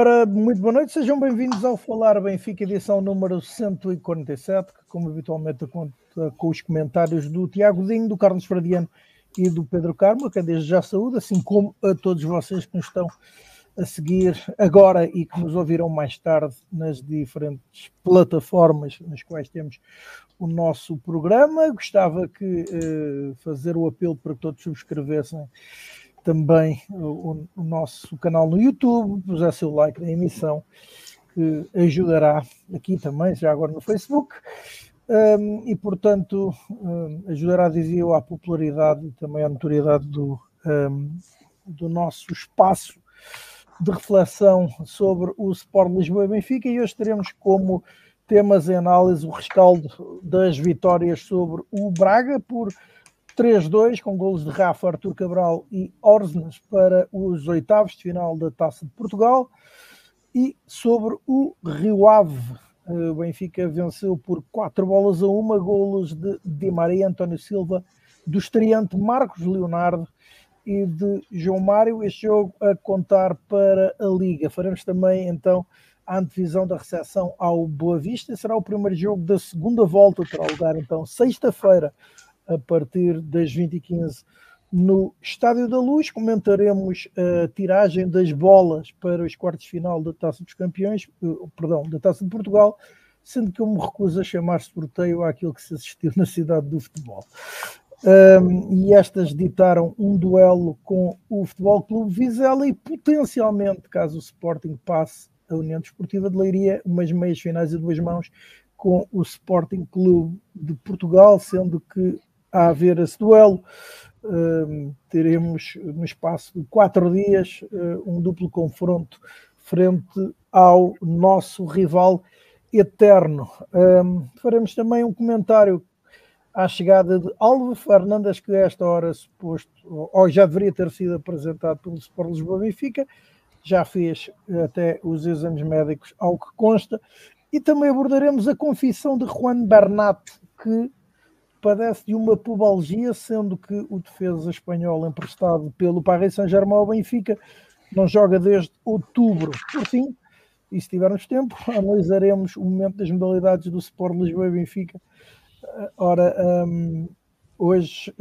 Ora, muito boa noite, sejam bem-vindos ao Falar Benfica, edição número 147, que como habitualmente conta com os comentários do Tiago Dinho, do Carlos Fradiano e do Pedro Carmo, que desde já saúde, assim como a todos vocês que nos estão a seguir agora e que nos ouvirão mais tarde nas diferentes plataformas nas quais temos o nosso programa. Gostava que fazer o apelo para que todos subscrevessem também o nosso canal no YouTube, pusesse o like na emissão, que ajudará aqui também, já agora no Facebook, e portanto ajudará, dizia eu, à popularidade e também à notoriedade do nosso espaço de reflexão sobre o Sport Lisboa e Benfica. E hoje teremos como temas em análise o rescaldo das vitórias sobre o Braga por 3-2, com golos de Rafa, Artur Cabral e Orsnes para os oitavos de final da Taça de Portugal, e sobre o Rio Ave. O Benfica venceu por 4-1, golos de Di Maria, António Silva, do estreante Marcos Leonardo e de João Mário. Este jogo a contar para a Liga. Faremos também então a antevisão da recepção ao Boa Vista. Será o primeiro jogo da segunda volta, terá lugar então sexta-feira a partir das 20h15 no Estádio da Luz. Comentaremos a tiragem das bolas para os quartos de final da Taça dos Campeões, da Taça de Portugal, sendo que eu me recuso a chamar sorteio àquilo que se assistiu na cidade do futebol. E estas ditaram um duelo com o Futebol Clube Vizela e potencialmente, caso o Sporting passe a União Desportiva de Leiria, umas meias finais a duas mãos com o Sporting Clube de Portugal, sendo que a haver esse duelo, teremos no espaço de 4 dias um duplo confronto frente ao nosso rival eterno. Faremos também um comentário à chegada de Álvaro Fernandes, que a esta hora suposto, ou já deveria ter sido apresentado pelo Sport Lisboa Benfica, já fez até os exames médicos ao que consta, e também abordaremos a confissão de Juan Bernat, que padece de uma pubalgia, sendo que o defesa espanhol emprestado pelo Paris Saint-Germain ao Benfica não joga desde outubro. Por fim, e se tivermos tempo, analisaremos o momento das modalidades do Sport Lisboa e Benfica. Ora, hoje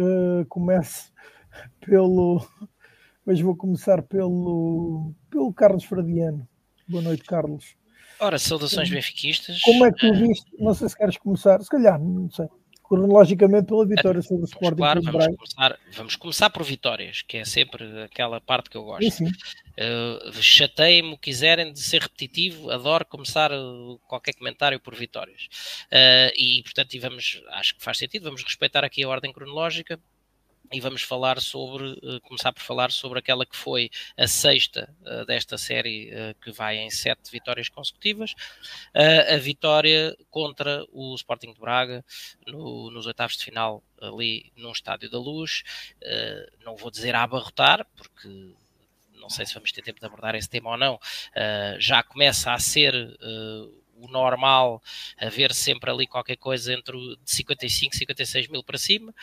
hoje vou começar pelo Carlos Fradiano. Boa noite, Carlos. Ora, saudações benfiquistas. Como é que tu viste? Não sei se queres começar, se calhar, não sei, cronologicamente pela vitória sobre o Sporting. Claro, vamos começar por vitórias, que é sempre aquela parte que eu gosto. Chateiem-me o quiserem de ser repetitivo, adoro começar qualquer comentário por vitórias. E portanto, acho que faz sentido, vamos respeitar aqui a ordem cronológica. E vamos começar por falar sobre aquela que foi a sexta desta série, que vai em 7 vitórias consecutivas. A vitória contra o Sporting de Braga nos oitavos de final, ali no Estádio da Luz. Não vou dizer a abarrotar, porque não sei se vamos ter tempo de abordar esse tema ou não. Já começa a ser o normal haver sempre ali qualquer coisa entre de 55 e 56 mil para cima.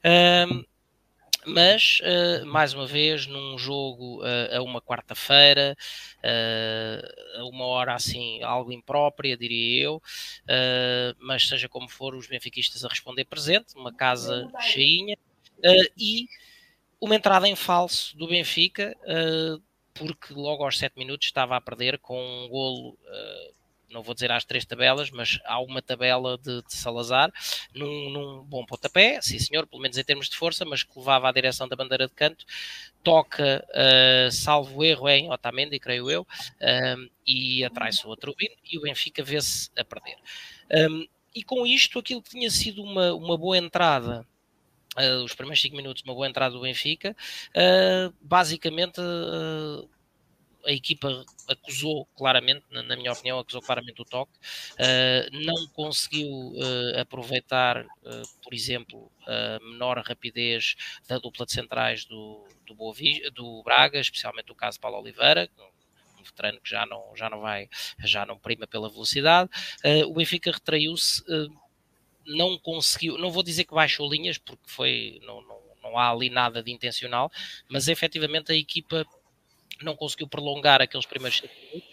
Mas, mais uma vez, num jogo a uma quarta-feira, a uma hora assim, algo imprópria, diria eu, mas seja como for, os benfiquistas a responder presente, uma casa cheinha, e uma entrada em falso do Benfica, porque logo aos 7 minutos estava a perder com um golo, não vou dizer às 3 tabelas, mas há uma tabela de Salazar, num bom pontapé, sim senhor, pelo menos em termos de força, mas que levava à direção da bandeira de canto, toca, salvo erro, em Otamendi, creio eu, e atrai-se o outro Rubino, e o Benfica vê-se a perder. E com isto, aquilo que tinha sido uma boa entrada, os primeiros 5 minutos, uma boa entrada do Benfica, basicamente a equipa acusou claramente, na minha opinião, acusou claramente o toque, não conseguiu aproveitar, por exemplo, a menor rapidez da dupla de centrais do Braga, especialmente o caso de Paulo Oliveira, um veterano que já não prima pela velocidade. O Benfica retraiu-se, não conseguiu, não vou dizer que baixou linhas, porque não há ali nada de intencional, mas efetivamente a equipa não conseguiu prolongar aqueles primeiros 5 minutos,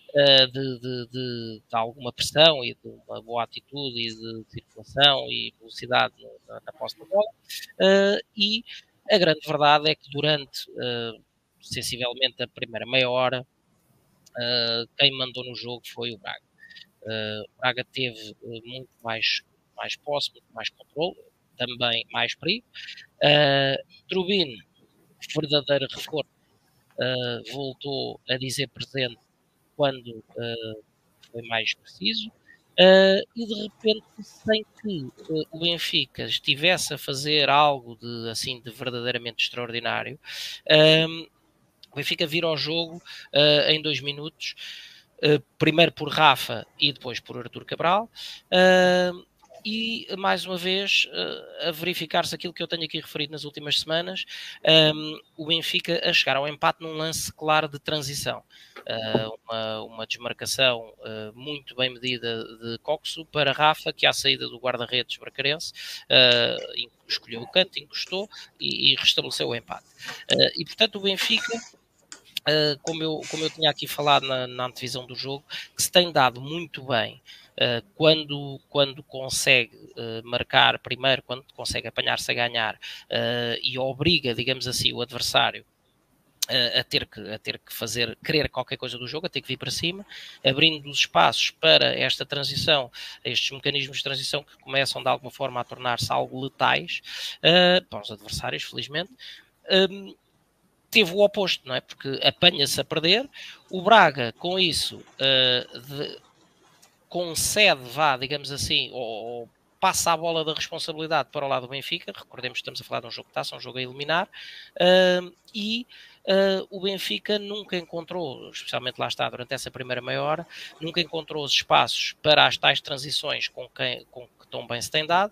de alguma pressão e de uma boa atitude e de circulação e velocidade na posse da bola, e a grande verdade é que durante sensivelmente a primeira meia hora, quem mandou no jogo foi o Braga. O Braga teve muito mais posse, muito mais controle, também mais perigo. Trubin, verdadeiro reforço, voltou a dizer presente quando foi mais preciso, e de repente, sem que o Benfica estivesse a fazer algo de verdadeiramente extraordinário, o Benfica vira ao jogo em 2 minutos, primeiro por Rafa e depois por Artur Cabral, e mais uma vez a verificar-se aquilo que eu tenho aqui referido nas últimas semanas, o Benfica a chegar ao empate num lance claro de transição, uma desmarcação muito bem medida de Coxo para Rafa, que à saída do guarda-redes bracarense escolheu o canto, encostou e restabeleceu o empate. E portanto o Benfica, como eu tinha aqui falado na antevisão do jogo, que se tem dado muito bem quando consegue marcar primeiro, quando consegue apanhar-se a ganhar e obriga, digamos assim, o adversário a ter que fazer, querer qualquer coisa do jogo, a ter que vir para cima, abrindo os espaços para esta transição, estes mecanismos de transição que começam de alguma forma a tornar-se algo letais para os adversários, felizmente. Teve o oposto, não é? Porque apanha-se a perder, o Braga com isso concede, digamos assim, ou passa a bola da responsabilidade para o lado do Benfica. Recordemos que estamos a falar de um jogo de taça, um jogo a eliminar, e o Benfica nunca encontrou, especialmente lá está, durante essa primeira meia hora, nunca encontrou os espaços para as tais transições com que tão bem se tem dado.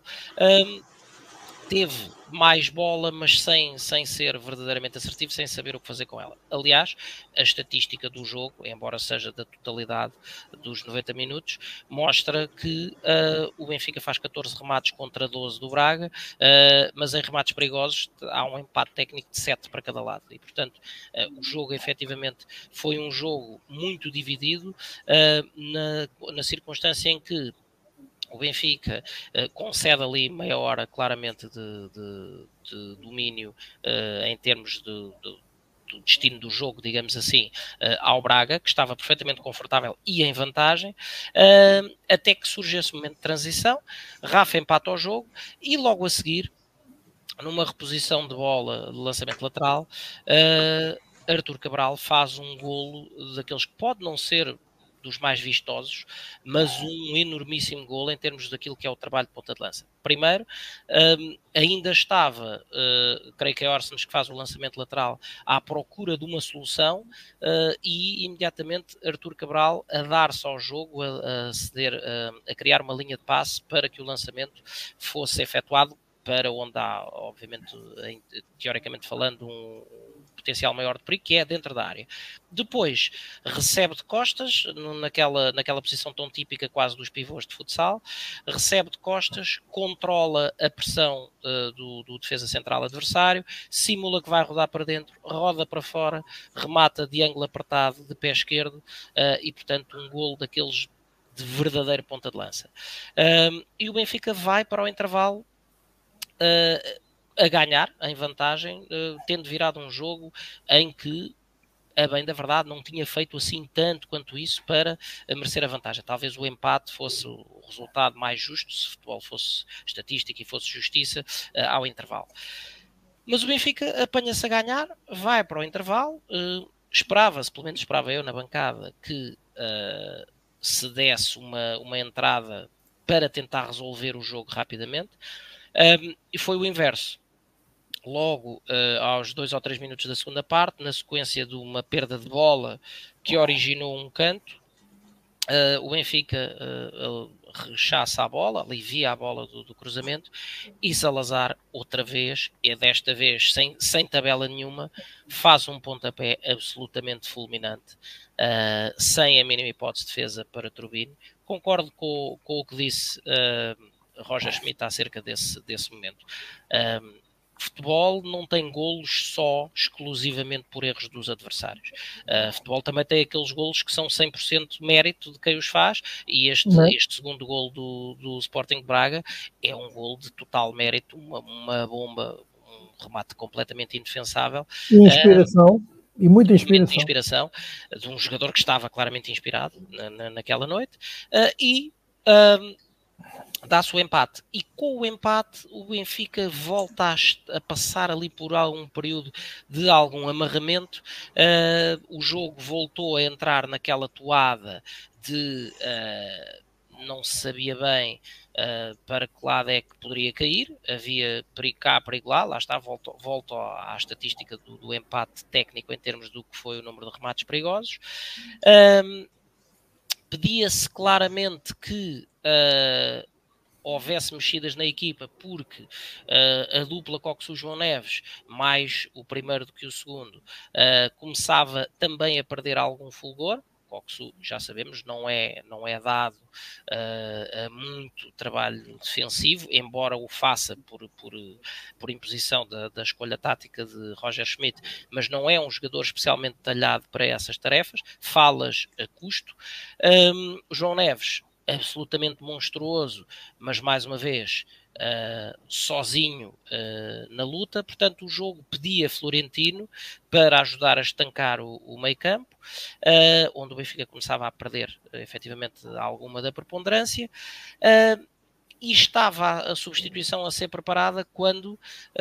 Teve mais bola, mas sem ser verdadeiramente assertivo, sem saber o que fazer com ela. Aliás, a estatística do jogo, embora seja da totalidade dos 90 minutos, mostra que o Benfica faz 14 remates contra 12 do Braga, mas em remates perigosos há um empate técnico de 7 para cada lado. E, portanto, o jogo efetivamente foi um jogo muito dividido, na circunstância em que o Benfica concede ali meia hora claramente de domínio em termos do destino do jogo, digamos assim, ao Braga, que estava perfeitamente confortável e em vantagem, até que surge esse momento de transição. Rafa empata o jogo e logo a seguir, numa reposição de bola de lançamento lateral, Artur Cabral faz um golo daqueles que pode não ser dos mais vistosos, mas um enormíssimo golo em termos daquilo que é o trabalho de ponta de lança. Primeiro, ainda estava, creio que é Orsens que faz o lançamento lateral, à procura de uma solução, e imediatamente Artur Cabral a dar-se ao jogo, a criar uma linha de passe para que o lançamento fosse efetuado para onde há, obviamente, teoricamente falando, um potencial maior de perigo, que é dentro da área. Depois, recebe de costas, naquela posição tão típica quase dos pivôs de futsal, recebe de costas, controla a pressão do defesa central adversário, simula que vai rodar para dentro, roda para fora, remata de ângulo apertado, de pé esquerdo, e, portanto, um golo daqueles de verdadeiro ponta de lança. E o Benfica vai para o intervalo a ganhar, em vantagem, tendo virado um jogo em que, a bem da verdade, não tinha feito assim tanto quanto isso para merecer a vantagem. Talvez o empate fosse o resultado mais justo, se o futebol fosse estatística e fosse justiça, ao intervalo. Mas o Benfica apanha-se a ganhar, vai para o intervalo, esperava-se, pelo menos esperava eu na bancada, que se desse uma entrada para tentar resolver o jogo rapidamente. E foi o inverso. Logo aos 2 ou 3 minutos da segunda parte, na sequência de uma perda de bola que originou um canto, o Benfica rechaça a bola, alivia a bola do cruzamento, e Salazar, outra vez, e desta vez sem tabela nenhuma, faz um pontapé absolutamente fulminante, sem a mínima hipótese de defesa para Trubin. Concordo com o que disse Roger Schmidt acerca desse momento. futebol não tem golos só exclusivamente por erros dos adversários. Futebol também tem aqueles golos que são 100% mérito de quem os faz, e este segundo gol do Sporting de Braga é um gol de total mérito, uma bomba, um remate completamente indefensável. Inspiração. E muita inspiração de um jogador que estava claramente inspirado naquela noite, e dá-se o empate. E com o empate o Benfica volta a passar ali por algum período de algum amarramento. O jogo voltou a entrar naquela toada de não se sabia bem para que lado é que poderia cair. Havia perigo cá, perigo lá está, volto à estatística do empate técnico em termos do que foi o número de remates perigosos. Pedia-se claramente que houvesse mexidas na equipa, porque a dupla Coxu-João Neves, mais o primeiro do que o segundo, começava também a perder algum fulgor. Coxu, já sabemos, não é dado a muito trabalho defensivo, embora o faça por imposição da escolha tática de Roger Schmidt, mas não é um jogador especialmente talhado para essas tarefas, falas a custo. João Neves, absolutamente monstruoso, mas mais uma vez sozinho na luta. Portanto, o jogo pedia Florentino para ajudar a estancar o meio campo, onde o Benfica começava a perder efetivamente alguma da preponderância, e estava a substituição a ser preparada quando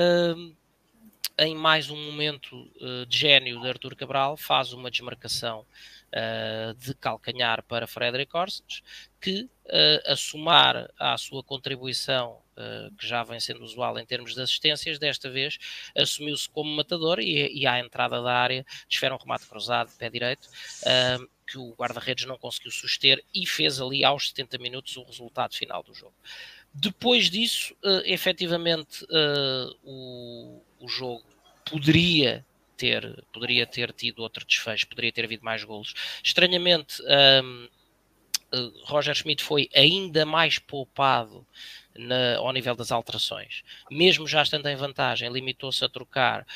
em mais um momento de gênio de Artur Cabral faz uma desmarcação de calcanhar para Frederic Orsens, que a somar à sua contribuição, que já vem sendo usual em termos de assistências, desta vez assumiu-se como matador e à entrada da área desfere um remate cruzado de pé direito, que o guarda-redes não conseguiu suster e fez ali aos 70 minutos o resultado final do jogo. Depois disso, efetivamente, o jogo poderia ter tido outro desfecho, poderia ter havido mais golos. Estranhamente, Roger Schmidt foi ainda mais poupado ao nível das alterações. Mesmo já estando em vantagem, limitou-se a trocar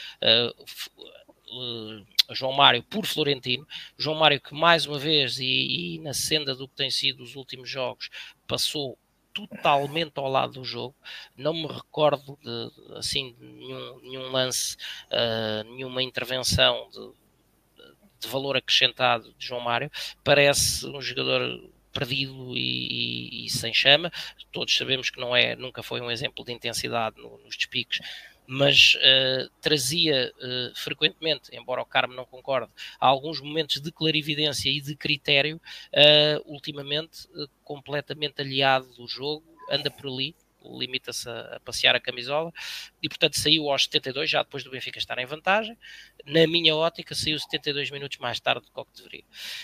João Mário por Florentino. João Mário, que mais uma vez, e na senda do que tem sido os últimos jogos, passou totalmente ao lado do jogo. Não me recordo de assim, nenhum lance, nenhuma intervenção de valor acrescentado de João Mário. Parece um jogador perdido e sem chama. Todos sabemos que nunca foi um exemplo de intensidade nos despiques, mas trazia frequentemente, embora o Carmo não concorde, alguns momentos de clarividência e de critério, ultimamente completamente aliado do jogo, anda por ali, limita-se a passear a camisola, e portanto saiu aos 72, já depois do Benfica estar em vantagem. Na minha ótica, saiu 72 minutos mais tarde do que deveria.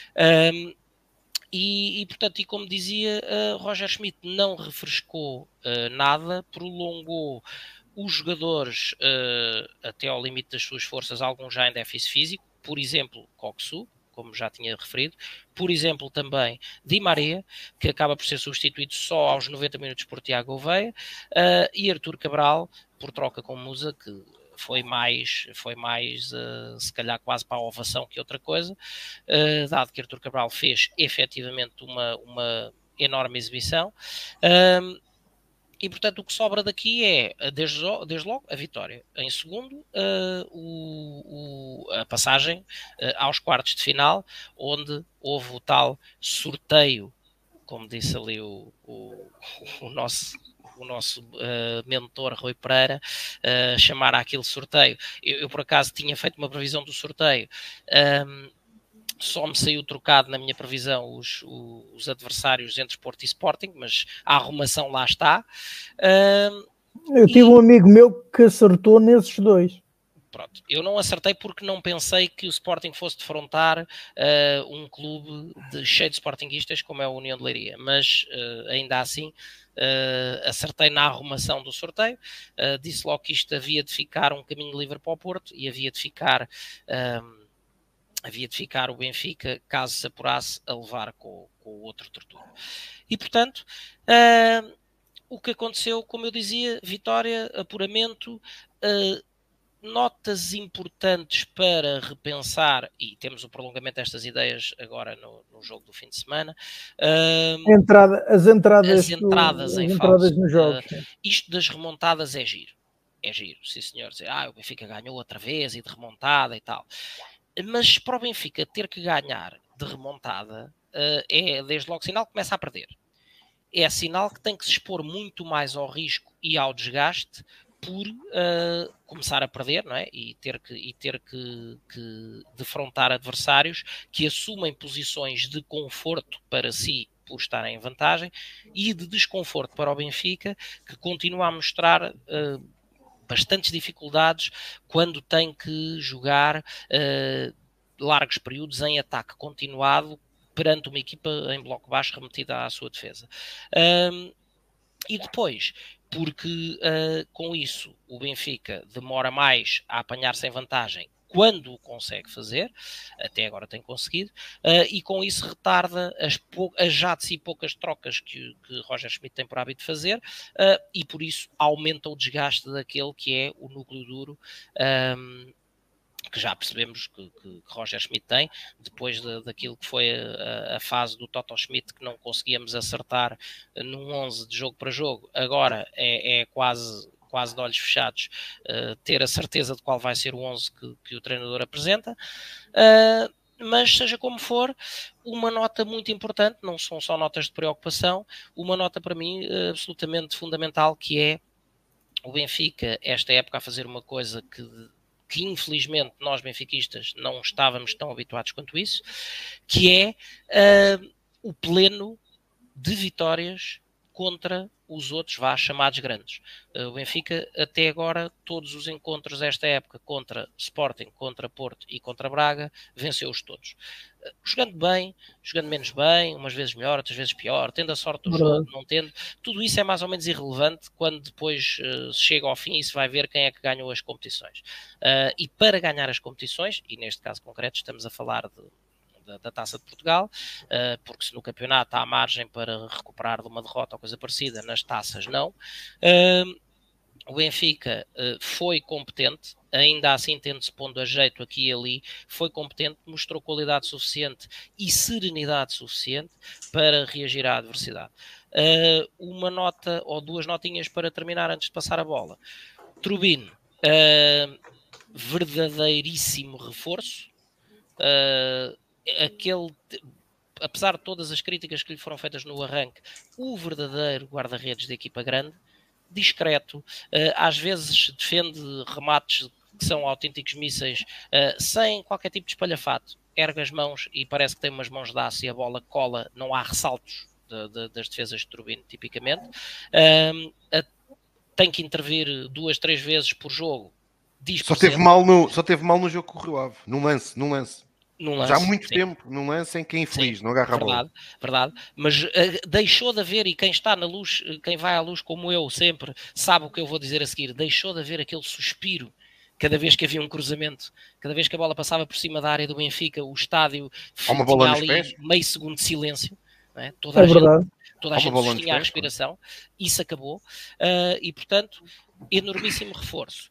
Portanto, e como dizia, Roger Schmidt não refrescou nada, prolongou os jogadores até ao limite das suas forças, alguns já em déficit físico, por exemplo, Coxu, como já tinha referido, por exemplo também Di Maria, que acaba por ser substituído só aos 90 minutos por Tiago Gouveia, e Artur Cabral, por troca com Musa, que foi mais se calhar quase para a ovação que outra coisa, dado que Artur Cabral fez efetivamente uma enorme exibição. E portanto o que sobra daqui é, desde logo, a vitória. Em segundo, a passagem aos quartos de final, onde houve o tal sorteio, como disse ali o nosso mentor Rui Pereira, chamar aquele sorteio. Eu por acaso tinha feito uma previsão do sorteio, só me saiu trocado na minha previsão os adversários entre Porto e Sporting, mas a arrumação lá está. Eu tive um amigo meu que acertou nesses dois. Pronto, eu não acertei porque não pensei que o Sporting fosse defrontar um clube cheio de sportinguistas como é a União de Leiria, mas ainda assim acertei na arrumação do sorteio. Disse logo que isto havia de ficar um caminho livre para o Porto e havia de ficar o Benfica, caso se apurasse, a levar com o outro tortura. E portanto, o que aconteceu, como eu dizia, vitória, apuramento, notas importantes para repensar, e temos o prolongamento destas ideias agora no jogo do fim de semana. As entradas em falso. nos jogos. Isto das remontadas é giro. É giro, sim senhor. Dizer, o Benfica ganhou outra vez e de remontada e tal. Mas para o Benfica ter que ganhar de remontada é desde logo sinal que começa a perder. É sinal que tem que se expor muito mais ao risco e ao desgaste por começar a perder, não é? E ter que defrontar adversários que assumem posições de conforto para si por estarem em vantagem e de desconforto para o Benfica, que continua a mostrar bastantes dificuldades quando tem que jogar largos períodos em ataque continuado perante uma equipa em bloco baixo remetida à sua defesa. E depois, porque com isso o Benfica demora mais a apanhar-se em vantagem quando o consegue fazer, até agora tem conseguido, e com isso retarda as já de si poucas trocas que Roger Schmidt tem por hábito de fazer, e por isso aumenta o desgaste daquele que é o núcleo duro, que já percebemos que Roger Schmidt tem, depois daquilo que foi a fase do Toto Schmidt, que não conseguíamos acertar num 11 de jogo para jogo. Agora é quase de olhos fechados ter a certeza de qual vai ser o 11 que o treinador apresenta. Mas seja como for, uma nota muito importante, não são só notas de preocupação, uma nota para mim absolutamente fundamental, que é o Benfica, esta época, a fazer uma coisa que infelizmente nós benfiquistas não estávamos tão habituados quanto isso, que é o pleno de vitórias contra os outros chamados grandes. O Benfica, até agora, todos os encontros desta época contra Sporting, contra Porto e contra Braga, venceu-os todos. Jogando bem, jogando menos bem, umas vezes melhor, outras vezes pior, tendo a sorte do jogo, não tendo. Tudo isso é mais ou menos irrelevante quando depois se chega ao fim e se vai ver quem é que ganhou as competições. E para ganhar as competições, e neste caso concreto estamos a falar da Taça de Portugal, porque se no campeonato há margem para recuperar de uma derrota ou coisa parecida, nas taças não. O Benfica foi competente, ainda assim tendo-se pondo a jeito aqui e ali, foi competente, mostrou qualidade suficiente e serenidade suficiente para reagir à adversidade. Uma nota ou duas notinhas para terminar antes de passar a bola. Trubin, verdadeiríssimo reforço. Apesar de todas as críticas que lhe foram feitas no arranque, o verdadeiro guarda-redes da equipa grande, discreto, às vezes defende remates que são autênticos mísseis, sem qualquer tipo de espalhafato, ergue as mãos e parece que tem umas mãos de aço e a bola cola, não há ressaltos das defesas de Trubin, tipicamente. Tem que intervir 2, 3 vezes por jogo. Só teve mal no jogo com o Rio Ave, num lance. Já há muito tempo, num lance em que é infeliz, não agarra a bola. Verdade, mas deixou de haver, e quem está na luz, quem vai à luz como eu sempre, sabe o que eu vou dizer a seguir, deixou de haver aquele suspiro cada vez que havia um cruzamento, cada vez que a bola passava por cima da área do Benfica, o estádio tinha ali meio segundo de silêncio, não é? Toda a gente sustinha a respiração, isso acabou, e portanto, enormíssimo reforço.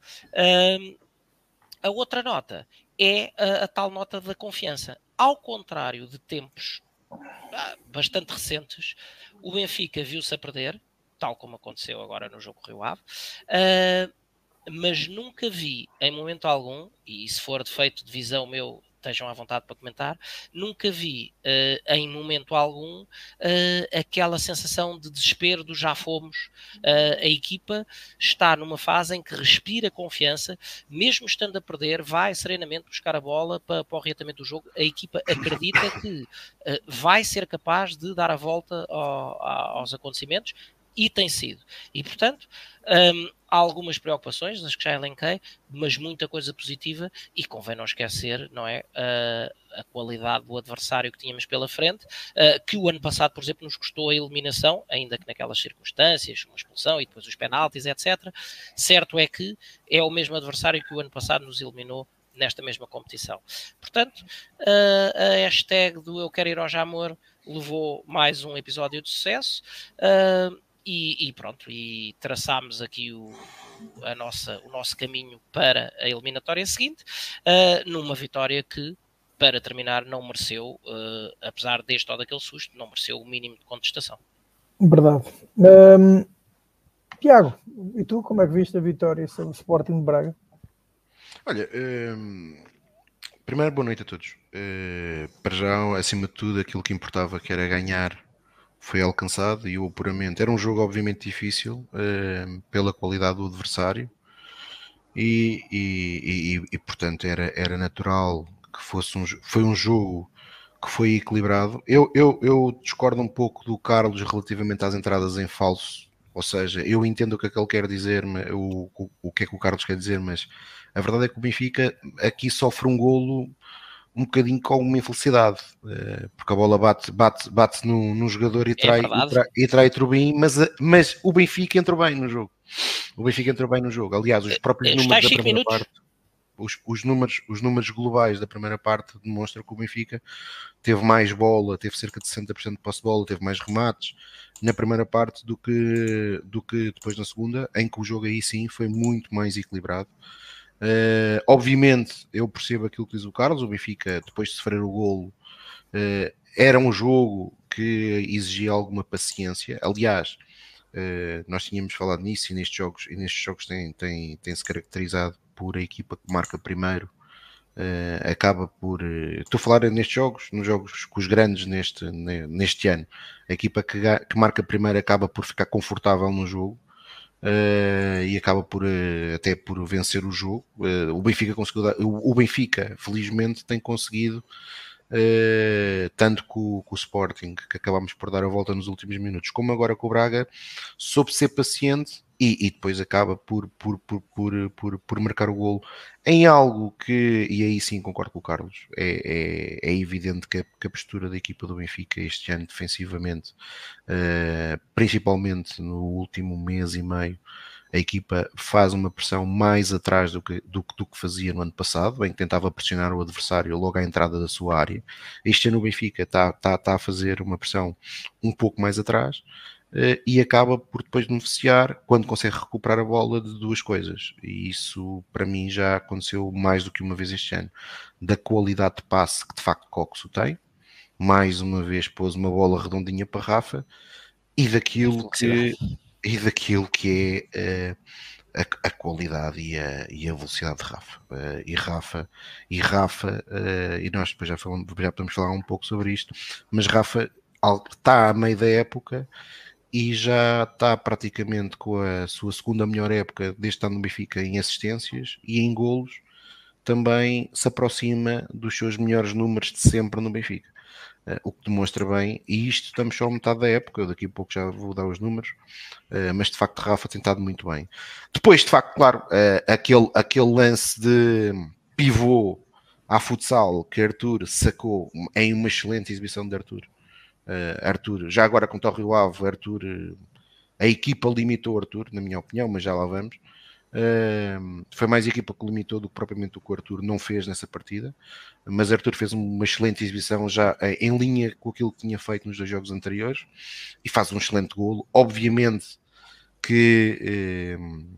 A outra nota é a tal nota da confiança. Ao contrário de tempos bastante recentes, o Benfica viu-se a perder, tal como aconteceu agora no jogo Rio Ave, mas nunca vi em momento algum, e se for defeito de visão meu, estejam à vontade para comentar, nunca vi em momento algum aquela sensação de desespero do já fomos. A equipa está numa fase em que respira confiança, mesmo estando a perder, vai serenamente buscar a bola para o reatamento do jogo. A equipa acredita que vai ser capaz de dar a volta aos acontecimentos, e tem sido. E, portanto, há algumas preocupações, das que já elenquei, mas muita coisa positiva, e convém não esquecer, não é, a qualidade do adversário que tínhamos pela frente, que o ano passado, por exemplo, nos custou a eliminação, ainda que naquelas circunstâncias, uma expulsão e depois os penaltis, etc. Certo é que é o mesmo adversário que o ano passado nos eliminou nesta mesma competição. Portanto, a hashtag do Eu Quero Ir ao Jamor levou mais um episódio de sucesso, e pronto, e traçámos aqui o nosso caminho para a eliminatória seguinte, numa vitória que, para terminar, não mereceu, apesar deste ou daquele susto, não mereceu o mínimo de contestação. Verdade. Tiago, e tu, como é que viste a vitória sobre o Sporting de Braga? Olha, primeiro, boa noite a todos. Para já, acima de tudo, aquilo que importava, que era ganhar, foi alcançado e o apuramento. Era um jogo obviamente difícil, pela qualidade do adversário e portanto era natural que foi um jogo que foi equilibrado. Eu discordo um pouco do Carlos relativamente às entradas em falso, ou seja, eu entendo o que é que ele quer dizer, o que é que o Carlos quer dizer, mas a verdade é que o Benfica aqui sofre um golo um bocadinho com uma infelicidade, porque a bola bate num jogador e trai Trubin, mas o Benfica entrou bem no jogo. Aliás, os próprios números da primeira parte, os números globais da primeira parte demonstram que o Benfica teve mais bola, teve cerca de 60% de posse de bola, teve mais remates na primeira parte do que depois na segunda, em que o jogo aí sim foi muito mais equilibrado. Obviamente eu percebo aquilo que diz o Carlos. O Benfica, depois de sofrer o golo, era um jogo que exigia alguma paciência. Aliás, nós tínhamos falado nisso e nestes jogos tem-se caracterizado por a equipa que marca primeiro, acaba por... estou a falar nestes jogos, nos jogos com os grandes neste ano, a equipa que marca primeiro acaba por ficar confortável no jogo. E acaba por até por vencer o jogo. O Benfica felizmente tem conseguido, tanto com o Sporting, que acabámos por dar a volta nos últimos minutos, como agora com o Braga, soube ser paciente e depois acaba por marcar o golo em algo que, e aí sim concordo com o Carlos, é evidente que a postura da equipa do Benfica este ano defensivamente, principalmente no último mês e meio, a equipa faz uma pressão mais atrás do que fazia no ano passado, em que tentava pressionar o adversário logo à entrada da sua área. Este ano o Benfica está a fazer uma pressão um pouco mais atrás, e acaba por depois beneficiar, quando consegue recuperar a bola, de duas coisas, e isso para mim já aconteceu mais do que uma vez este ano: da qualidade de passe que de facto Coxo tem, mais uma vez pôs uma bola redondinha para Rafa, e daquilo que é a qualidade e a velocidade de Rafa. E nós depois já podemos falar um pouco sobre isto, mas Rafa está a meio da época e já está praticamente com a sua segunda melhor época deste ano no Benfica em assistências, e em golos também se aproxima dos seus melhores números de sempre no Benfica. O que demonstra bem, e isto estamos só a metade da época, eu daqui a pouco já vou dar os números, mas de facto Rafa tem estado muito bem. Depois, de facto, claro, aquele lance de pivô à futsal que Arthur sacou em uma excelente exibição de Arthur. Já agora com o Rio Ave, a equipa limitou Arthur, na minha opinião, mas já lá vamos. Foi mais a equipa que limitou do que propriamente o que o Arthur não fez nessa partida, mas Arthur fez uma excelente exibição já em linha com aquilo que tinha feito nos dois jogos anteriores e faz um excelente golo. Obviamente que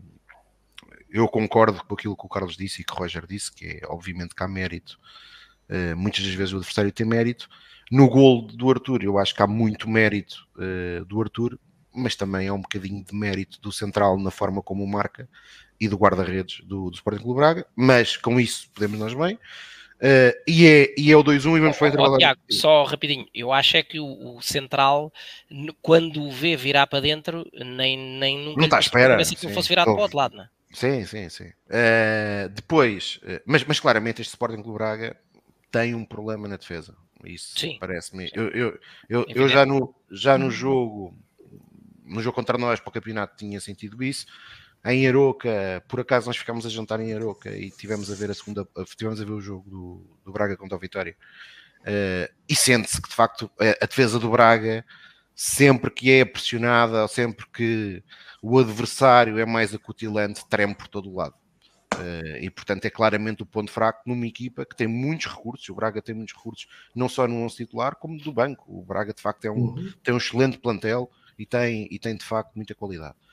eu concordo com aquilo que o Carlos disse e que o Roger disse, que é obviamente que há mérito, muitas das vezes o adversário tem mérito. No golo do Arthur eu acho que há muito mérito do Arthur, mas também há um bocadinho de mérito do central na forma como o marca e do guarda-redes do Sporting Clube Braga, mas com isso podemos nós bem. E é o 2-1 e vamos para o intervalo. Tiago, só rapidinho, eu acho é que o central, quando o vê virar para dentro, nem nunca não está à espera que não fosse virado para o outro lado, não é? Sim. Depois, mas claramente este Sporting Clube Braga tem um problema na defesa. Isso parece-me. Eu já no jogo contra nós para o campeonato tinha sentido isso. Em Aroca, por acaso nós ficámos a jantar em Aroca e tivemos a ver o jogo do Braga contra o Vitória. E sente-se que de facto a defesa do Braga, sempre que é pressionada, sempre que o adversário é mais acutilante, treme por todo o lado. E portanto é claramente o ponto fraco numa equipa que tem muitos recursos. O Braga tem muitos recursos, não só no 11 titular, como do banco. O Braga de facto tem um excelente plantel e tem de facto muita qualidade.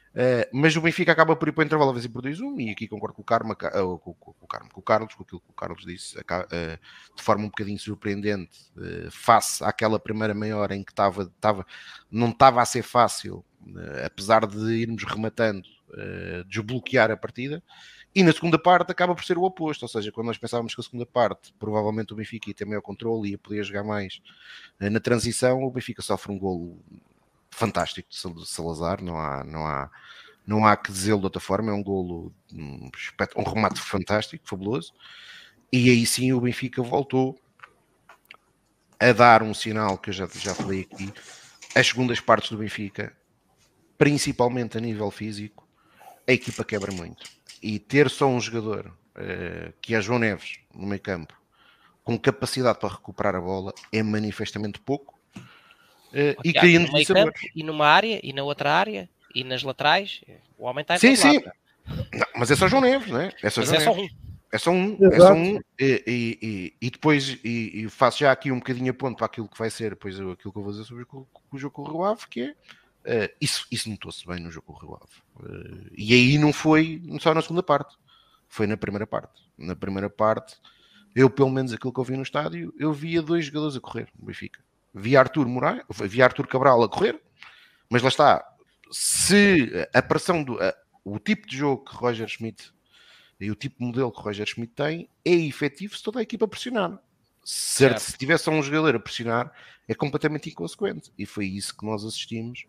Mas o Benfica acaba por ir para o intervalo a vencer por 2-1, e aqui concordo com o Carlos, com aquilo que o Carlos disse, de forma um bocadinho surpreendente, face àquela primeira meia hora em que não estava a ser fácil, apesar de irmos rematando, desbloquear a partida. E na segunda parte acaba por ser o oposto, ou seja, quando nós pensávamos que a segunda parte provavelmente o Benfica ia ter maior controle e ia poder jogar mais na transição, o Benfica sofre um golo fantástico de Salazar, não há que dizê-lo de outra forma, é um golo, um remate fantástico, fabuloso, e aí sim o Benfica voltou a dar um sinal que eu já falei aqui. As segundas partes do Benfica, principalmente a nível físico, a equipa quebra muito. E ter só um jogador, que é João Neves, no meio campo, com capacidade para recuperar a bola, é manifestamente pouco. E no meio campo, e numa área, e na outra área, e nas laterais, o homem está em todo lado. Não, mas é só João Neves, não é? É só um. É só um. E depois faço já aqui um bocadinho a ponto para aquilo que vai ser depois aquilo que eu vou dizer sobre o jogo com o Rio Ave, que é isso notou-se bem no jogo com o Rio Ave. E aí não foi só na segunda parte, foi na primeira parte. Na primeira parte, eu pelo menos aquilo que eu vi no estádio, eu via 2 jogadores a correr no Benfica. Via Arthur Cabral a correr, mas lá está, se a pressão o tipo de jogo que Roger Schmidt e o tipo de modelo que o Roger Schmidt tem é efetivo se toda a equipa pressionar. Certo. Se tivesse um jogador a pressionar, é completamente inconsequente. E foi isso que nós assistimos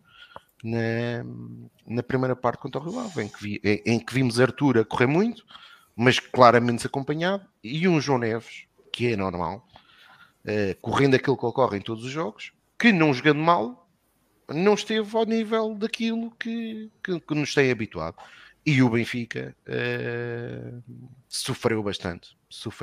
na primeira parte contra o Rio Ave, em que vimos Arthur a correr muito, mas claramente desacompanhado, e um João Neves, que é normal, correndo aquilo que ocorre em todos os jogos, que não jogando mal, não esteve ao nível daquilo que nos tem habituado. E o Benfica sofreu bastante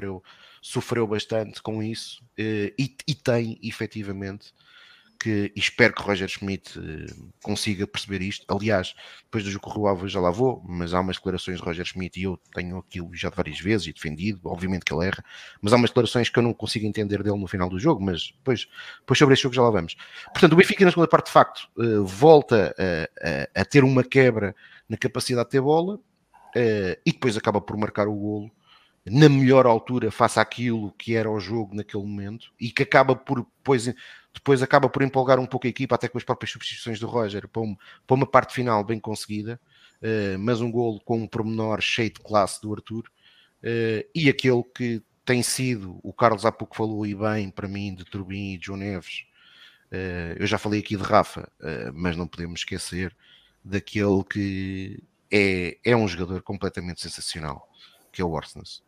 com isso, e tem efetivamente e espero que o Roger Schmidt consiga perceber isto. Aliás, depois do jogo com o Rio Ave já lá vou, mas há umas declarações de Roger Schmidt, e eu tenho aquilo já várias vezes e defendido, obviamente que ele erra, mas há umas declarações que eu não consigo entender dele no final do jogo, mas depois sobre esse jogo já lá vamos. Portanto, o Benfica na segunda parte de facto volta a ter uma quebra na capacidade de ter bola, e depois acaba por marcar o golo na melhor altura face àquilo que era o jogo naquele momento, e que acaba por depois acaba por empolgar um pouco a equipa, até com as próprias substituições do Roger, para uma parte final bem conseguida, mas um golo com um pormenor cheio de classe do Arthur, e aquele que tem sido, o Carlos há pouco falou e bem para mim, de Turbin e de João Neves. Eu já falei aqui de Rafa, mas não podemos esquecer daquele que é um jogador completamente sensacional, que é o Orsnes,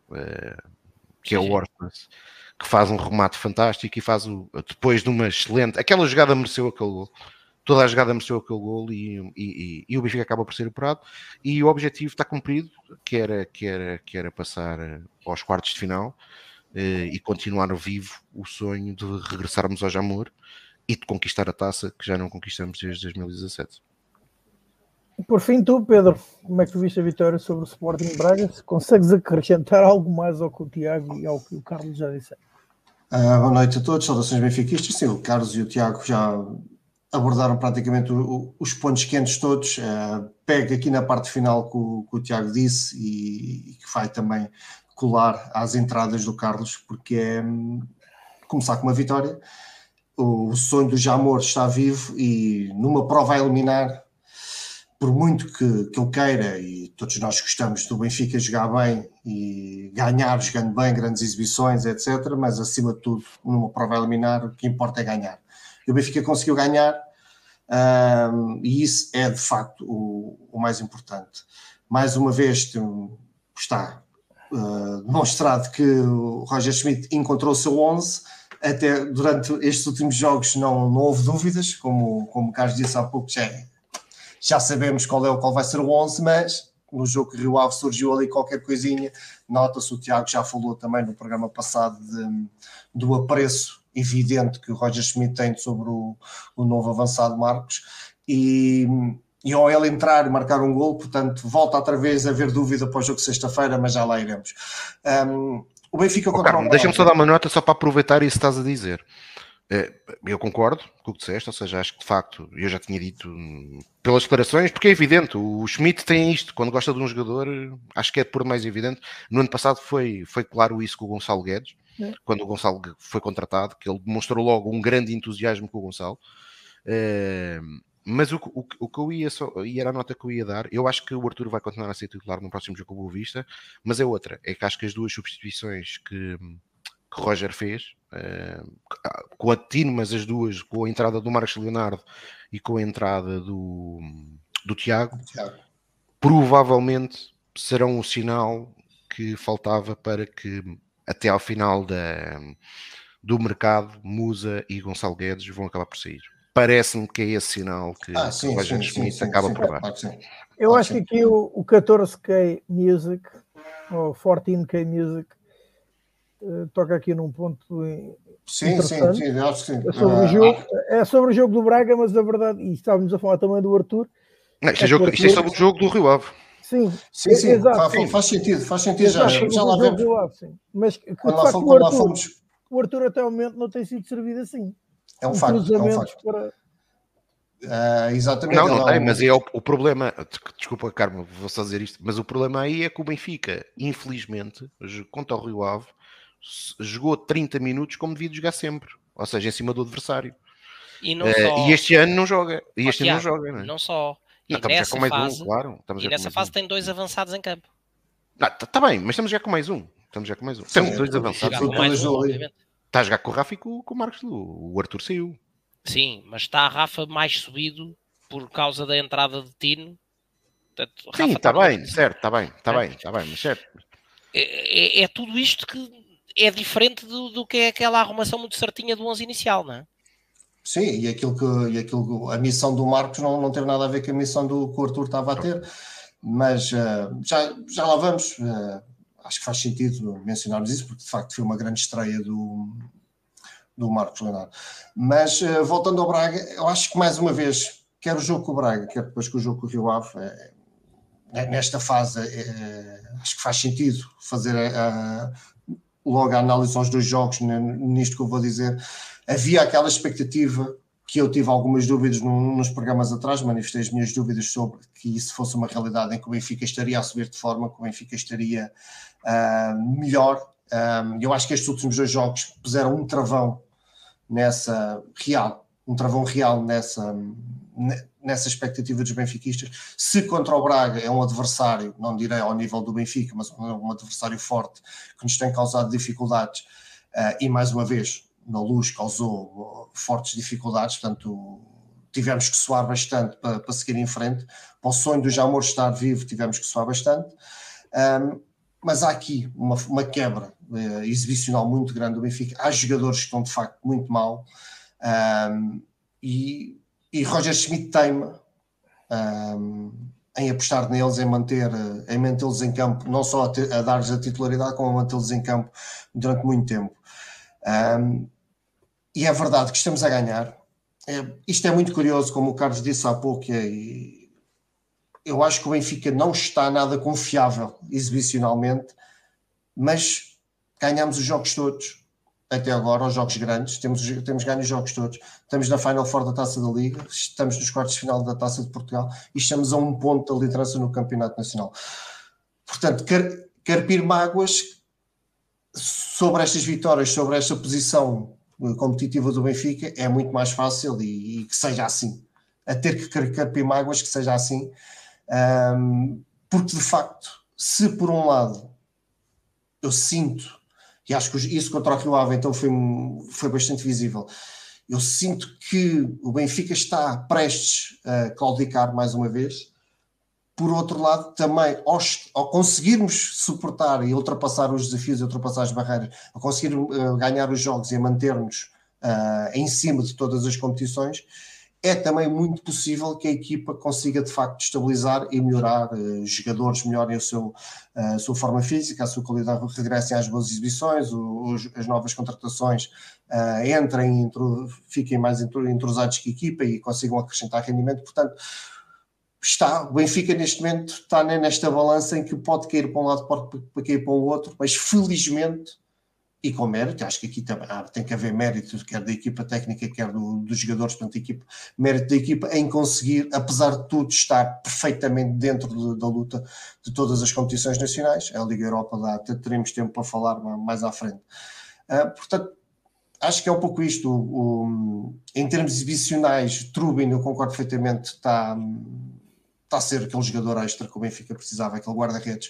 que faz um remate fantástico, e faz depois de uma excelente, aquela jogada mereceu aquele gol, toda a jogada mereceu aquele gol, e o Benfica acaba por ser apurado, e o objetivo está cumprido, que era passar aos quartos de final, e continuar vivo o sonho de regressarmos ao Jamor e de conquistar a taça que já não conquistamos desde 2017. Por fim, tu, Pedro, como é que tu viste a vitória sobre o Sporting de Braga? Se consegues acrescentar algo mais ao que o Tiago e ao que o Carlos já disseram? Boa noite a todos, saudações benfiquistas. Sim, o Carlos e o Tiago já abordaram praticamente os pontos quentes todos. Pego aqui na parte final que o Tiago disse, e que vai também colar às entradas do Carlos, porque é começar com uma vitória. O sonho do Jamor está vivo, e numa prova a eliminar, por muito que ele queira, e todos nós gostamos do Benfica jogar bem e ganhar jogando bem, grandes exibições, etc., mas acima de tudo, numa prova a eliminar, o que importa é ganhar. E o Benfica conseguiu ganhar, e isso é de facto o mais importante. Mais uma vez está demonstrado que o Roger Schmidt encontrou o seu 11. Até durante estes últimos jogos não houve dúvidas, como o Carlos disse há pouco, já sabemos qual vai ser o 11, mas no jogo que Rio Ave surgiu ali qualquer coisinha. Nota-se, o Tiago já falou também no programa passado do apreço evidente que o Roger Schmidt tem sobre o novo avançado Marcos, e ao ele entrar e marcar um gol, portanto, volta outra vez a haver dúvida para o jogo de sexta-feira, mas já lá iremos. O Benfica contra o Braga. Deixa-me só dar uma nota só para aproveitar isso que estás a dizer. Eu concordo com o que disseste, ou seja, acho que de facto, eu já tinha dito pelas declarações, porque é evidente, o Schmidt tem isto, quando gosta de um jogador, acho que é por mais evidente. No ano passado foi claro isso com o Gonçalo Guedes, quando o Gonçalo foi contratado, que ele demonstrou logo um grande entusiasmo com o Gonçalo. Mas o que eu ia e era a nota que eu ia dar, eu acho que o Arthur vai continuar a ser titular no próximo jogo com o Boa Vista, mas é outra, é que acho que as duas substituições que Roger fez, com a Tino, mas as duas, com a entrada do Marcos Leonardo e com a entrada do Tiago, provavelmente serão o sinal que faltava para que até ao final do mercado, Musa e Gonçalo Guedes vão acabar por sair. Parece-me que é esse sinal que o Roger Schmidt acaba por dar. Eu acho que aqui o 14K Music, ou 14K Music, toca aqui num ponto interessante. Sim, acho que sim. É sobre o jogo do Braga, mas a verdade, e estávamos a falar também do Arthur. Não, isto é sobre o jogo do Rio Ave. Sim, exato, faz sentido exato, já lá vemos. Mas de facto, o Arthur até o momento não tem sido servido assim. É um facto. Exatamente. Não tem, mas é o problema. Desculpa, Carmo, vou só dizer isto, mas o problema aí é que o Benfica, infelizmente, contra o Rio Ave, jogou 30 minutos como devia jogar sempre, ou seja, em cima do adversário. E este ano não joga. Não só. Não, estamos já com mais um, claro. E nessa fase tem 2 avançados em campo. Está bem, mas estamos já com mais um. Temos 2 avançados. Está a jogar com o Rafa e com o Marcos. O Arthur saiu. Sim, mas está a Rafa mais subido por causa da entrada de Tino. Portanto, sim, está bem, certo, está bem, mas certo. É tudo isto que é diferente do que é aquela arrumação muito certinha do 11 inicial, não é? Sim, e a missão do Marcos não teve nada a ver com a missão que o Arthur estava a ter, mas já lá vamos. Acho que faz sentido mencionarmos isso, porque de facto foi uma grande estreia do Marcos Leonardo. Mas voltando ao Braga, eu acho que mais uma vez, quer o jogo com o Braga, quer depois com o jogo com o Rio Ave, nesta fase acho que faz sentido fazer logo a análise aos 2 jogos, nisto que eu vou dizer. Havia aquela expectativa que eu tive algumas dúvidas nos programas atrás, manifestei as minhas dúvidas sobre que isso fosse uma realidade em que o Benfica estaria a subir de forma, que o Benfica estaria melhor. Eu acho que estes últimos 2 jogos puseram um travão real nessa expectativa dos benfiquistas. Se contra o Braga é um adversário, não direi ao nível do Benfica, mas um adversário forte que nos tem causado dificuldades, e mais uma vez na Luz causou fortes dificuldades, portanto tivemos que suar bastante para seguir em frente. Para o sonho do Jamor estar vivo tivemos que suar bastante, mas há aqui uma quebra exibicional muito grande do Benfica. Há jogadores que estão de facto muito mal, e Roger Schmidt teima em apostar neles, em mantê-los em campo, não só a dar-lhes a titularidade, como a mantê-los em campo durante muito tempo. E é verdade que estamos a ganhar. Isto é muito curioso, como o Carlos disse há pouco, eu acho que o Benfica não está nada confiável exibicionalmente, mas ganhamos os jogos todos até agora, os jogos grandes, temos ganho os jogos todos. Estamos na Final Four da Taça da Liga, estamos nos quartos de final da Taça de Portugal e estamos a 1 ponto da liderança no Campeonato Nacional. Portanto, carpir mágoas sobre estas vitórias, sobre esta posição competitiva do Benfica é muito mais fácil, e que seja assim. A ter que carpir mágoas, que seja assim. Porque de facto, se por um lado eu sinto, e acho que isso contra o Rio Ave então foi bastante visível, eu sinto que o Benfica está prestes a claudicar mais uma vez. Por outro lado, também ao conseguirmos suportar e ultrapassar os desafios e ultrapassar as barreiras, ao conseguir ganhar os jogos e a manter-nos em cima de todas as competições, é também muito possível que a equipa consiga de facto estabilizar e melhorar, jogadores melhorem a sua forma física, a sua qualidade, regressem às boas exibições, as novas contratações fiquem mais entrosados com a equipa e consigam acrescentar rendimento. Portanto, o Benfica neste momento está nesta balança em que pode cair para um lado, pode cair para o outro, mas felizmente e com mérito. Acho que aqui também tem que haver mérito, quer da equipa técnica, quer dos jogadores, portanto, mérito da equipa em conseguir, apesar de tudo, estar perfeitamente dentro da luta de todas as competições nacionais. A Liga Europa teremos tempo para falar mais à frente. Portanto, acho que é um pouco isto. Em termos exibicionais, Trubin, eu concordo perfeitamente, está a ser aquele jogador extra que o Benfica precisava, aquele guarda-redes.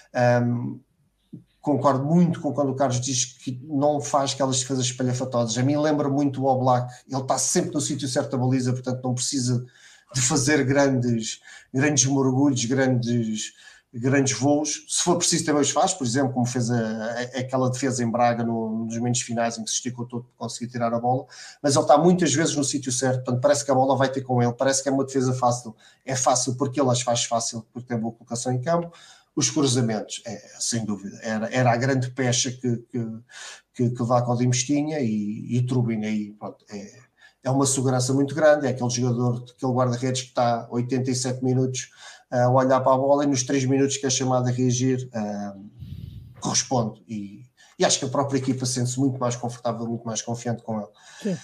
Concordo muito com quando o Carlos diz que não faz aquelas defesas espalhafatosas. A mim lembra muito o Oblak. Ele está sempre no sítio certo da baliza, portanto não precisa de fazer grandes mergulhos, grandes voos. Se for preciso também os faz, por exemplo, como fez aquela defesa em Braga nos momentos finais em que se esticou todo para conseguir tirar a bola, mas ele está muitas vezes no sítio certo, portanto parece que a bola vai ter com ele, parece que é uma defesa fácil. É fácil porque ele as faz fácil, porque tem boa colocação em campo. Os cruzamentos, sem dúvida, era a grande pecha que o Vlaco tinha, e Trubin aí, pronto, é uma segurança muito grande, é aquele jogador, aquele guarda-redes que está 87 minutos a olhar para a bola e nos 3 minutos que é chamado a reagir, corresponde. E acho que a própria equipa sente-se muito mais confortável, muito mais confiante com ele.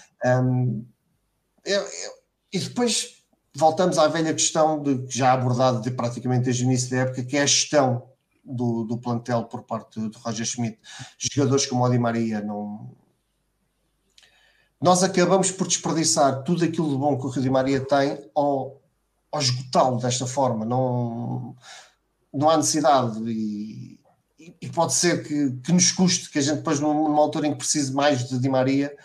E depois voltamos à velha questão já abordada praticamente desde o início da época, que é a gestão do plantel por parte do Roger Schmidt. Jogadores como o Di Maria, nós acabamos por desperdiçar tudo aquilo de bom que o Di Maria tem ao esgotá-lo desta forma. Não há necessidade, e pode ser que nos custe, que a gente depois numa altura em que precise mais de Di Maria,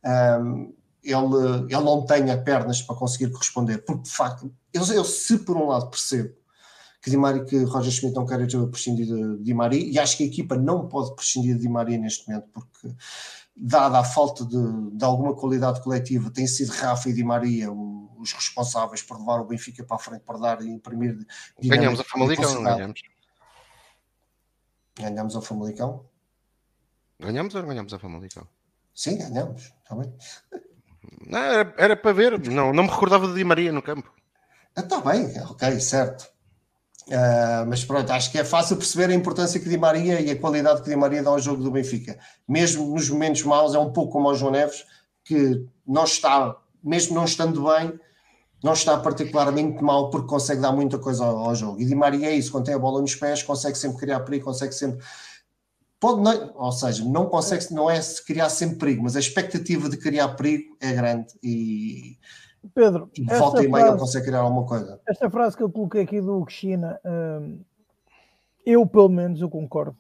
ele não tenha pernas para conseguir corresponder, porque de facto, eu se por um lado percebo que Roger Schmidt não quer prescindir de Di Maria, e acho que a equipa não pode prescindir de Di Maria neste momento, porque dada a falta de alguma qualidade coletiva, tem sido Rafa e Di Maria os responsáveis por levar o Benfica para a frente, para dar e imprimir. Ganhamos a Famalicão, não ganhamos? Ganhamos a Famalicão? Ganhamos ou não ganhamos a Famalicão? Sim, ganhamos, está bem. Não, era para ver, não me recordava de Di Maria no campo. Está bem, ok, certo. Mas pronto, acho que é fácil perceber a importância que Di Maria e a qualidade que Di Maria dá ao jogo do Benfica. Mesmo nos momentos maus, é um pouco como o João Neves, que não está, mesmo não estando bem, não está particularmente mal, porque consegue dar muita coisa ao jogo. E Di Maria é isso, quando tem a bola nos pés, consegue sempre criar perigo, consegue sempre... não consegue, não é criar sempre perigo, mas a expectativa de criar perigo é grande, e Pedro, volta e meia ele consegue criar alguma coisa. Esta frase que eu coloquei aqui do China, eu pelo menos eu concordo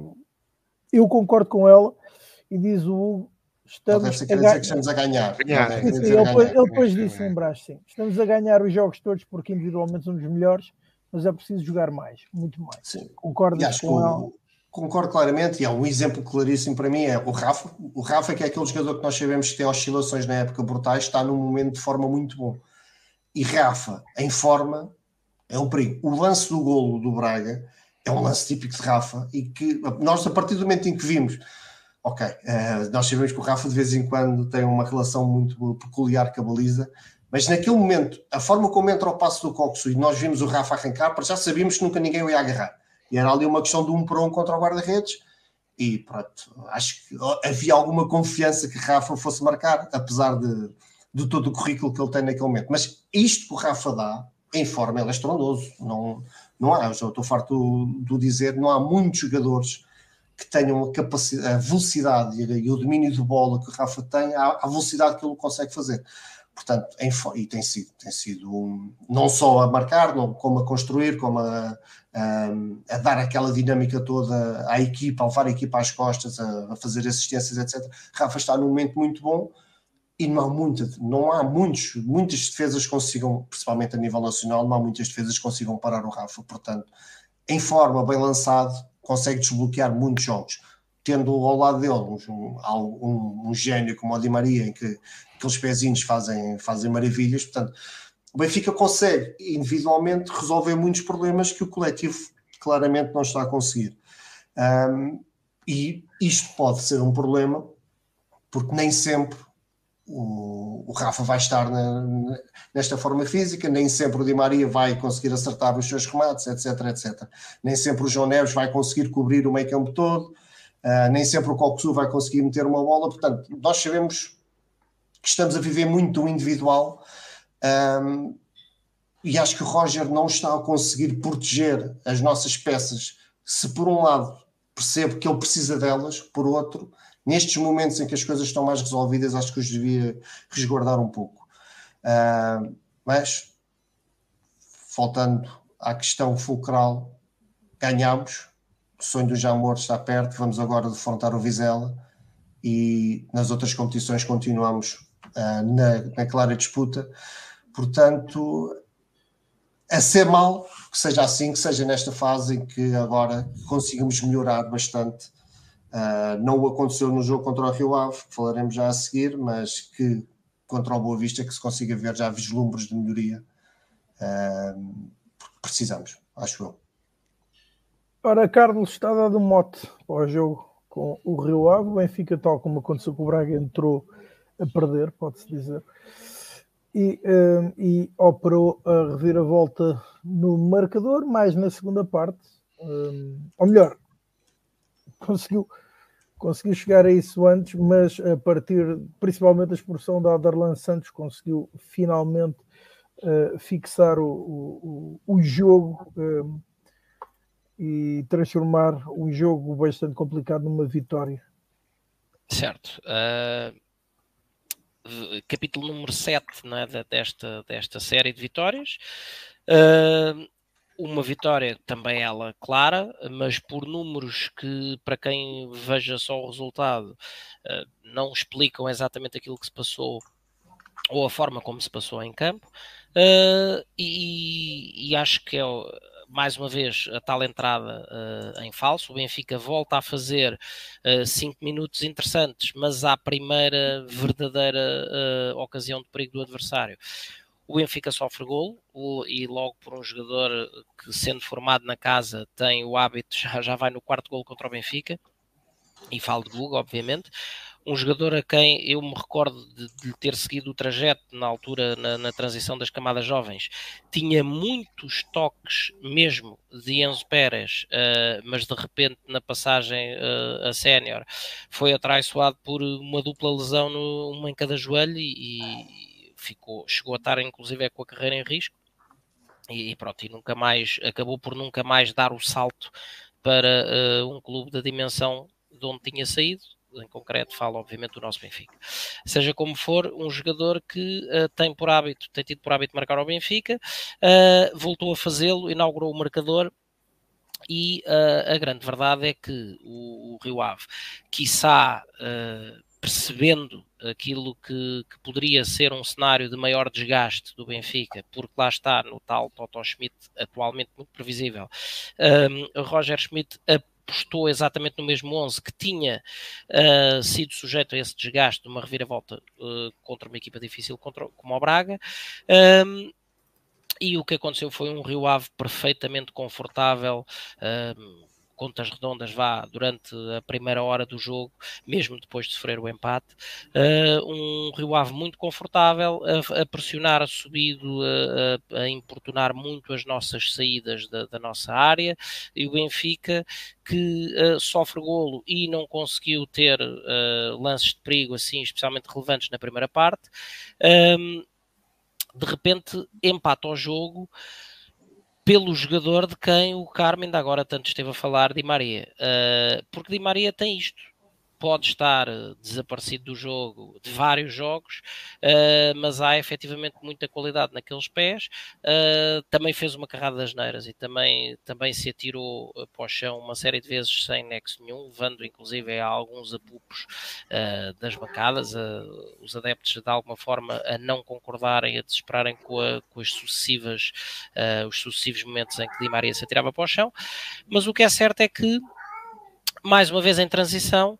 com ela, e diz o Hugo, deve ser dizer que estamos a ganhar. Ele depois disse, lembraste, sim, estamos a ganhar os jogos todos porque individualmente somos melhores, mas é preciso jogar mais, muito mais. Sim. Concordo com ela. Concordo claramente, e é um exemplo claríssimo para mim, é o Rafa. O Rafa, que é aquele jogador que nós sabemos que tem oscilações na época brutais, está num momento de forma muito bom. E Rafa, em forma, é um perigo. O lance do golo do Braga é um lance típico de Rafa, e que nós, a partir do momento em que vimos, nós sabemos que o Rafa de vez em quando tem uma relação muito peculiar com a baliza, mas naquele momento, a forma como entra o passo do Coxo e nós vimos o Rafa arrancar, já sabíamos que nunca ninguém o ia agarrar. E era ali uma questão de 1 para 1 contra o guarda-redes, e pronto, acho que havia alguma confiança que Rafa fosse marcar, apesar de todo o currículo que ele tem naquele momento. Mas isto que o Rafa dá, em forma, ele é estrondoso. Não há, eu já estou farto de dizer, não há muitos jogadores que tenham a capacidade, a velocidade e o domínio de bola que o Rafa tem, a velocidade que ele consegue fazer. Portanto, e tem sido não só a marcar, como a construir, como a dar aquela dinâmica toda à equipa, a levar a equipa às costas, a fazer assistências, etc. Rafa está num momento muito bom, e não há muitas defesas que consigam, principalmente a nível nacional, não há muitas defesas que consigam parar o Rafa. Portanto, em forma, bem lançado, consegue desbloquear muitos jogos. Tendo ao lado dele um gênio como o Di Maria, em que aqueles pezinhos fazem maravilhas. Portanto, o Benfica consegue individualmente resolver muitos problemas que o coletivo claramente não está a conseguir. E isto pode ser um problema, porque nem sempre o Rafa vai estar nesta forma física, nem sempre o Di Maria vai conseguir acertar os seus remates, etc. Nem sempre o João Neves vai conseguir cobrir o meio campo todo. nem sempre o Coxu vai conseguir meter uma bola, portanto, nós sabemos que estamos a viver muito do individual, e acho que o Roger não está a conseguir proteger as nossas peças. Se por um lado percebo que ele precisa delas, por outro, nestes momentos em que as coisas estão mais resolvidas, acho que os devia resguardar um pouco. Mas, voltando à questão fulcral, ganhamos, o sonho do Jamor está perto, vamos agora defrontar o Vizela e nas outras competições continuamos na clara disputa. Portanto, a ser mal, que seja assim, que seja nesta fase em que agora conseguimos melhorar bastante. Não aconteceu no jogo contra o Rio Ave, que falaremos já a seguir, mas que contra o Boa Vista que se consiga ver já vislumbres de melhoria. Precisamos, acho eu. Ora, Carlos, está dado um mote para o jogo com o Rio Ave. O Benfica, tal como aconteceu com o Braga, entrou a perder, pode-se dizer. E operou a reviravolta no marcador, mais na segunda parte. Ou melhor, conseguiu chegar a isso antes, mas a partir, principalmente da expulsão da Adarlan Santos, conseguiu finalmente fixar o jogo e transformar um jogo bastante complicado numa vitória. Certo. Capítulo número 7, não é, desta série de vitórias. Uma vitória também ela clara, mas por números que, para quem veja só o resultado, não explicam exatamente aquilo que se passou ou a forma como se passou em campo. E acho que é, mais uma vez, a tal entrada em falso. O Benfica volta a fazer 5 minutos interessantes, mas à primeira verdadeira ocasião de perigo do adversário, o Benfica sofre golo, e logo por um jogador que, sendo formado na casa, tem o hábito, já vai no quarto golo contra o Benfica, e falo de Guga, obviamente. Um jogador a quem eu me recordo de ter seguido o trajeto na altura, na transição das camadas jovens, tinha muitos toques mesmo de Enzo Pérez, mas de repente na passagem a sénior foi atraiçoado por uma dupla lesão, uma em cada joelho, e chegou a estar inclusive com a carreira em risco, e pronto, e acabou por nunca mais dar o salto para um clube da dimensão de onde tinha saído. Em concreto falo obviamente do nosso Benfica. Seja como for, um jogador que tem tido por hábito marcar ao Benfica, voltou a fazê-lo, inaugurou o marcador. E a grande verdade é que o Rio Ave, quiçá percebendo aquilo que poderia ser um cenário de maior desgaste do Benfica, porque lá está no tal Toto Schmidt, atualmente muito previsível, Roger Schmidt apostou exatamente no mesmo 11 que tinha sido sujeito a esse desgaste de uma reviravolta contra uma equipa difícil como o Braga. E o que aconteceu foi um Rio Ave perfeitamente confortável, contas redondas durante a primeira hora do jogo, mesmo depois de sofrer o empate. Um Rio Ave muito confortável, a pressionar, a subido, a importunar muito as nossas saídas da nossa área, e o Benfica, que sofre golo e não conseguiu ter lances de perigo assim especialmente relevantes na primeira parte, de repente empata o jogo pelo jogador de quem o Carmo ainda agora tanto esteve a falar, Di Maria. Porque Di Maria tem isto. Pode estar desaparecido do jogo, de vários jogos, mas há efetivamente muita qualidade naqueles pés. Também fez uma carrada das neiras e também se atirou para o chão uma série de vezes sem nexo nenhum, levando inclusive a alguns apupos das bancadas, os adeptos de alguma forma a não concordarem, a desesperarem com os sucessivos momentos em que Di Maria se atirava para o chão. Mas o que é certo é que, mais uma vez em transição,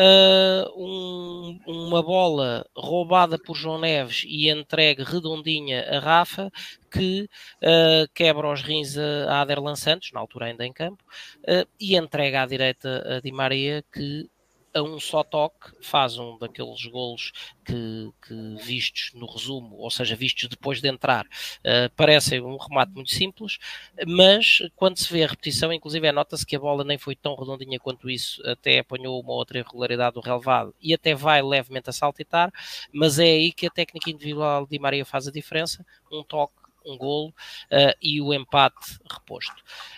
uma bola roubada por João Neves e entregue redondinha a Rafa, que quebra os rins a Aderlan Santos, na altura ainda em campo, e entrega à direita a Di Maria, que a um só toque faz um daqueles golos que vistos no resumo, ou seja, vistos depois de entrar, parecem um remate muito simples, mas quando se vê a repetição, inclusive nota-se que a bola nem foi tão redondinha quanto isso, até apanhou uma outra irregularidade do relevado e até vai levemente a saltitar, mas é aí que a técnica individual de Di Maria faz a diferença, um toque, um golo e o empate reposto.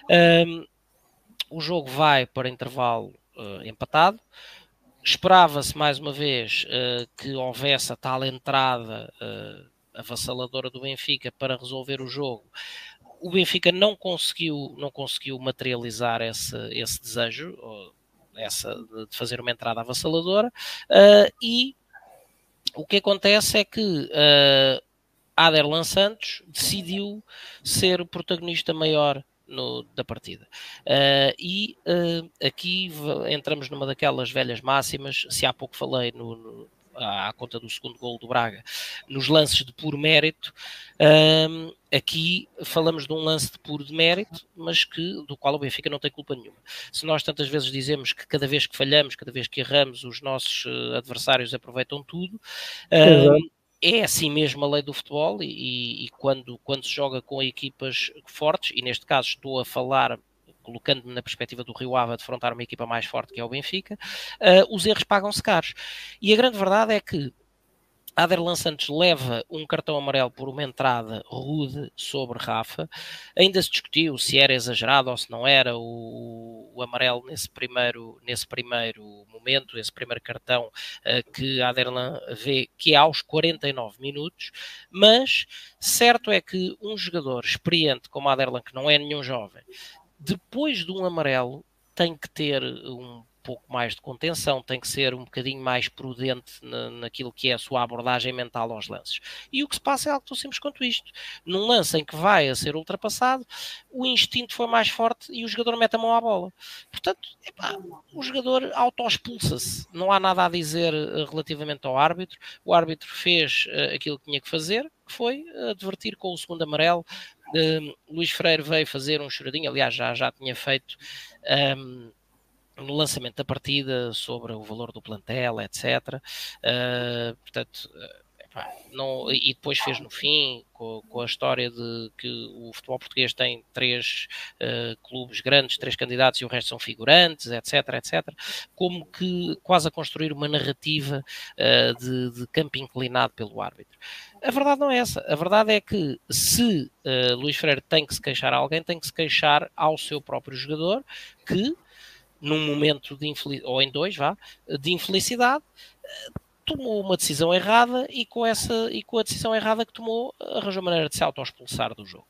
O jogo vai para intervalo empatado. Esperava-se mais uma vez que houvesse a tal entrada avassaladora do Benfica para resolver o jogo. O Benfica não conseguiu materializar esse desejo de fazer uma entrada avassaladora e o que acontece é que Aderlan Santos decidiu ser o protagonista maior da partida. Aqui entramos numa daquelas velhas máximas, se há pouco falei à conta do segundo golo do Braga, nos lances de puro mérito, aqui falamos de um lance de puro demérito, mas do qual o Benfica não tem culpa nenhuma. Se nós tantas vezes dizemos que cada vez que falhamos, cada vez que erramos, os nossos adversários aproveitam tudo, é assim mesmo a lei do futebol e quando se joga com equipas fortes, e neste caso estou a falar, colocando-me na perspectiva do Rio Ave, de defrontar uma equipa mais forte que é o Benfica, os erros pagam-se caros. E a grande verdade é que Aderlan Santos leva um cartão amarelo por uma entrada rude sobre Rafa. Ainda se discutiu se era exagerado ou se não era o amarelo nesse primeiro momento, esse primeiro cartão que Aderlan vê, que é aos 49 minutos, mas certo é que um jogador experiente como Aderlan, que não é nenhum jovem, depois de um amarelo tem que ter um pouco mais de contenção, tem que ser um bocadinho mais prudente naquilo que é a sua abordagem mental aos lances. E o que se passa é algo tão simples quanto isto. Num lance em que vai a ser ultrapassado, o instinto foi mais forte e o jogador mete a mão à bola. Portanto, o jogador auto-expulsa-se. Não há nada a dizer relativamente ao árbitro. O árbitro fez aquilo que tinha que fazer, que foi advertir com o segundo amarelo. Luís Freire veio fazer um choradinho, aliás, já tinha feito no lançamento da partida sobre o valor do plantel, etc. Portanto, e depois fez no fim com a história de que o futebol português tem 3 clubes grandes, 3 candidatos e o resto são figurantes, etc, etc, como que quase a construir uma narrativa de campo inclinado pelo árbitro. A verdade não é essa. A verdade é que se Luís Freire tem que se queixar a alguém, tem que se queixar ao seu próprio jogador, que num momento de ou em dois, de infelicidade, tomou uma decisão errada e com a decisão errada que tomou, arranjou maneira de se auto-expulsar do jogo.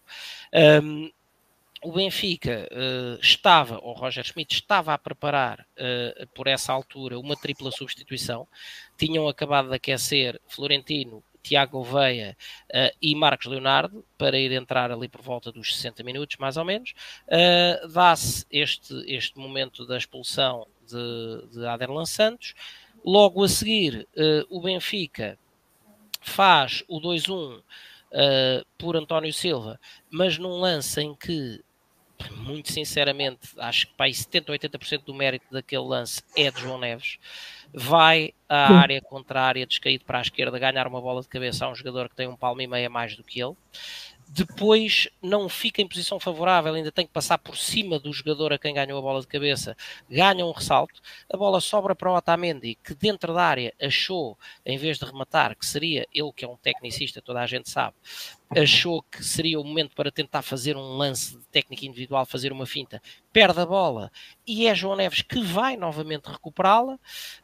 O Benfica o Roger Schmidt estava a preparar por essa altura uma tripla substituição. Tinham acabado de aquecer Florentino, Tiago Gouveia e Marcos Leonardo para ir entrar ali por volta dos 60 minutos, mais ou menos. Dá-se este momento da expulsão de Aderlan Santos. Logo a seguir, o Benfica faz o 2-1 por António Silva, mas num lance em que, muito sinceramente, acho que para aí 70% ou 80% do mérito daquele lance é de João Neves. Vai à área contrária, descaído para a esquerda, ganhar uma bola de cabeça a um jogador que tem 1,5 palmo a mais do que ele. Depois não fica em posição favorável, ainda tem que passar por cima do jogador a quem ganhou a bola de cabeça, ganha um ressalto, a bola sobra para o Otamendi, que dentro da área achou, em vez de rematar, que seria, ele que é um tecnicista, toda a gente sabe, achou que seria o momento para tentar fazer um lance de técnica individual, fazer uma finta, perde a bola, e é João Neves que vai novamente recuperá-la,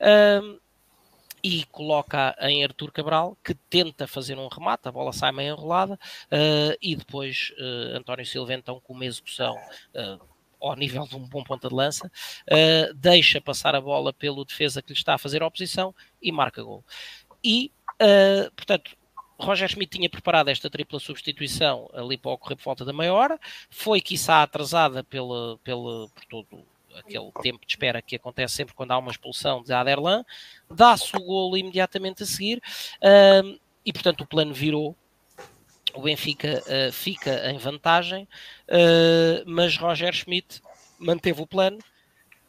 e coloca em Artur Cabral, que tenta fazer um remate, a bola sai meio enrolada, e depois António Silva, então, com uma execução ao nível de um bom ponta de lança, deixa passar a bola pelo defesa que lhe está a fazer a oposição e marca gol. E, portanto, Roger Schmidt tinha preparado esta tripla substituição ali para ocorrer por volta da meia hora, foi quiçá atrasada por todo aquele tempo de espera que acontece sempre quando há uma expulsão de Aderlan, dá-se o golo imediatamente a seguir, e portanto o plano virou, o Benfica fica em vantagem, mas Roger Schmidt manteve o plano,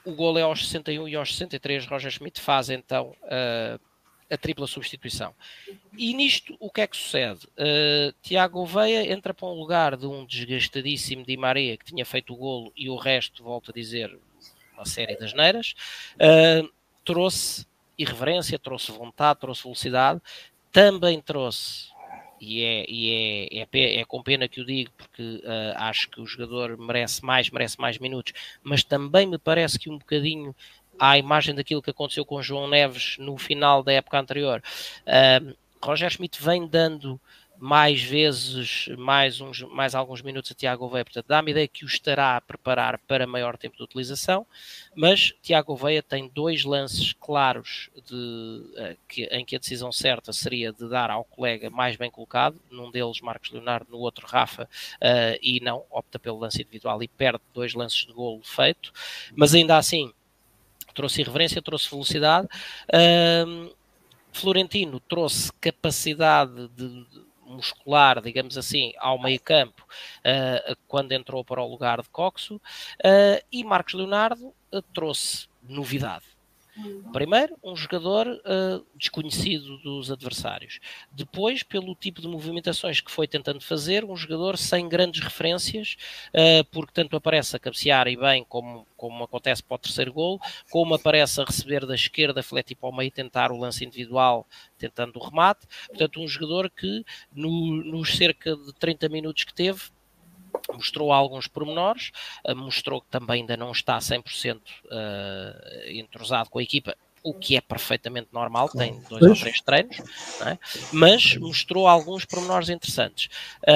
o golo é aos 61 e aos 63, Roger Schmidt faz então a tripla substituição. E nisto, o que é que sucede? Tiago Gouveia entra para um lugar de um desgastadíssimo Di Maria, que tinha feito o golo, e o resto, volto a dizer, uma série de asneiras. Trouxe irreverência, trouxe vontade, trouxe velocidade, também trouxe, e é com pena que o digo, porque acho que o jogador merece mais minutos, mas também me parece que um bocadinho à imagem daquilo que aconteceu com João Neves no final da época anterior. Roger Schmidt vem dando mais vezes, mais alguns minutos a Tiago Gouveia, portanto dá-me a ideia que o estará a preparar para maior tempo de utilização, mas Tiago Gouveia tem 2 lances claros em que a decisão certa seria de dar ao colega mais bem colocado, num deles Marcos Leonardo, no outro Rafa, e não, opta pelo lance individual e perde 2 lances de golo feito, mas ainda assim trouxe irreverência, trouxe velocidade. Florentino trouxe capacidade muscular, digamos assim, ao meio campo, quando entrou para o lugar de Coxo, e Marcos Leonardo trouxe novidade. Primeiro, um jogador desconhecido dos adversários. Depois, pelo tipo de movimentações que foi tentando fazer, um jogador sem grandes referências, porque tanto aparece a cabecear e bem, como acontece para o terceiro golo, como aparece a receber da esquerda, flete para o meio, tentar o lance individual, tentando o remate. Portanto, um jogador que, nos cerca de 30 minutos que teve, mostrou alguns pormenores, mostrou que também ainda não está 100% entrosado com a equipa, o que é perfeitamente normal, tem 2 ou 3 treinos, não é? Mas mostrou alguns pormenores interessantes.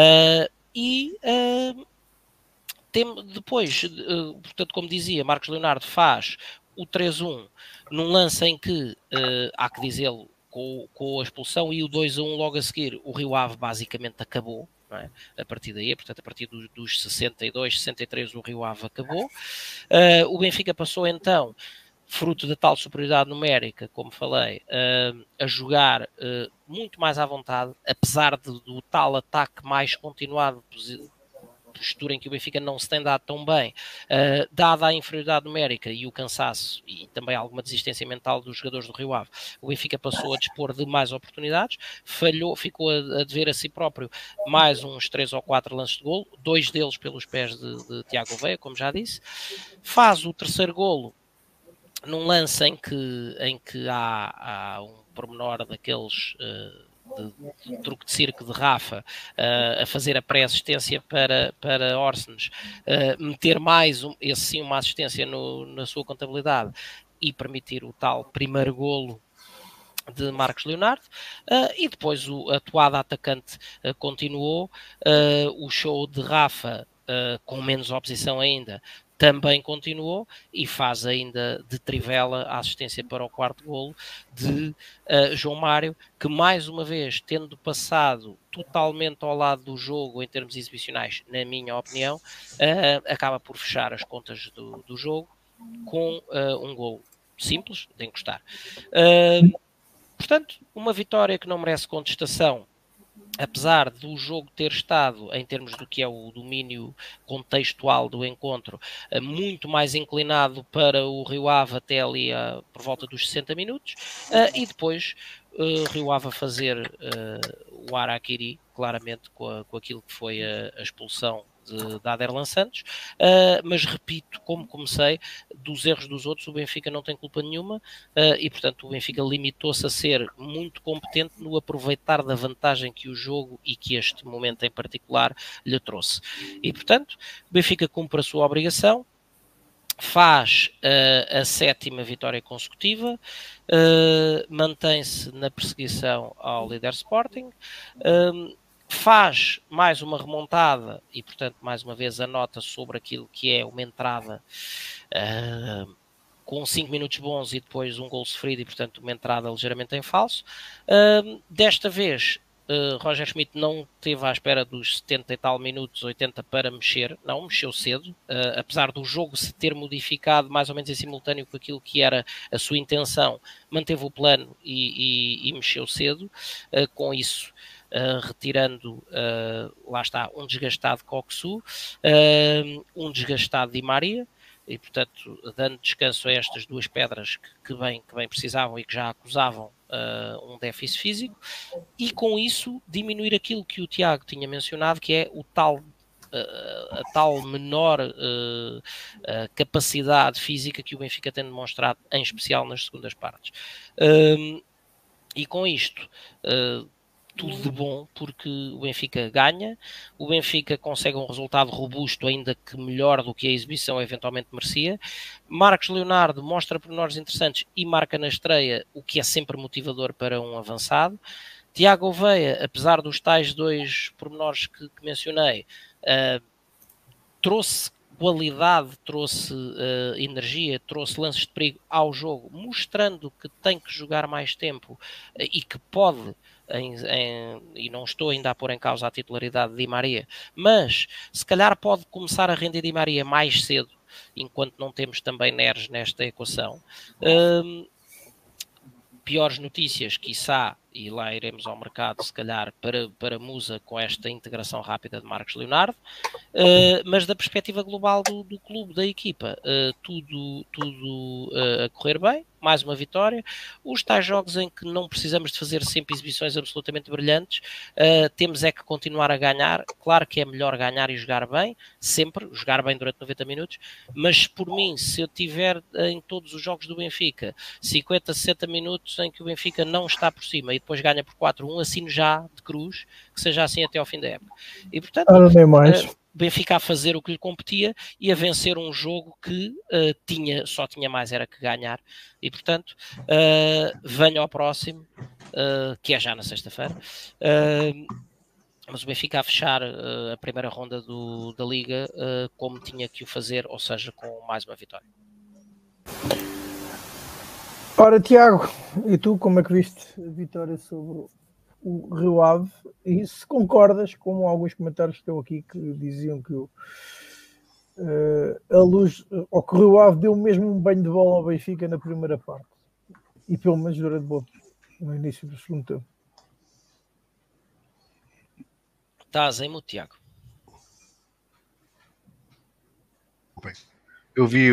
Depois, portanto, como dizia, Marcos Leonardo faz o 3-1 num lance em que, há que dizê-lo, com a expulsão, e o 2-1 logo a seguir, o Rio Ave basicamente acabou. Não é? A partir daí, portanto, a partir dos 62, 63, o Rio Ave acabou. O Benfica passou então, fruto da tal superioridade numérica, como falei, a jogar muito mais à vontade, apesar do tal ataque mais continuado, postura em que o Benfica não se tem dado tão bem, dada a inferioridade numérica e o cansaço e também alguma desistência mental dos jogadores do Rio Ave, o Benfica passou a dispor de mais oportunidades, ficou a dever a si próprio mais uns 3 ou 4 lances de golo, 2 deles pelos pés de Tiago Gouveia, como já disse, faz o terceiro golo num lance em que há um pormenor daqueles de truque de circo de Rafa, a fazer a pré-assistência para Orsnes, meter mais uma assistência na sua contabilidade e permitir o tal primeiro golo de Marcos Leonardo, e depois a toada atacante continuou, o show de Rafa, com menos oposição ainda, também continuou, e faz ainda de trivela a assistência para o quarto golo de João Mário, que mais uma vez, tendo passado totalmente ao lado do jogo em termos exibicionais, na minha opinião, acaba por fechar as contas do jogo com um golo simples de encostar. Portanto, uma vitória que não merece contestação, apesar do jogo ter estado, em termos do que é o domínio contextual do encontro, muito mais inclinado para o Rio Ave até ali por volta dos 60 minutos, e depois Rio Ave a fazer o Araquiri, claramente com aquilo que foi a expulsão de Aderlan Santos, mas repito, como comecei, dos erros dos outros o Benfica não tem culpa nenhuma, e portanto o Benfica limitou-se a ser muito competente no aproveitar da vantagem que o jogo e que este momento em particular lhe trouxe. E portanto o Benfica cumpre a sua obrigação, faz a 7ª vitória consecutiva, mantém-se na perseguição ao líder Sporting, faz mais uma remontada e, portanto, mais uma vez anota sobre aquilo que é uma entrada com 5 minutos bons e depois um gol sofrido e, portanto, uma entrada ligeiramente em falso. Desta vez, Roger Schmidt não esteve à espera dos 70 e tal minutos, 80 para mexer, não, mexeu cedo, apesar do jogo se ter modificado mais ou menos em simultâneo com aquilo que era a sua intenção, manteve o plano e mexeu cedo, com isso retirando, lá está, um desgastado Coxu, um desgastado Di Maria, e portanto dando descanso a estas duas pedras que bem precisavam e que já acusavam um déficit físico, e com isso diminuir aquilo que o Tiago tinha mencionado, que é a tal menor capacidade física que o Benfica tem demonstrado, em especial nas segundas partes. E com isto, tudo de bom, porque o Benfica ganha, o Benfica consegue um resultado robusto, ainda que melhor do que a exibição eventualmente merecia. Marcos Leonardo mostra pormenores interessantes e marca na estreia, o que é sempre motivador para um avançado. Tiago Oveia, apesar dos tais 2 pormenores que mencionei, trouxe qualidade, trouxe energia, trouxe lances de perigo ao jogo, mostrando que tem que jogar mais tempo e que pode, e não estou ainda a pôr em causa a titularidade de Di Maria, mas se calhar pode começar a render Di Maria mais cedo, enquanto não temos também Neres nesta equação. Piores notícias, quiçá, e lá iremos ao mercado, se calhar, para Musa, com esta integração rápida de Marcos Leonardo, mas da perspectiva global do clube, da equipa, tudo a correr bem, mais uma vitória. Os tais jogos em que não precisamos de fazer sempre exibições absolutamente brilhantes, temos é que continuar a ganhar. Claro que é melhor ganhar e jogar bem, sempre, jogar bem durante 90 minutos, mas por mim, se eu tiver em todos os jogos do Benfica 50, 60 minutos em que o Benfica não está por cima e depois ganha por 4-1, assino já de cruz, que seja assim até ao fim da época. E portanto, Benfica a fazer o que lhe competia e a vencer um jogo que só tinha mais era que ganhar. E portanto, venha ao próximo, que é já na sexta-feira. Mas o Benfica a fechar a primeira ronda da Liga como tinha que o fazer, ou seja, com mais uma vitória. Ora, Tiago, e tu como é que viste a vitória sobre o Rio Ave? E se concordas com alguns comentários que estão aqui que diziam que a Luz, ou que o Rio Ave deu mesmo um banho de bola ao Benfica na primeira parte, e pelo menos durante no início do segundo tempo. Estás em mute, Tiago. Bem, eu vi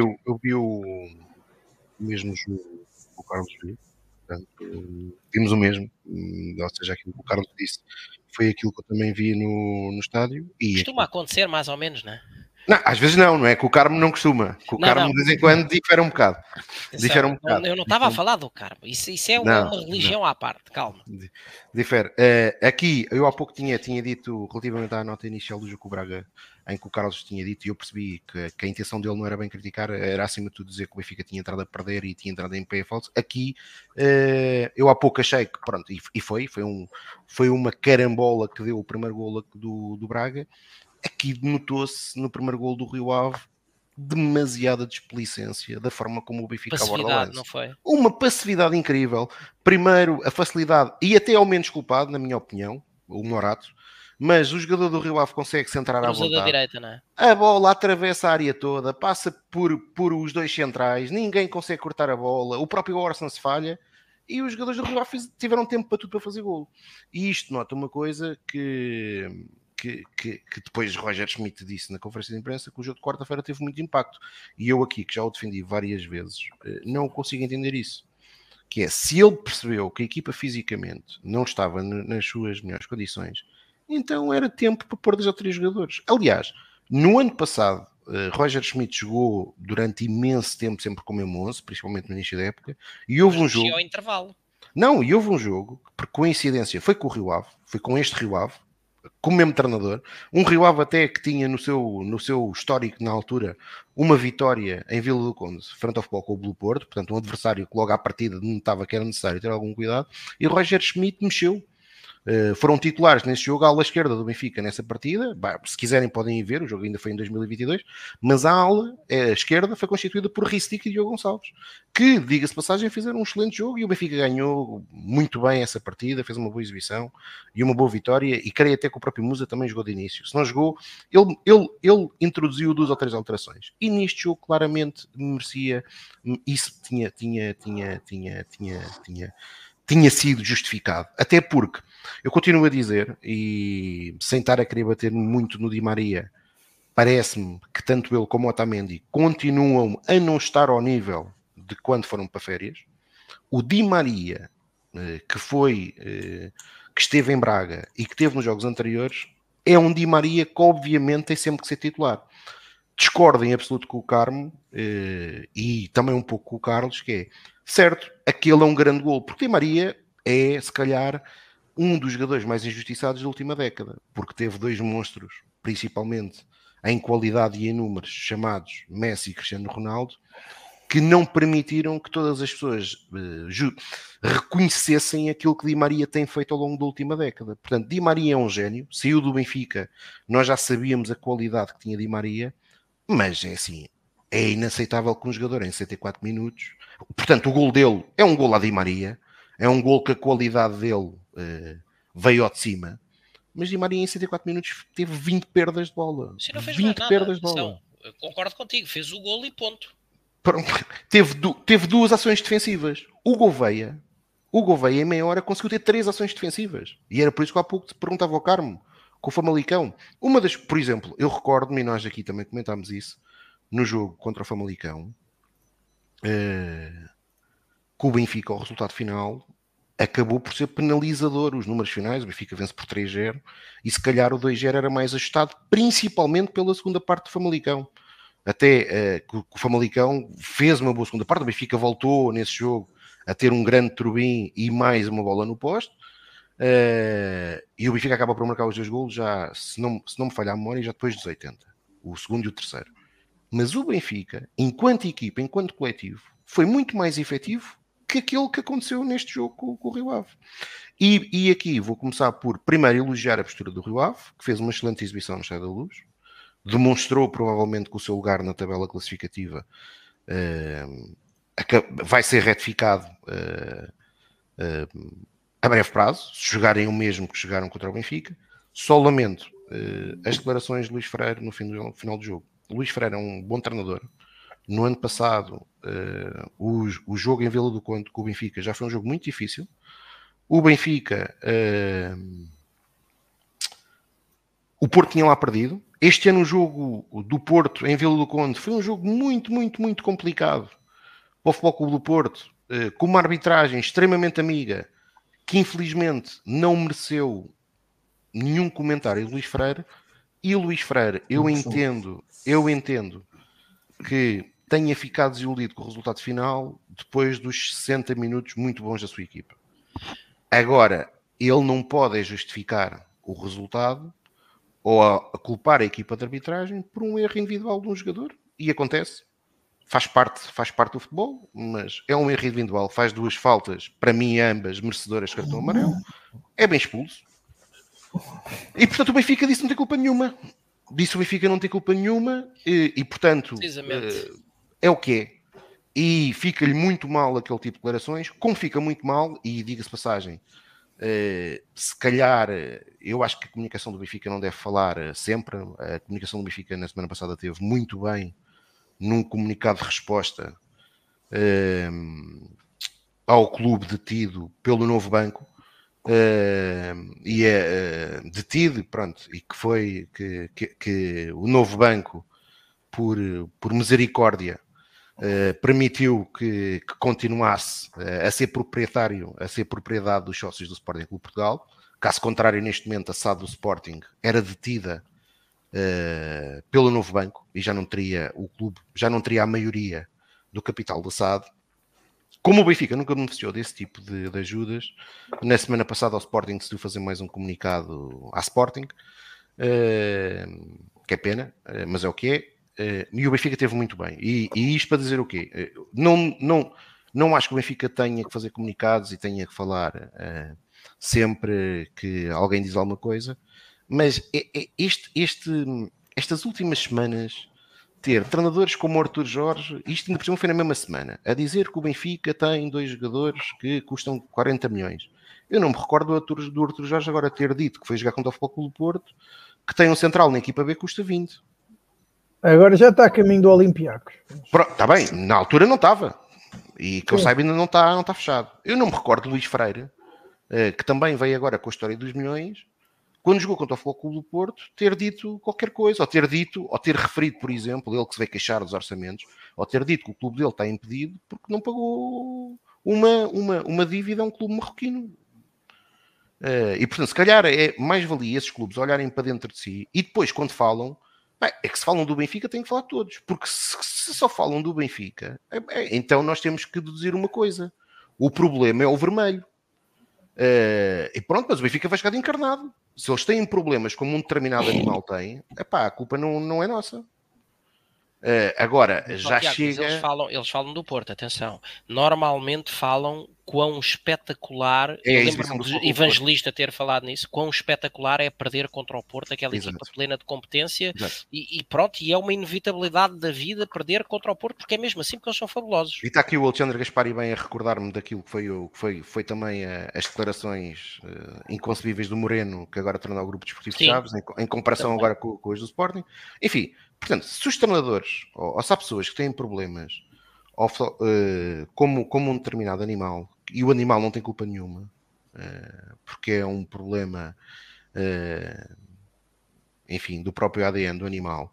o mesmo jogo que o Carlos viu, portanto, vimos o mesmo, ou seja, aquilo que o Carlos disse foi aquilo que eu também vi no estádio. E costuma acontecer mais ou menos, não é? Não, às vezes não é? Que o Carmo não costuma. Que o Carmo de vez em quando difere um bocado. Eu não estava a falar do Carmo. Isso é uma religião à parte, calma. Difere. Aqui, eu há pouco tinha dito, relativamente à nota inicial do jogo com o Braga, em que o Carlos tinha dito, e eu percebi que a intenção dele não era bem criticar, era acima de tudo dizer que o Benfica tinha entrado a perder e tinha entrado em pé falso. Aqui, eu há pouco achei que, pronto, e foi uma carambola que deu o primeiro golo do Braga. Aqui notou-se no primeiro golo do Rio Ave demasiada displicência da forma como o Benfica aborda o lance. Não foi? Uma passividade incrível. Primeiro, a facilidade, e até ao menos culpado, na minha opinião, o Morato, mas o jogador do Rio Ave consegue centrar à vontade. Da direita, não é? A bola atravessa a área toda, passa por os dois centrais, ninguém consegue cortar a bola, o próprio Orson se falha, e os jogadores do Rio Ave tiveram tempo para tudo para fazer golo. E isto nota uma coisa que depois Roger Schmidt disse na conferência de imprensa, que o jogo de quarta-feira teve muito impacto. E eu aqui, que já o defendi várias vezes, não consigo entender isso. Que é, se ele percebeu que a equipa fisicamente não estava nas suas melhores condições, então era tempo para pôr 2 ou 3 jogadores. Aliás, no ano passado, Roger Schmidt jogou durante imenso tempo sempre com o mesmo 11, principalmente no início da época, e houve um jogo... ao intervalo. Não, e houve um jogo, que por coincidência foi com o Rio Ave, foi com este Rio Ave, com o mesmo treinador, um Rio Ave até que tinha no seu histórico na altura uma vitória em Vila do Conde frente ao Futebol Clube do Porto, portanto um adversário que logo à partida notava que era necessário ter algum cuidado, e o Roger Schmidt mexeu. Foram titulares nesse jogo a ala esquerda do Benfica nessa partida. Se quiserem podem ir ver, o jogo ainda foi em 2022, mas a ala esquerda foi constituída por Ristic e Diogo Gonçalves, que, diga-se passagem, fizeram um excelente jogo, e o Benfica ganhou muito bem essa partida, fez uma boa exibição e uma boa vitória, e creio até que o próprio Musa também jogou de início. Se não jogou, ele introduziu 2 ou 3 alterações, e neste jogo claramente merecia, isso tinha sido justificado, até porque eu continuo a dizer, e sem estar a querer bater muito no Di Maria, parece-me que tanto ele como o Otamendi continuam a não estar ao nível de quando foram para férias. O Di Maria, que esteve em Braga e que esteve nos jogos anteriores, é um Di Maria que obviamente tem sempre que ser titular. Discordo em absoluto com o Carmo e também um pouco com o Carlos, que é, certo, aquele é um grande gol, porque Di Maria é, se calhar, um dos jogadores mais injustiçados da última década, porque teve dois monstros, principalmente em qualidade e em números, chamados Messi e Cristiano Ronaldo, que não permitiram que todas as pessoas reconhecessem aquilo que Di Maria tem feito ao longo da última década. Portanto, Di Maria é um gênio, saiu do Benfica, nós já sabíamos a qualidade que tinha Di Maria, mas é assim, é inaceitável que um jogador em 64 minutos, portanto o gol dele é um gol a Di Maria, é um gol que a qualidade dele veio ao de cima, mas Di Maria em 64 minutos teve 20 perdas de bola. Sim, não fez 20 perdas de bola. Eu concordo contigo, fez o gol e ponto. Teve duas ações defensivas. O Gouveia em meia hora conseguiu ter 3 ações defensivas. E era por isso que há pouco te perguntava ao Carmo, com o Famalicão. Por exemplo, eu recordo-me, e nós aqui também comentámos isso, no jogo contra o Famalicão, que o Benfica, o resultado final, acabou por ser penalizador. Os números finais, o Benfica vence por 3-0, e se calhar o 2-0 era mais ajustado, principalmente pela segunda parte do Famalicão. Até que o Famalicão fez uma boa segunda parte, o Benfica voltou nesse jogo a ter um grande turbim e mais uma bola no poste, e o Benfica acaba por marcar os 2 golos já, se não me falhar a memória, já depois dos 80, o segundo e o terceiro. Mas o Benfica, enquanto equipa, enquanto coletivo, foi muito mais efetivo que aquilo que aconteceu neste jogo com o Rio Ave. E aqui vou começar por, primeiro, elogiar a postura do Rio Ave, que fez uma excelente exibição no Estádio da Luz, demonstrou provavelmente que o seu lugar na tabela classificativa vai ser retificado a breve prazo, se jogarem o mesmo que jogaram contra o Benfica. Só lamento as declarações de Luís Freire no final do jogo. O Luís Freire é um bom treinador. No ano passado, o jogo em Vila do Conde com o Benfica já foi um jogo muito difícil. O Benfica, o Porto tinha lá perdido. Este ano o jogo do Porto em Vila do Conde foi um jogo muito, muito, muito complicado para o Futebol Clube do Porto, com uma arbitragem extremamente amiga, que infelizmente não mereceu nenhum comentário de Luís Freire. E o Luís Freire, eu entendo que tenha ficado desiludido com o resultado final depois dos 60 minutos muito bons da sua equipa. Agora, ele não pode justificar o resultado ou a culpar a equipa de arbitragem por um erro individual de um jogador. E acontece. Faz parte do futebol, mas é um erro individual. Faz 2 faltas, para mim ambas merecedoras de cartão amarelo. É bem expulso. E portanto o Benfica disse que não tem culpa nenhuma. E portanto é o que é. E fica-lhe muito mal aquele tipo de declarações, como fica muito mal, e diga-se passagem, se calhar, eu acho que a comunicação do Benfica não deve falar sempre. A comunicação do Benfica na semana passada esteve muito bem num comunicado de resposta ao clube detido pelo Novo Banco, e é detido, pronto, e que foi que o Novo Banco, por misericórdia, permitiu que continuasse a ser propriedade dos sócios do Sporting Clube Portugal. Caso contrário, neste momento a SAD do Sporting era detida pelo Novo Banco e o clube já não teria a maioria do capital da SAD. Como o Benfica nunca beneficiou desse tipo de ajudas, na semana passada ao Sporting decidiu fazer mais um comunicado à Sporting, que é pena, mas é o que é. E o Benfica teve muito bem. E isto para dizer o quê? Não acho que o Benfica tenha que fazer comunicados e tenha que falar sempre que alguém diz alguma coisa, mas estas últimas semanas, ter treinadores como o Arthur Jorge, isto ainda por cima foi na mesma semana, a dizer que o Benfica tem 2 jogadores que custam 40 milhões. Eu não me recordo do Arthur Jorge agora ter dito que foi jogar contra o Futebol Clube do Porto, que tem um central na equipa B que custa 20. Agora já está a caminho do Olympiacos. Está bem, na altura não estava. E que eu saiba ainda não está fechado. Eu não me recordo de Luís Freire, que também veio agora com a história dos milhões, quando jogou contra o Futebol Clube do Porto, ter dito qualquer coisa, ou ter referido, por exemplo, ele que se vai queixar dos orçamentos, ou ter dito que o clube dele está impedido porque não pagou uma dívida a um clube marroquino. E portanto, se calhar mais valia esses clubes olharem para dentro de si e depois, quando falam, é que se falam do Benfica, têm que falar todos, porque se só falam do Benfica, então nós temos que deduzir uma coisa: o problema é o vermelho. E pronto, mas o Benfica vai chegar de encarnado. Se eles têm problemas como um determinado animal tem, a culpa não é nossa. Agora, já Tiago, chega... Eles falam do Porto, atenção. Normalmente falam quão espetacular... É eu lembro-me de Evangelista ter falado nisso. Quão espetacular é perder contra o Porto, aquela equipa plena de competência. E pronto, e é uma inevitabilidade da vida perder contra o Porto, porque é mesmo assim, porque eles são fabulosos. E está aqui o Alexandre Gaspari bem a recordar-me daquilo que foi também as declarações inconcebíveis do Moreno, que agora treinou o Grupo Desportivo de Chaves, em comparação também agora com as do Sporting. Enfim, portanto, se os treinadores, ou se há pessoas que têm problemas como um determinado animal, e o animal não tem culpa nenhuma, porque é um problema, enfim, do próprio ADN do animal,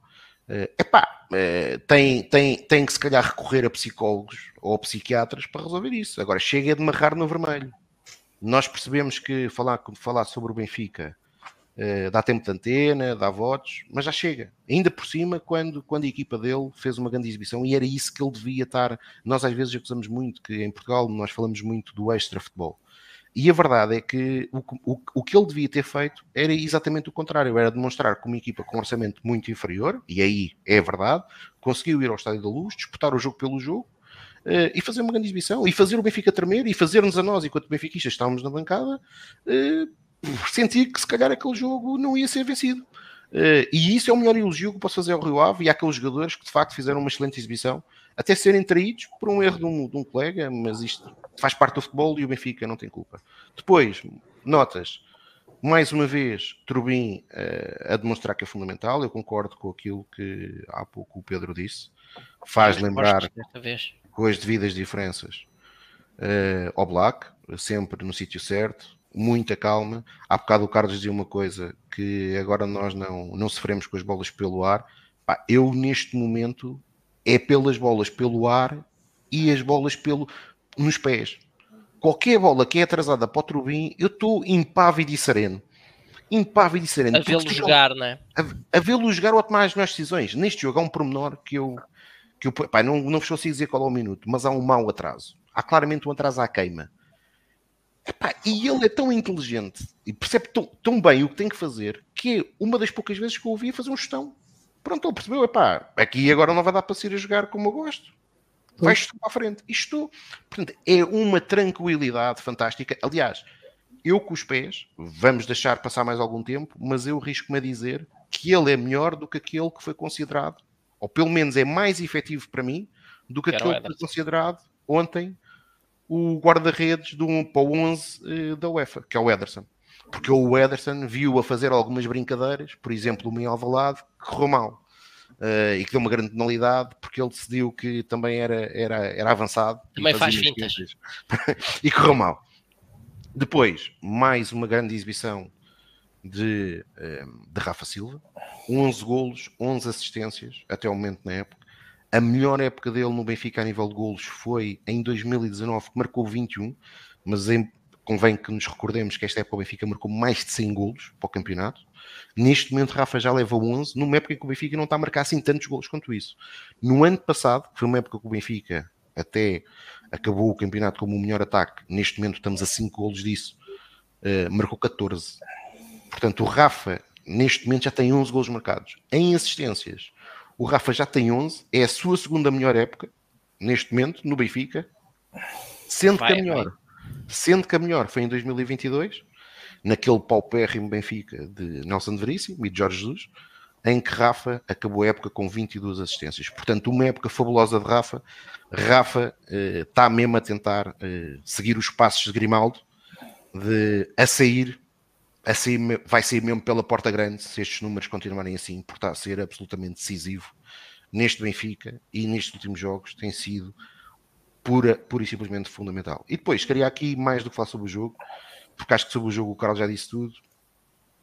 tem que se calhar recorrer a psicólogos ou psiquiatras para resolver isso. Agora, chega de marrar no vermelho. Nós percebemos que falar sobre o Benfica dá tempo de antena, dá votos, mas já chega. Ainda por cima, quando a equipa dele fez uma grande exibição, e era isso que ele devia estar. Nós às vezes acusamos muito que em Portugal nós falamos muito do extra futebol. E a verdade é que o que ele devia ter feito era exatamente o contrário, era demonstrar que uma equipa com um orçamento muito inferior, e aí é verdade, conseguiu ir ao Estádio da Luz, disputar o jogo pelo jogo, e fazer uma grande exibição, e fazer o Benfica tremer, e fazer-nos a nós, enquanto benfiquistas estávamos na bancada, sentir que se calhar aquele jogo não ia ser vencido. E isso é o melhor elogio que posso fazer ao Rio Ave e àqueles jogadores que de facto fizeram uma excelente exibição, até serem traídos por um erro de um colega, mas isto faz parte do futebol e o Benfica não tem culpa. Depois, notas, mais uma vez, Trubin a demonstrar que é fundamental. Eu concordo com aquilo que há pouco o Pedro disse, faz lembrar com as devidas diferenças ao Black, sempre no sítio certo, muita calma. Há bocado o Carlos dizia uma coisa, que agora nós não sofremos com as bolas pelo ar. Eu neste momento é pelas bolas pelo ar e as bolas nos pés. Qualquer bola que é atrasada para o Trubin, eu estou impávido e sereno. Impávido e sereno. A vê-lo jogar, não é? A vê-lo jogar ou a tomar as melhores decisões. Neste jogo há um pormenor que eu não vos consigo dizer qual é o minuto, mas há um mau atraso. Há claramente um atraso à queima. E ele é tão inteligente e percebe tão bem o que tem que fazer, que é uma das poucas vezes que eu ouvi fazer um gestão. Pronto, ele percebeu, aqui agora não vai dar para se ir a jogar como eu gosto. Vais-te para a frente. Isto, portanto, é uma tranquilidade fantástica. Aliás, eu com os pés, vamos deixar passar mais algum tempo, mas eu risco-me a dizer que ele é melhor do que aquele que foi considerado, ou pelo menos é mais efetivo para mim, do que aquele que foi considerado ontem o guarda-redes para o 11 da UEFA, que é o Ederson. Porque o Ederson viu a fazer algumas brincadeiras, por exemplo, o Alvalade, que correu mal. E que deu uma grande penalidade, porque ele decidiu que também era avançado. Também faz fintas. E correu mal. Depois, mais uma grande exibição de Rafa Silva. 11 golos, 11 assistências, até o momento na época. A melhor época dele no Benfica a nível de golos foi em 2019, que marcou 21, mas convém que nos recordemos que esta época o Benfica marcou mais de 100 golos para o campeonato. Neste momento Rafa já leva 11, numa época em que o Benfica não está a marcar assim tantos golos quanto isso. No ano passado, que foi uma época que o Benfica até acabou o campeonato como o melhor ataque, neste momento estamos a 5 golos disso, marcou 14. Portanto, o Rafa neste momento já tem 11 golos marcados. Em assistências, o Rafa já tem 11, é a sua segunda melhor época, neste momento, no Benfica, sendo que a melhor foi em 2022, naquele paupérrimo Benfica de Nelson Veríssimo e de Jorge Jesus, em que Rafa acabou a época com 22 assistências. Portanto, uma época fabulosa de Rafa. Rafa está mesmo a tentar seguir os passos de Grimaldo, vai sair mesmo pela porta grande se estes números continuarem assim, por estar a ser absolutamente decisivo neste Benfica e nestes últimos jogos tem sido pura e simplesmente fundamental. E depois, queria aqui mais do que falar sobre o jogo, porque acho que sobre o jogo o Carlos já disse tudo.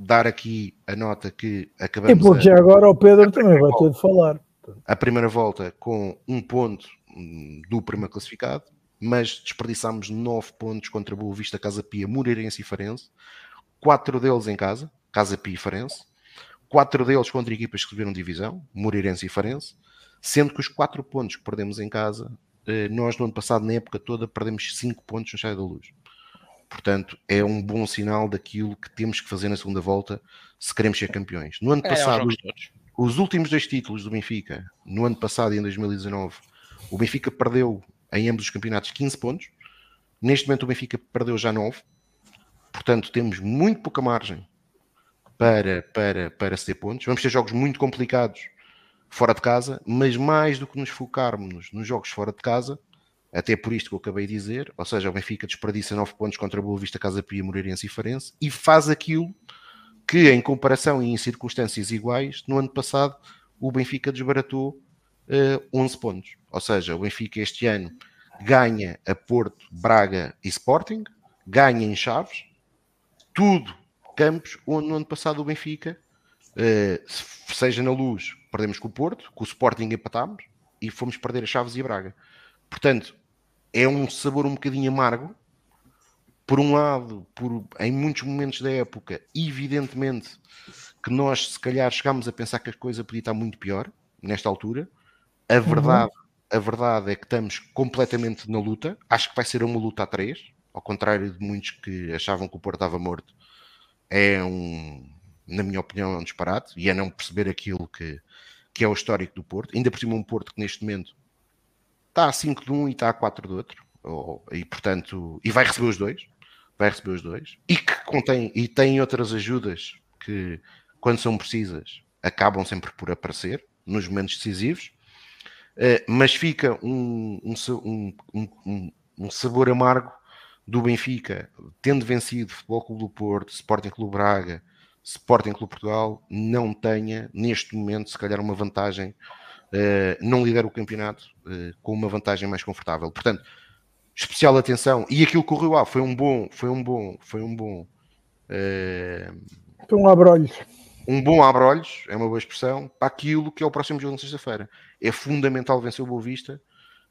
dar aqui a nota que E acabamos porque já agora o Pedro também vai ter de falar. a primeira volta com 1 ponto do primeiro classificado, mas desperdiçámos 9 pontos contra Boa Vista, Casa Pia, Moreirense e Farense, 4 deles em casa, Casa Pia e Farense, 4 deles contra equipas que subiram divisão, Moreirense e Farense, sendo que os 4 pontos que perdemos em casa, nós no ano passado, na época toda, perdemos 5 pontos no Estádio da Luz. Portanto, é um bom sinal daquilo que temos que fazer na segunda volta se queremos ser campeões. No ano passado, os últimos 2 títulos do Benfica, no ano passado e em 2019, o Benfica perdeu em ambos os campeonatos 15 pontos. Neste momento o Benfica perdeu já 9. Portanto, temos muito pouca margem para se ter pontos. Vamos ter jogos muito complicados fora de casa, mas mais do que nos focarmos nos jogos fora de casa, até por isto que eu acabei de dizer, ou seja, o Benfica desperdiça 9 pontos contra Boa Vista, Casa Pia, Moreirense e Farense e faz aquilo que, em comparação e em circunstâncias iguais, no ano passado o Benfica desbaratou 11 pontos. Ou seja, o Benfica este ano ganha a Porto, Braga e Sporting, ganha em Chaves, tudo campos onde no ano passado o Benfica, seja na Luz, perdemos com o Porto, com o Sporting empatámos e fomos perder a Chaves e a Braga. Portanto, é um sabor um bocadinho amargo. Por um lado, em muitos momentos da época, evidentemente que nós se calhar chegámos a pensar que a coisa podia estar muito pior nesta altura. A verdade é que estamos completamente na luta. Acho que vai ser uma luta a 3, ao contrário de muitos que achavam que o Porto estava morto. Na minha opinião, é um disparate e é não perceber aquilo que é o histórico do Porto. Ainda por cima um Porto que neste momento está a 5 de um e está a 4 do outro. E portanto, vai receber os dois. E que tem outras ajudas que, quando são precisas, acabam sempre por aparecer nos momentos decisivos. Mas fica um sabor amargo do Benfica, tendo vencido Futebol Clube do Porto, Sporting Clube Braga, Sporting Clube Portugal, não tenha neste momento se calhar uma vantagem, não lidera o campeonato com uma vantagem mais confortável. Portanto, especial atenção, e aquilo que o Rio Ave foi um abrolhos. Um bom abre-olhos, é uma boa expressão, para aquilo que é o próximo jogo na sexta-feira. É fundamental vencer o Boa Vista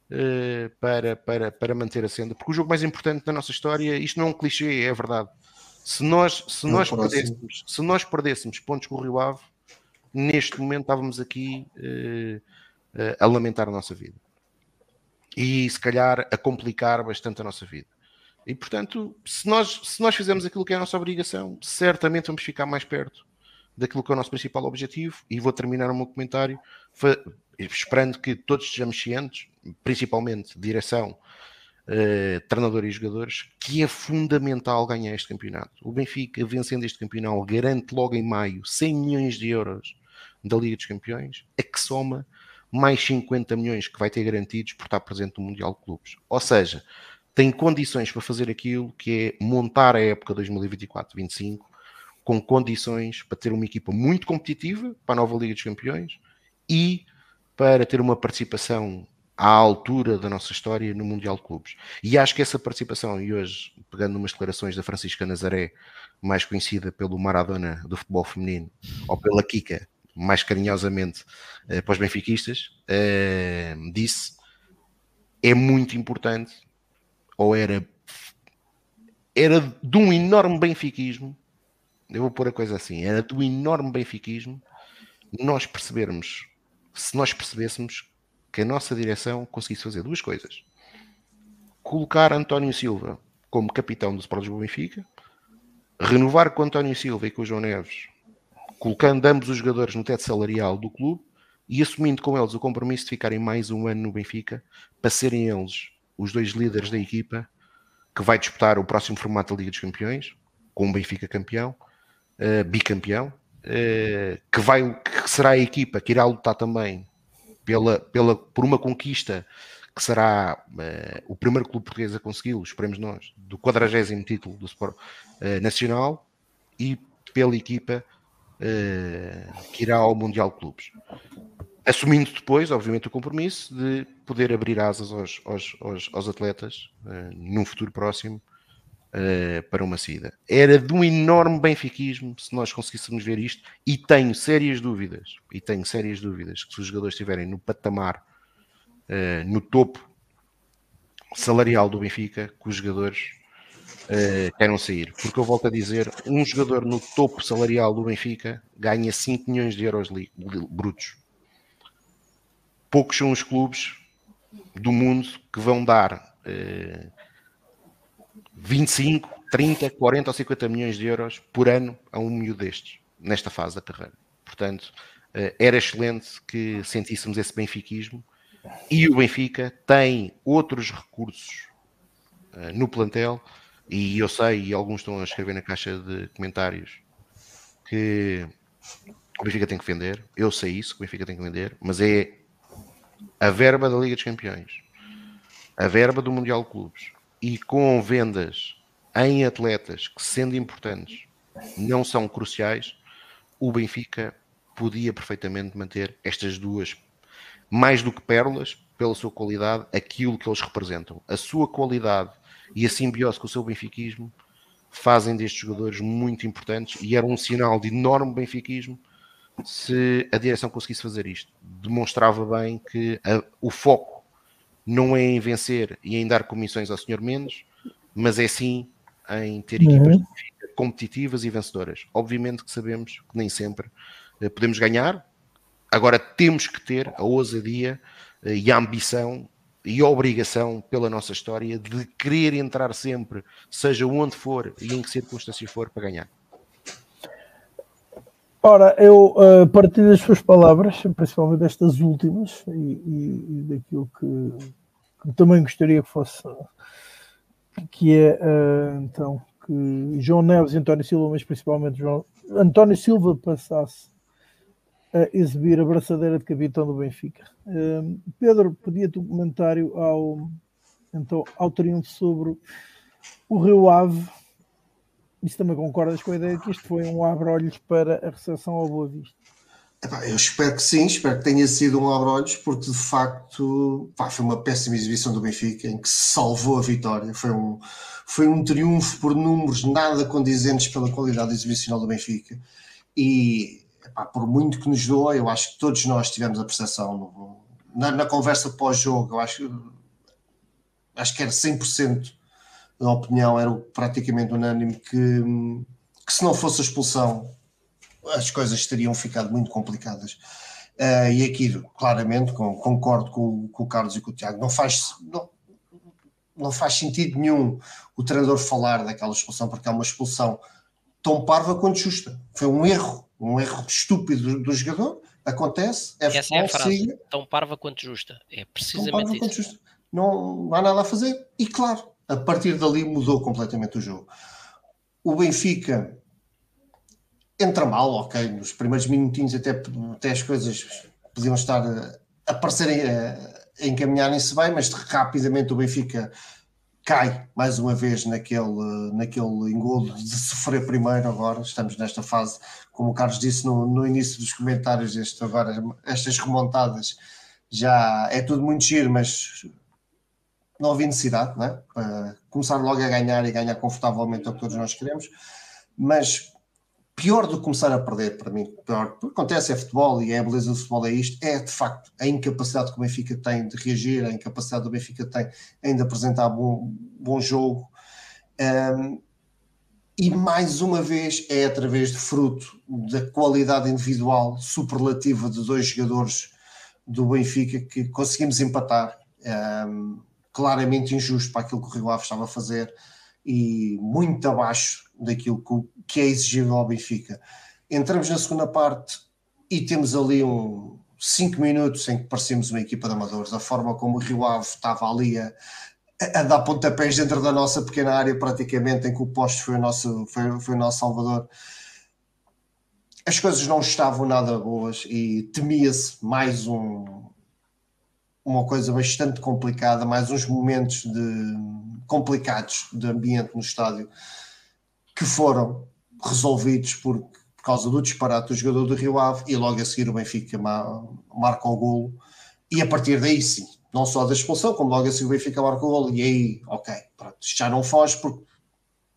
para manter a senda, porque o jogo mais importante da nossa história, isto não é um clichê, é verdade. Se nós perdêssemos pontos com o Rio Ave, neste momento estávamos aqui a lamentar a nossa vida. E se calhar a complicar bastante a nossa vida. E portanto, se nós fizermos aquilo que é a nossa obrigação, certamente vamos ficar mais perto daquilo que é o nosso principal objetivo. E vou terminar o meu comentário esperando que todos estejamos cientes, principalmente direção, treinador e jogadores, que é fundamental ganhar este campeonato. O Benfica, vencendo este campeonato, garante logo em maio 100 milhões de euros da Liga dos Campeões, é que soma mais 50 milhões que vai ter garantidos por estar presente no Mundial de Clubes. Ou seja, tem condições para fazer aquilo que é montar a época 2024-25 com condições para ter uma equipa muito competitiva para a nova Liga dos Campeões e para ter uma participação à altura da nossa história no Mundial de Clubes. E acho que essa participação, e hoje, pegando umas declarações da Francisca Nazaré, mais conhecida pelo Maradona do futebol feminino, ou pela Kika, mais carinhosamente para os benfiquistas, disse, é muito importante, ou era de um enorme benfiquismo, eu vou pôr a coisa assim, era de um enorme benfiquismo se nós percebêssemos que a nossa direção conseguisse fazer 2 coisas. Colocar António Silva como capitão do Sport Lisboa Benfica, renovar com António Silva e com o João Neves, colocando ambos os jogadores no teto salarial do clube e assumindo com eles o compromisso de ficarem mais um ano no Benfica para serem eles os 2 líderes da equipa que vai disputar o próximo formato da Liga dos Campeões, com o Benfica campeão, bicampeão, que será a equipa que irá lutar também por uma conquista que será o primeiro clube português a consegui-lo, esperemos nós, do 40º título do Sport Nacional, e pela equipa que irá ao Mundial de Clubes. Assumindo depois, obviamente, o compromisso de poder abrir asas aos atletas num futuro próximo para uma saída. Era de um enorme benfiquismo se nós conseguíssemos ver isto, e tenho sérias dúvidas que se os jogadores estiverem no patamar, no topo salarial do Benfica, que os jogadores queiram sair. Porque eu volto a dizer, um jogador no topo salarial do Benfica ganha 5 milhões de euros brutos. Poucos são os clubes do mundo que vão dar 25, 30, 40 ou 50 milhões de euros por ano a um miúdo destes, nesta fase da carreira. Portanto, era excelente que sentíssemos esse benfiquismo, e o Benfica tem outros recursos no plantel, e eu sei, e alguns estão a escrever na caixa de comentários, que o Benfica tem que vender. Eu sei isso, que o Benfica tem que vender, mas é a verba da Liga dos Campeões, a verba do Mundial de Clubes, e com vendas em atletas que, sendo importantes, não são cruciais, o Benfica podia perfeitamente manter estas duas, mais do que pérolas, pela sua qualidade, aquilo que eles representam. A sua qualidade e a simbiose com o seu benfiquismo fazem destes jogadores muito importantes, e era um sinal de enorme benfiquismo se a direção conseguisse fazer isto. Demonstrava bem que o foco não é em vencer e em dar comissões ao Sr. Mendes, mas é sim em ter equipas competitivas e vencedoras. Obviamente que sabemos que nem sempre podemos ganhar, agora temos que ter a ousadia e a ambição e a obrigação pela nossa história de querer entrar sempre, seja onde for e em que circunstâncias for, para ganhar. Ora, eu partilho das suas palavras, principalmente estas últimas, e daquilo que também gostaria que fosse, que é então que João Neves e António Silva, mas principalmente António Silva, passasse a exibir a braçadeira de capitão do Benfica. Pedro, pedia-te um comentário ao triunfo sobre o Rio Ave. Isso também concordas com a ideia que isto foi um abre-olhos para a recepção ao Boa Vista? Eu espero que sim, espero que tenha sido um abre-olhos, porque de facto foi uma péssima exibição do Benfica, em que se salvou a vitória. Foi um triunfo por números nada condizentes pela qualidade exibicional do Benfica, e por muito que nos doa, eu acho que todos nós tivemos a percepção na conversa pós-jogo. Eu acho que era 100% da opinião, era praticamente unânime que se não fosse a expulsão as coisas teriam ficado muito complicadas. E aqui, claramente, concordo com o Carlos e com o Tiago, não faz sentido nenhum o treinador falar daquela expulsão, porque é uma expulsão tão parva quanto justa. Foi um erro estúpido do jogador, acontece, essa é a frase, tão parva quanto justa. É precisamente isso. Não há nada a fazer, e claro, a partir dali mudou completamente o jogo. O Benfica entra mal, ok, nos primeiros minutinhos até as coisas podiam estar a parecerem a encaminharem-se bem, mas rapidamente o Benfica cai mais uma vez naquele engodo de sofrer primeiro. Agora estamos nesta fase, como o Carlos disse no início dos comentários, estas remontadas já é tudo muito giro, mas não havia necessidade, não é? Para começar logo a ganhar e ganhar confortavelmente é o que todos nós queremos. Mas pior do que começar a perder, para mim, pior, porque acontece, é futebol, e a beleza do futebol é isto, é de facto a incapacidade que o Benfica tem de reagir, a incapacidade do Benfica tem ainda de apresentar bom jogo, e mais uma vez é através de fruto da qualidade individual superlativa de dois jogadores do Benfica que conseguimos empatar, claramente injusto para aquilo que o Rio Ave estava a fazer e muito abaixo daquilo que é exigido ao Benfica. Entramos na segunda parte e temos ali 5 minutos em que parecemos uma equipa de amadores. A forma como o Rio Ave estava ali a dar pontapés dentro da nossa pequena área, praticamente, em que o poste foi o nosso salvador. As coisas não estavam nada boas e temia-se mais uma coisa bastante complicada, mais uns momentos complicados de ambiente no estádio, que foram resolvidos por causa do disparate do jogador do Rio Ave, e logo a seguir o Benfica marca o golo, e a partir daí sim, não só da expulsão, como logo a seguir o Benfica marca o golo, e aí, ok, pronto, já não foge, porque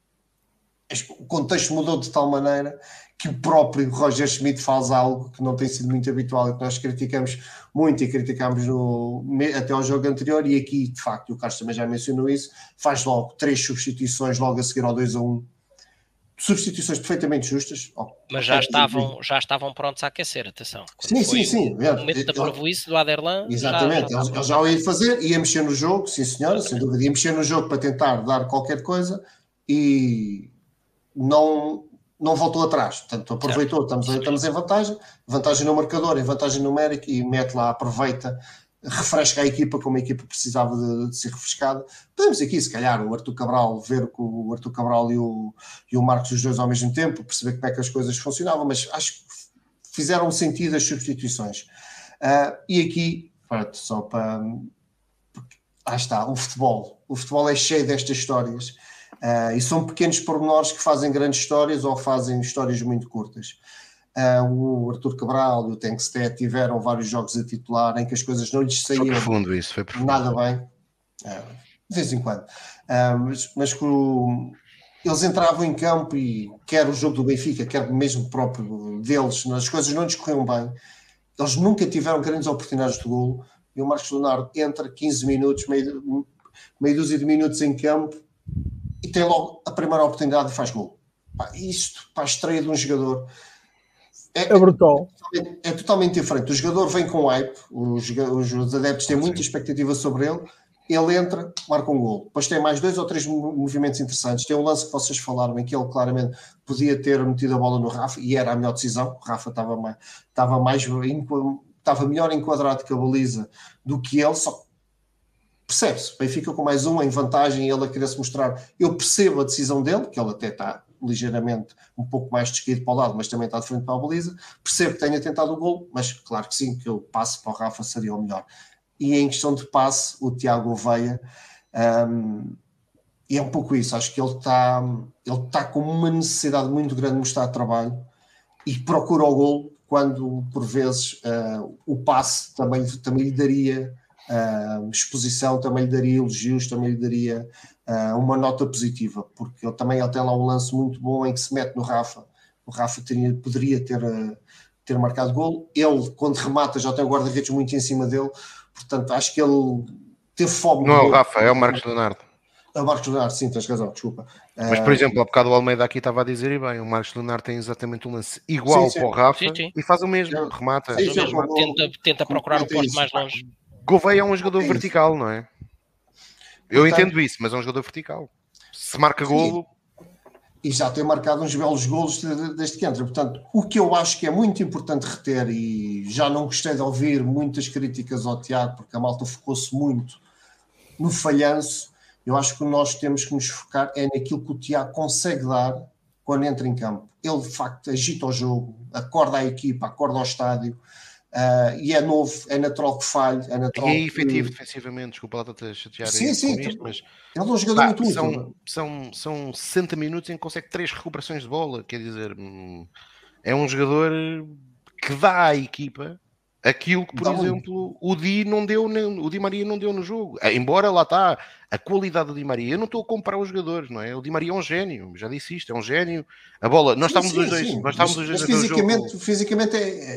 o contexto mudou de tal maneira que o próprio Roger Schmidt faz algo que não tem sido muito habitual e que nós criticamos muito e criticámos até ao jogo anterior, e aqui, de facto, o Carlos também já mencionou isso, faz logo 3 substituições logo a seguir ao 2-1, substituições perfeitamente justas. Mas já estavam prontos a aquecer, atenção. Sim. O momento da prejuízo do Aderlan. Exatamente, ele já o ia fazer, ia mexer no jogo, sim senhora, sem dúvida, ia mexer no jogo para tentar dar qualquer coisa e não voltou atrás. Portanto, aproveitou, estamos em vantagem no marcador, em vantagem numérica, e mete lá, aproveita, refresca a equipa como a equipa precisava de ser refrescada. Podemos aqui, se calhar, o Arthur Cabral, ver com o Arthur Cabral e o Marcos, os dois ao mesmo tempo, perceber como é que as coisas funcionavam, mas acho que fizeram sentido as substituições. E aqui, só para... Aí está, o futebol é cheio destas histórias, e são pequenos pormenores que fazem grandes histórias ou fazem histórias muito curtas. O Arthur Cabral e o Tankstead tiveram vários jogos a titular em que as coisas não lhes saíam. Foi profundo. Nada bem, de vez em quando. Mas que eles entravam em campo e quer o jogo do Benfica, quer mesmo próprio deles, as coisas não lhes corriam bem. Eles nunca tiveram grandes oportunidades de golo, e o Marcos Leonardo entra 15 minutos, meia dúzia de minutos em campo, e tem logo a primeira oportunidade e faz golo. Isto, para a estreia de um jogador, é brutal. É totalmente diferente. O jogador vem com hype, os adeptos têm muita expectativa sobre ele, ele entra, marca um golo. Depois tem mais 2 ou 3 movimentos interessantes. Tem um lance que vocês falaram em que ele claramente podia ter metido a bola no Rafa, e era a melhor decisão. O Rafa estava melhor enquadrado que a baliza do que ele, só percebe-se. Benfica com mais um em vantagem, ele a querer se mostrar. Eu percebo a decisão dele, que ele até está ligeiramente um pouco mais descaído para o lado, mas também está de frente para a baliza. Percebo que tenha tentado o golo, mas claro que sim, que o passe para o Rafa seria o melhor. E em questão de passe, o Tiago Oveia, e é um pouco isso, acho que ele está com uma necessidade muito grande de mostrar trabalho e procura o golo, quando por vezes o passe também lhe daria exposição, também lhe daria elogios, também lhe daria uma nota positiva, porque ele também tem lá um lance muito bom em que se mete no Rafa. O Rafa poderia ter marcado golo. Ele, quando remata, já tem o guarda-redes muito em cima dele, portanto acho que ele teve fome. Não é o Rafa, é o Marcos Leonardo. É o Marcos Leonardo, sim, tens razão, desculpa. Mas, por exemplo, há bocado o Almeida aqui estava a dizer, e bem, o Marcos Leonardo tem exatamente um lance igual para o Rafa, e faz o mesmo, remata. Tenta procurar o posto mais longe. Gouveia é um jogador vertical, não é? Eu entendo isso, mas é um jogador vertical. Se marca golo... E já tem marcado uns belos golos desde que entra. Portanto, o que eu acho que é muito importante reter, e já não gostei de ouvir muitas críticas ao Tiago, porque a malta focou-se muito no falhanço, eu acho que nós temos que nos focar naquilo que o Tiago consegue dar quando entra em campo. Ele, de facto, agita o jogo, acorda a equipa, acorda ao estádio, e é novo, é natural que falhe, é natural. E é efetivo defensivamente, desculpa lá estar a chatear com isto, mas ele é um jogador muito útil. São 60 minutos em que consegue 3 recuperações de bola, quer dizer, é um jogador que dá à equipa aquilo que, por exemplo, o Di Maria não deu no jogo. Embora lá está a qualidade do Di Maria, eu não estou a comparar os jogadores, não é? O Di Maria é um gênio, já disse isto, é um gênio. A bola, nós estávamos os dois, fisicamente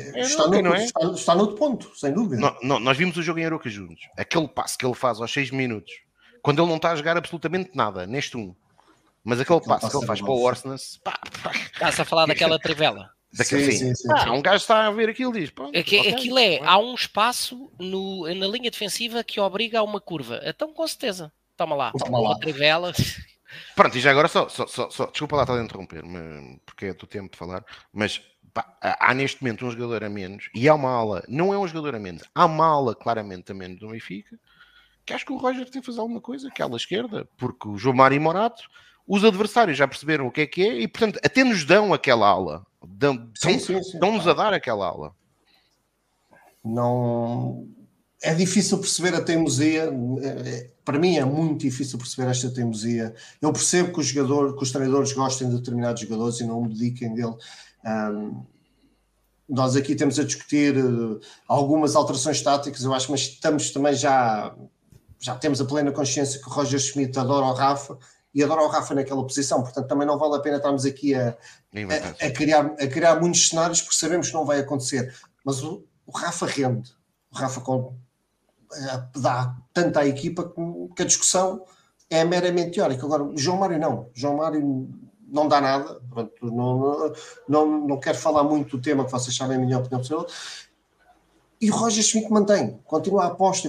está no outro ponto, sem dúvida. Nós vimos o jogo em Aroca juntos. Aquele passe que ele faz aos 6 minutos, quando ele não está a jogar absolutamente nada, neste mas aquele passe que ele faz para o Orsnes, está-se a falar daquela trivela. Sim. Um gajo está a ver aquilo e diz... Aquilo há um espaço na linha defensiva que obriga a uma curva. Então, com certeza. Toma lá. Uma trivela. Pronto, e já agora só desculpa lá estar a interromper, porque é do tempo de falar, mas há neste momento um jogador a menos, e há uma ala, não é um jogador a menos, há uma ala claramente a menos do Benfica, que acho que o Roger tem que fazer alguma coisa, que é a ala esquerda, porque o João Mário e Morato, os adversários já perceberam o que é, e portanto até nos dão aquela ala. Dão-nos a dar aquela ala. Não é difícil perceber a teimosia. Para mim é muito difícil perceber esta teimosia. Eu percebo que os treinadores gostem de determinados jogadores e não me dediquem dele. Nós aqui temos a discutir algumas alterações táticas, eu acho, mas estamos também já temos a plena consciência que o Roger Schmidt adora o Rafa e adora o Rafa naquela posição, portanto também não vale a pena estarmos aqui a criar muitos cenários, porque sabemos que não vai acontecer, mas o Rafa rende, o Rafa dá tanto à equipa que a discussão é meramente teórica. Agora, o João Mário não dá nada, pronto, não quero falar muito do tema, que vocês sabem a minha opinião pessoal. E o Roger Schmidt mantém, continua a aposta,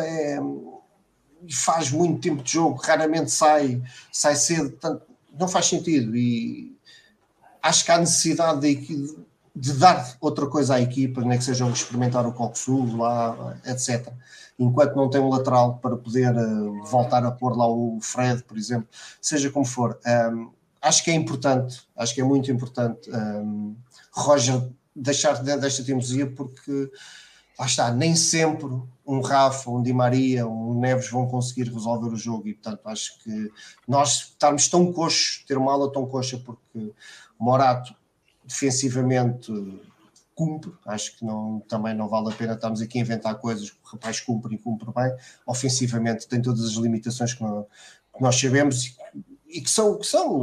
faz muito tempo de jogo, raramente sai cedo, portanto, não faz sentido, e acho que há necessidade de dar outra coisa à equipa, nem que seja experimentar o Coxu lá, etc. Enquanto não tem um lateral para poder voltar a pôr lá o Fred, por exemplo, seja como for. Acho que é importante, acho que é muito importante Roger deixar desta teimosia, porque lá está, nem sempre um Rafa, um Di Maria, um Neves vão conseguir resolver o jogo, e portanto acho que nós estarmos tão coxos, ter uma ala tão coxa, porque o Morato defensivamente cumpre, acho que também não vale a pena estarmos aqui a inventar coisas, o rapaz cumpre bem, ofensivamente tem todas as limitações que nós sabemos e que são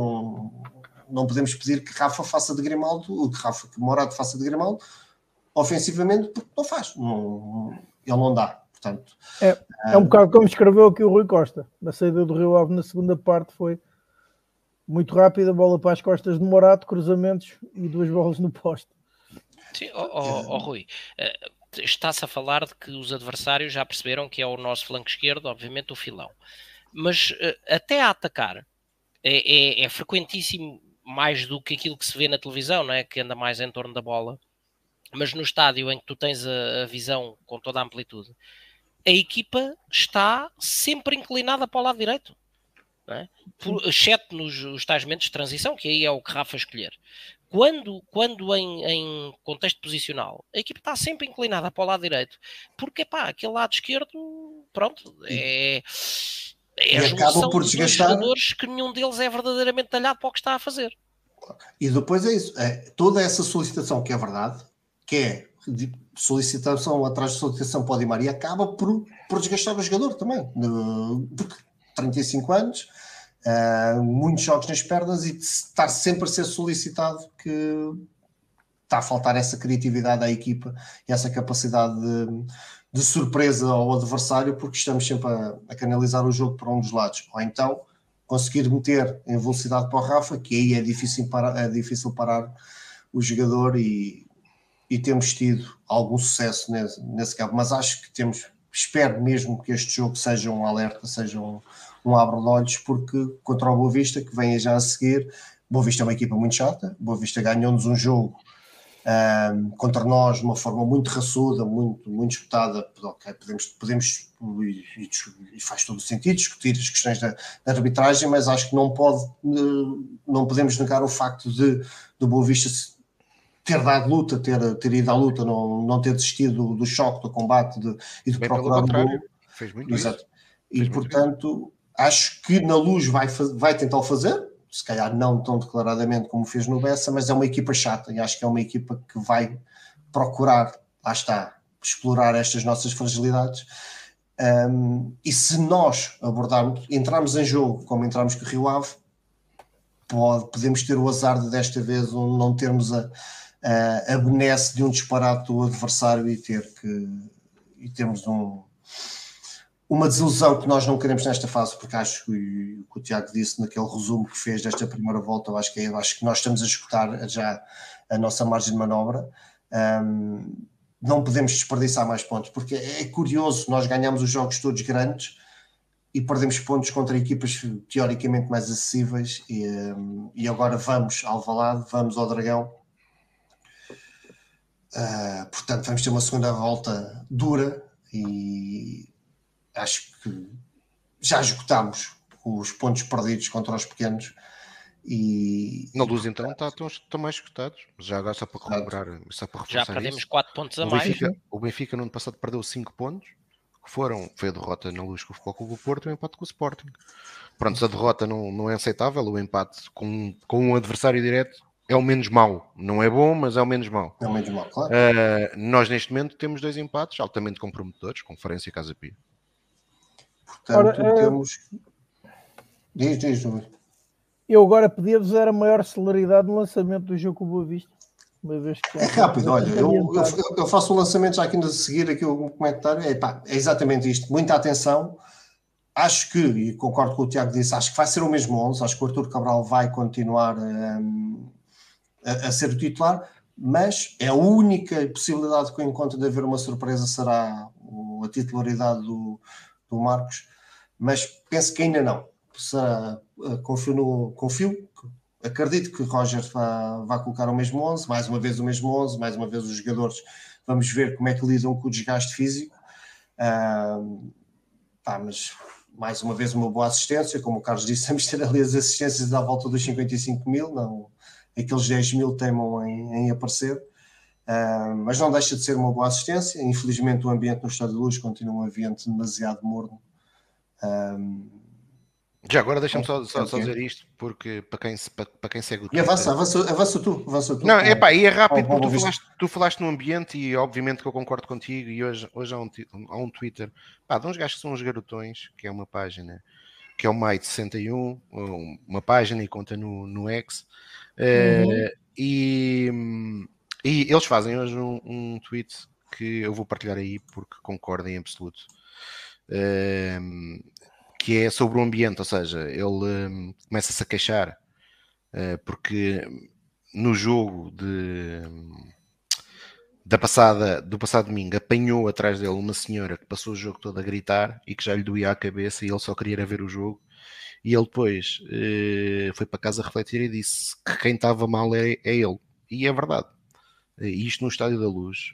não podemos pedir que Rafa faça de Grimaldo, que Morato faça de Grimaldo ofensivamente, porque não faz, ele não dá, portanto... É um bocado como escreveu aqui o Rui Costa, na saída do Rio Ave na segunda parte, foi muito rápida, bola para as costas de Morato, cruzamentos e 2 bolas no poste. Sim, Rui, está-se a falar de que os adversários já perceberam que é o nosso flanco esquerdo, obviamente o filão, mas até a atacar é frequentíssimo, mais do que aquilo que se vê na televisão, não é? Que anda mais em torno da bola. Mas no estádio em que tu tens a visão com toda a amplitude, a equipa está sempre inclinada para o lado direito, não é? Exceto nos tais momentos de transição, que aí é o que Rafa escolher. Quando em contexto posicional, a equipa está sempre inclinada para o lado direito, porque aquele lado esquerdo, pronto, é a junção de dois jogadores que nenhum deles é verdadeiramente talhado para o que está a fazer. E depois é isso, toda essa solicitação que é verdade, que é de solicitação atrás de solicitação para o Di Maria, acaba por desgastar o jogador também, porque 35 anos, muitos jogos nas pernas, e estar sempre a ser solicitado, que está a faltar essa criatividade à equipa e essa capacidade de surpresa ao adversário, porque estamos sempre a canalizar o jogo para um dos lados, ou então conseguir meter em velocidade para o Rafa, que aí é difícil parar o jogador, e temos tido algum sucesso nesse campo, mas acho que espero mesmo que este jogo seja um alerta, seja um abre-olhos, porque contra o Boa Vista, que vem já a seguir, Boa Vista é uma equipa muito chata, Boa Vista ganhou-nos um jogo contra nós de uma forma muito raçuda, muito disputada, okay, podemos e faz todo o sentido discutir as questões da arbitragem, mas acho que não podemos negar o facto do Boa Vista ter dado luta, ter ido à luta, não ter desistido do choque, do combate e de procurar o gol. Fez muito Exato. Isso. E portanto, acho que na Luz vai tentar fazer, se calhar não tão declaradamente como fez no Bessa, mas é uma equipa chata, e acho que é uma equipa que vai procurar, lá está, explorar estas nossas fragilidades. E se nós entrarmos em jogo como entramos com o Rio Ave, podemos ter o azar de desta vez não termos a benesse de um disparate do adversário e termos uma desilusão que nós não queremos nesta fase, porque acho que o Tiago disse naquele resumo que fez desta primeira volta, eu acho que nós estamos a esgotar já a nossa margem de manobra. Não podemos desperdiçar mais pontos, porque é curioso, nós ganhamos os jogos todos grandes e perdemos pontos contra equipas teoricamente mais acessíveis, e agora vamos ao Alvalade, vamos ao Dragão. Portanto, vamos ter uma segunda volta dura, e acho que já esgotámos os pontos perdidos contra os pequenos. Na Luz então estão mais esgotados, mas já agora só para recuperar, já perdemos 4 pontos a mais. O Benfica no ano passado perdeu 5 pontos, que foi a derrota na Luz com o Futebol Clube do Porto e o empate com o Sporting. Pronto, se a derrota não é aceitável, o empate com um adversário direto é o menos mau. Não é bom, mas é o menos mau. É o menos mau, claro. Nós neste momento temos 2 empates altamente comprometedores, Conferência e Casa Pia. Portanto, temos... Diz. Eu agora pedia-vos a maior celeridade no lançamento do jogo com o Boa Vista. Uma vez que é rápido, olha, eu faço um lançamento já aqui a seguir aqui um comentário. É exatamente isto, muita atenção. Acho que, e concordo com o Tiago disse, acho que vai ser o mesmo 11, acho que o Arthur Cabral vai continuar a ser o titular, mas é a única possibilidade que eu encontro de haver uma surpresa será a titularidade do Marcos, mas penso que ainda não. Confio, acredito que Roger vai colocar o mesmo 11, mais uma vez o mesmo 11, mais uma vez os jogadores, vamos ver como é que lidam com o desgaste físico, mas mais uma vez uma boa assistência, como o Carlos disse, vamos ter ali as assistências à volta dos 55 mil, não, aqueles 10 mil temam em aparecer, mas não deixa de ser uma boa assistência. Infelizmente o ambiente no Estádio da Luz continua um ambiente demasiado morno. Já agora deixa-me só dizer isto, porque para quem segue o Twitter... E avança tu. Não, e é rápido, porque tu falaste no ambiente e obviamente que eu concordo contigo, e hoje há um Twitter, de uns gajos que são os garotões, que é uma página, que é o Mai de 61, uma página e conta no X, e eles fazem hoje um tweet que eu vou partilhar aí, porque concordo em absoluto, que é sobre o ambiente, ou seja, ele começa-se a queixar porque no jogo do passado domingo apanhou atrás dele uma senhora que passou o jogo todo a gritar e que já lhe doía a cabeça e ele só queria ver o jogo, e ele depois foi para casa refletir e disse que quem estava mal é ele, e é verdade. E isto no Estádio da Luz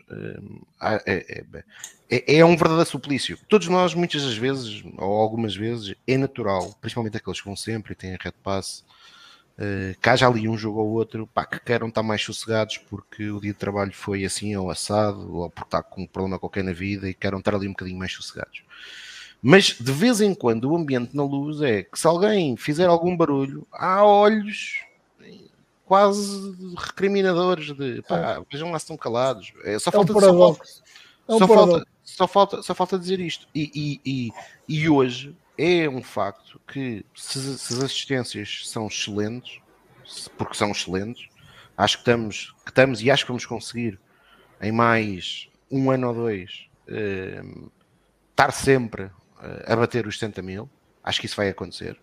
é um verdadeiro suplício. Todos nós, muitas das vezes, ou algumas vezes, é natural, principalmente aqueles que vão sempre e têm a Red Pass, que haja ali um jogo ou outro, que queiram estar mais sossegados porque o dia de trabalho foi assim ou assado, ou porque está com um problema qualquer na vida e queiram estar ali um bocadinho mais sossegados. Mas de vez em quando o ambiente na Luz é que se alguém fizer algum barulho, há olhos quase recriminadores de vejam lá se estão calados. Só falta dizer isto. E hoje é um facto que se as assistências são excelentes, porque são excelentes, acho que estamos e acho que vamos conseguir em mais um ano ou dois estar sempre a bater os 70 mil. Acho que isso vai acontecer.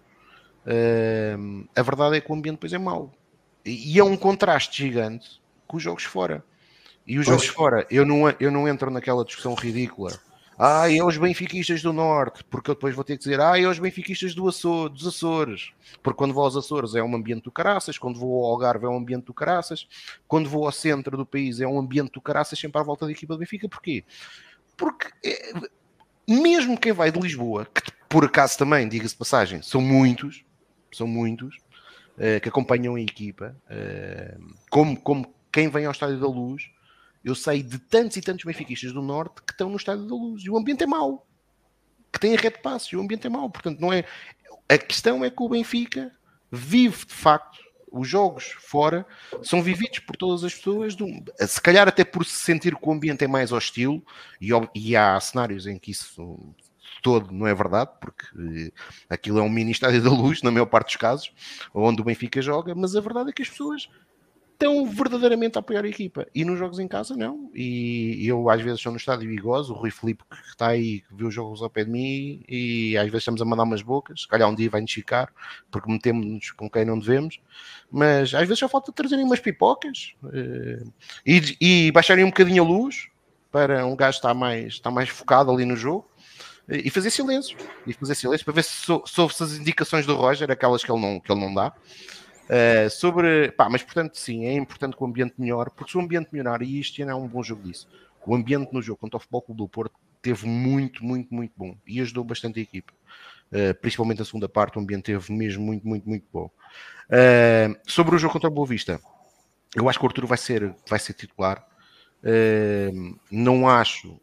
A verdade é que o ambiente depois é mau. E é um contraste gigante com os jogos fora. E os jogos fora, eu não entro naquela discussão ridícula. É os benfiquistas do Norte, porque eu depois vou ter que dizer, é os benfiquistas dos Açores, porque quando vou aos Açores é um ambiente do caraças, quando vou ao Algarve é um ambiente do caraças, quando vou ao centro do país é um ambiente do caraças, sempre à volta da equipa do Benfica. Porquê? Porque mesmo quem vai de Lisboa, que por acaso também, diga-se de passagem, são muitos, que acompanham a equipa, como quem vem ao Estádio da Luz, eu sei de tantos e tantos benfiquistas do Norte que estão no Estádio da Luz e o ambiente é mau, que têm a Red Pass e o ambiente é mau. Portanto, não é... A questão é que o Benfica vive de facto, os jogos fora são vividos por todas as pessoas, se calhar até por se sentir que o ambiente é mais hostil, e há cenários em que isso todo não é verdade, porque aquilo é um mini Estádio da Luz, na maior parte dos casos, onde o Benfica joga, mas a verdade é que as pessoas estão verdadeiramente a apoiar a equipa, e nos jogos em casa não. E eu às vezes estou no estádio e gozo, o Rui Filipe que está aí, que vê os jogos ao pé de mim, e às vezes estamos a mandar umas bocas, se calhar um dia vai-nos ficar, porque metemos-nos com quem não devemos, mas às vezes só falta trazerem umas pipocas e baixarem um bocadinho a luz, para um gajo estar mais focado ali no jogo, e fazer silêncio para ver se as indicações do Roger, aquelas que ele não dá. Mas portanto sim, é importante que o ambiente melhore, porque se o ambiente melhorar, e isto é um bom jogo disso, o ambiente no jogo contra o Futebol Clube do Porto teve muito, muito, muito bom e ajudou bastante a equipa, principalmente a segunda parte, o ambiente teve mesmo muito, muito, muito bom. Sobre o jogo contra o Boa Vista, eu acho que o Arturo vai ser titular. Não acho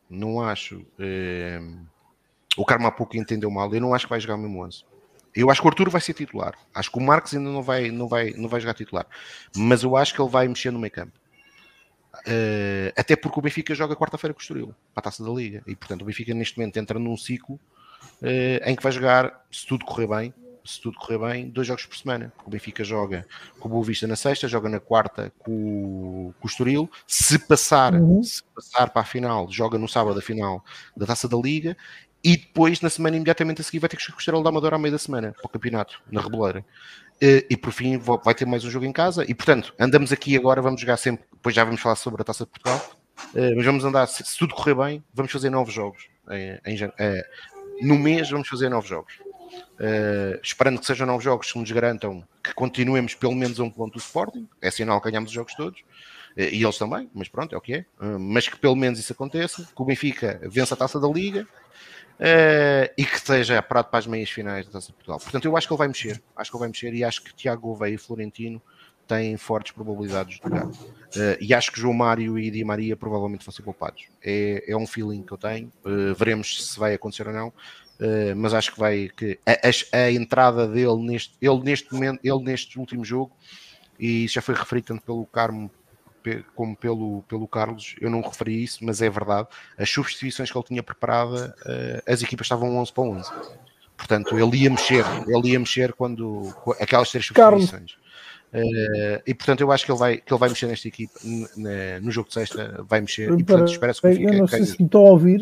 o Carmo há pouco entendeu mal, eu não acho que vai jogar o mesmo 11. Eu acho que o Arturo vai ser titular. Acho que o Marcos ainda não vai jogar titular. Mas eu acho que ele vai mexer no meio campo. Até porque o Benfica joga quarta-feira com o Estoril, para a Taça da Liga. E, portanto, o Benfica neste momento entra num ciclo em que vai jogar, se tudo correr bem, se tudo correr bem, 2 jogos por semana. O Benfica joga com o Boa Vista na sexta, joga na quarta com o Estoril. Se passar para a final, joga no sábado a final da Taça da Liga. E depois, na semana imediatamente a seguir, vai ter que jogar com o Estrela da Amadora à meio da semana, para o campeonato, na Reboleira. E por fim vai ter mais um jogo em casa. E portanto, andamos aqui agora, vamos jogar sempre, depois já vamos falar sobre a Taça de Portugal. Mas vamos andar, se tudo correr bem, vamos fazer 9 jogos. No mês vamos fazer 9 jogos. Esperando que sejam 9 jogos que nos garantam que continuemos pelo menos a um ponto do Sporting. É sinal que ganhamos os jogos todos. E eles também, mas pronto, é o que é. Mas que pelo menos isso aconteça, que o Benfica vença a Taça da Liga e que esteja apurado para as meias finais da Taça de Portugal. Portanto, eu acho que ele vai mexer, e acho que Tiago Gouveia e Florentino têm fortes probabilidades de jogar. E acho que João Mário e Di Maria provavelmente vão ser poupados. É um feeling que eu tenho. Veremos se vai acontecer ou não. Mas acho que a entrada dele neste último jogo, e isso já foi referido tanto pelo Carmo como pelo Carlos, eu não referi isso, mas é verdade, as substituições que ele tinha preparada, as equipas estavam 11 para 11, portanto ele ia mexer quando aquelas 3 substituições. E portanto eu acho que ele vai mexer nesta equipa, no jogo de sexta vai mexer, e portanto espera-se que o Benfica... Eu não sei se me estou a ouvir.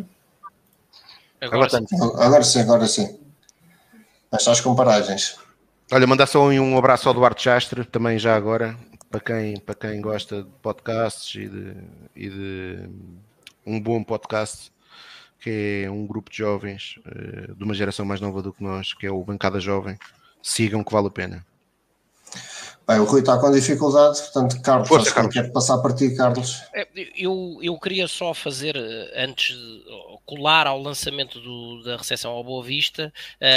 Agora sim. Estas comparagens. Olha, mandar só um abraço ao Duarte Chastre, também já agora, para quem gosta de podcasts e de um bom podcast, que é um grupo de jovens de uma geração mais nova do que nós, que é o Bancada Jovem. Sigam, que vale a pena. Bem, o Rui está com dificuldade, portanto, Carlos, acho que quero passar para ti, Carlos. Eu queria só fazer, antes de colar ao lançamento da recepção ao Boa Vista,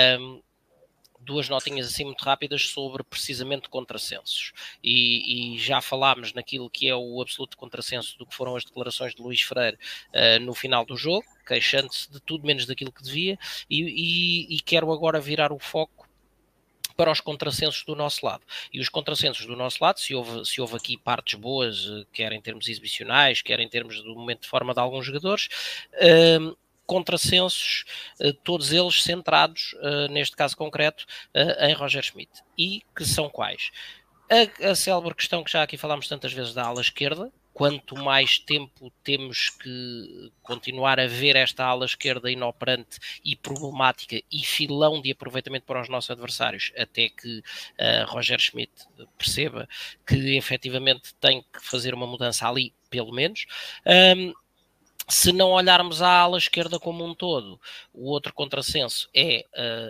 2 notinhas assim muito rápidas sobre precisamente contrassensos, e já falámos naquilo que é o absoluto contrassenso do que foram as declarações de Luís Freire no final do jogo, queixando-se de tudo menos daquilo que devia, e quero agora virar o foco para os contrassensos do nosso lado. E os contrassensos do nosso lado, se houve aqui partes boas, quer em termos exibicionais, quer em termos do momento de forma de alguns jogadores, contrassensos, todos eles centrados, neste caso concreto, em Roger Schmidt. E que são quais? A célebre questão que já aqui falámos tantas vezes da ala esquerda. Quanto mais tempo temos que continuar a ver esta ala esquerda inoperante e problemática e filão de aproveitamento para os nossos adversários, até que Roger Schmidt perceba que efetivamente tem que fazer uma mudança ali, pelo menos. Se não olharmos a ala esquerda como um todo, o outro contrassenso é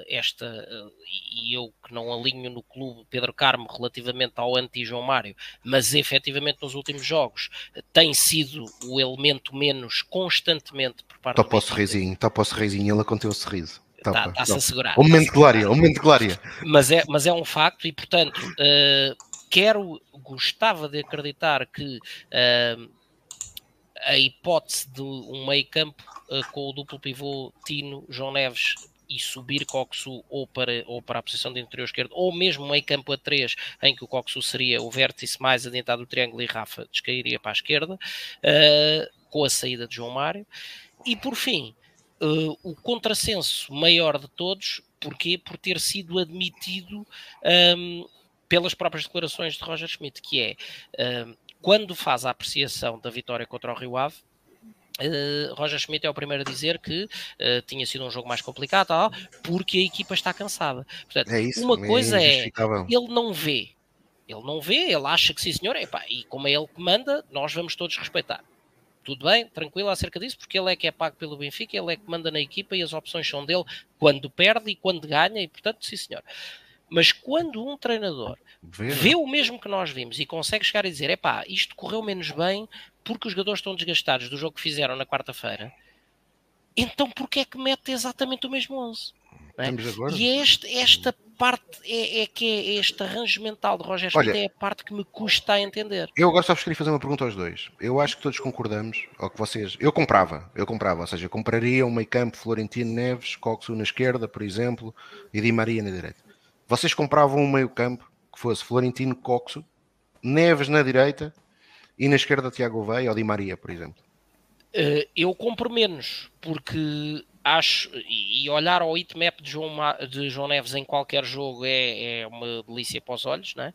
e eu que não alinho no clube Pedro Carmo relativamente ao anti-João Mário, mas efetivamente nos últimos jogos tem sido o elemento menos constantemente por parte do Benfica. Topa o sorrisinho, ele contém o sorriso. Está-se a segurar. Um momento de glória. Mas é um facto, e portanto, gostava de acreditar que a hipótese de um meio campo com o duplo pivô Tino, João Neves e subir Coxu ou para a posição de interior esquerdo, ou mesmo meio campo a 3, em que o Coxu seria o vértice mais adiantado do triângulo e Rafa descairia para a esquerda, com a saída de João Mário. E por fim, o contrassenso maior de todos, porquê? Por ter sido admitido pelas próprias declarações de Roger Schmidt, que é... quando faz a apreciação da vitória contra o Rio Ave, Roger Schmidt é o primeiro a dizer que tinha sido um jogo mais complicado, porque a equipa está cansada. Portanto, uma coisa ele não vê, ele acha que sim senhor, e como é ele que manda, nós vamos todos respeitar. Tudo bem, tranquilo acerca disso, porque ele é que é pago pelo Benfica, ele é que manda na equipa e as opções são dele quando perde e quando ganha, e portanto, sim senhor. Mas quando um treinador vê o mesmo que nós vimos e consegue chegar a dizer, isto correu menos bem porque os jogadores estão desgastados do jogo que fizeram na quarta-feira, então porquê é que mete exatamente o mesmo 11? E esta parte este arranjo mental de Roger Schmidt é a parte que me custa a entender. Eu agora só vos queria fazer uma pergunta aos dois. Eu acho que todos concordamos, ou que vocês... Eu comprava, ou seja, eu compraria um meio campo Florentino Neves, Coxu na esquerda, por exemplo, e Di Maria na direita. Vocês compravam um meio campo que fosse Florentino, Coxu, Neves na direita e na esquerda Tiago Gouveia ou Di Maria, por exemplo? Eu compro menos, porque acho, e olhar ao heatmap de João Neves em qualquer jogo é uma delícia para os olhos, não é?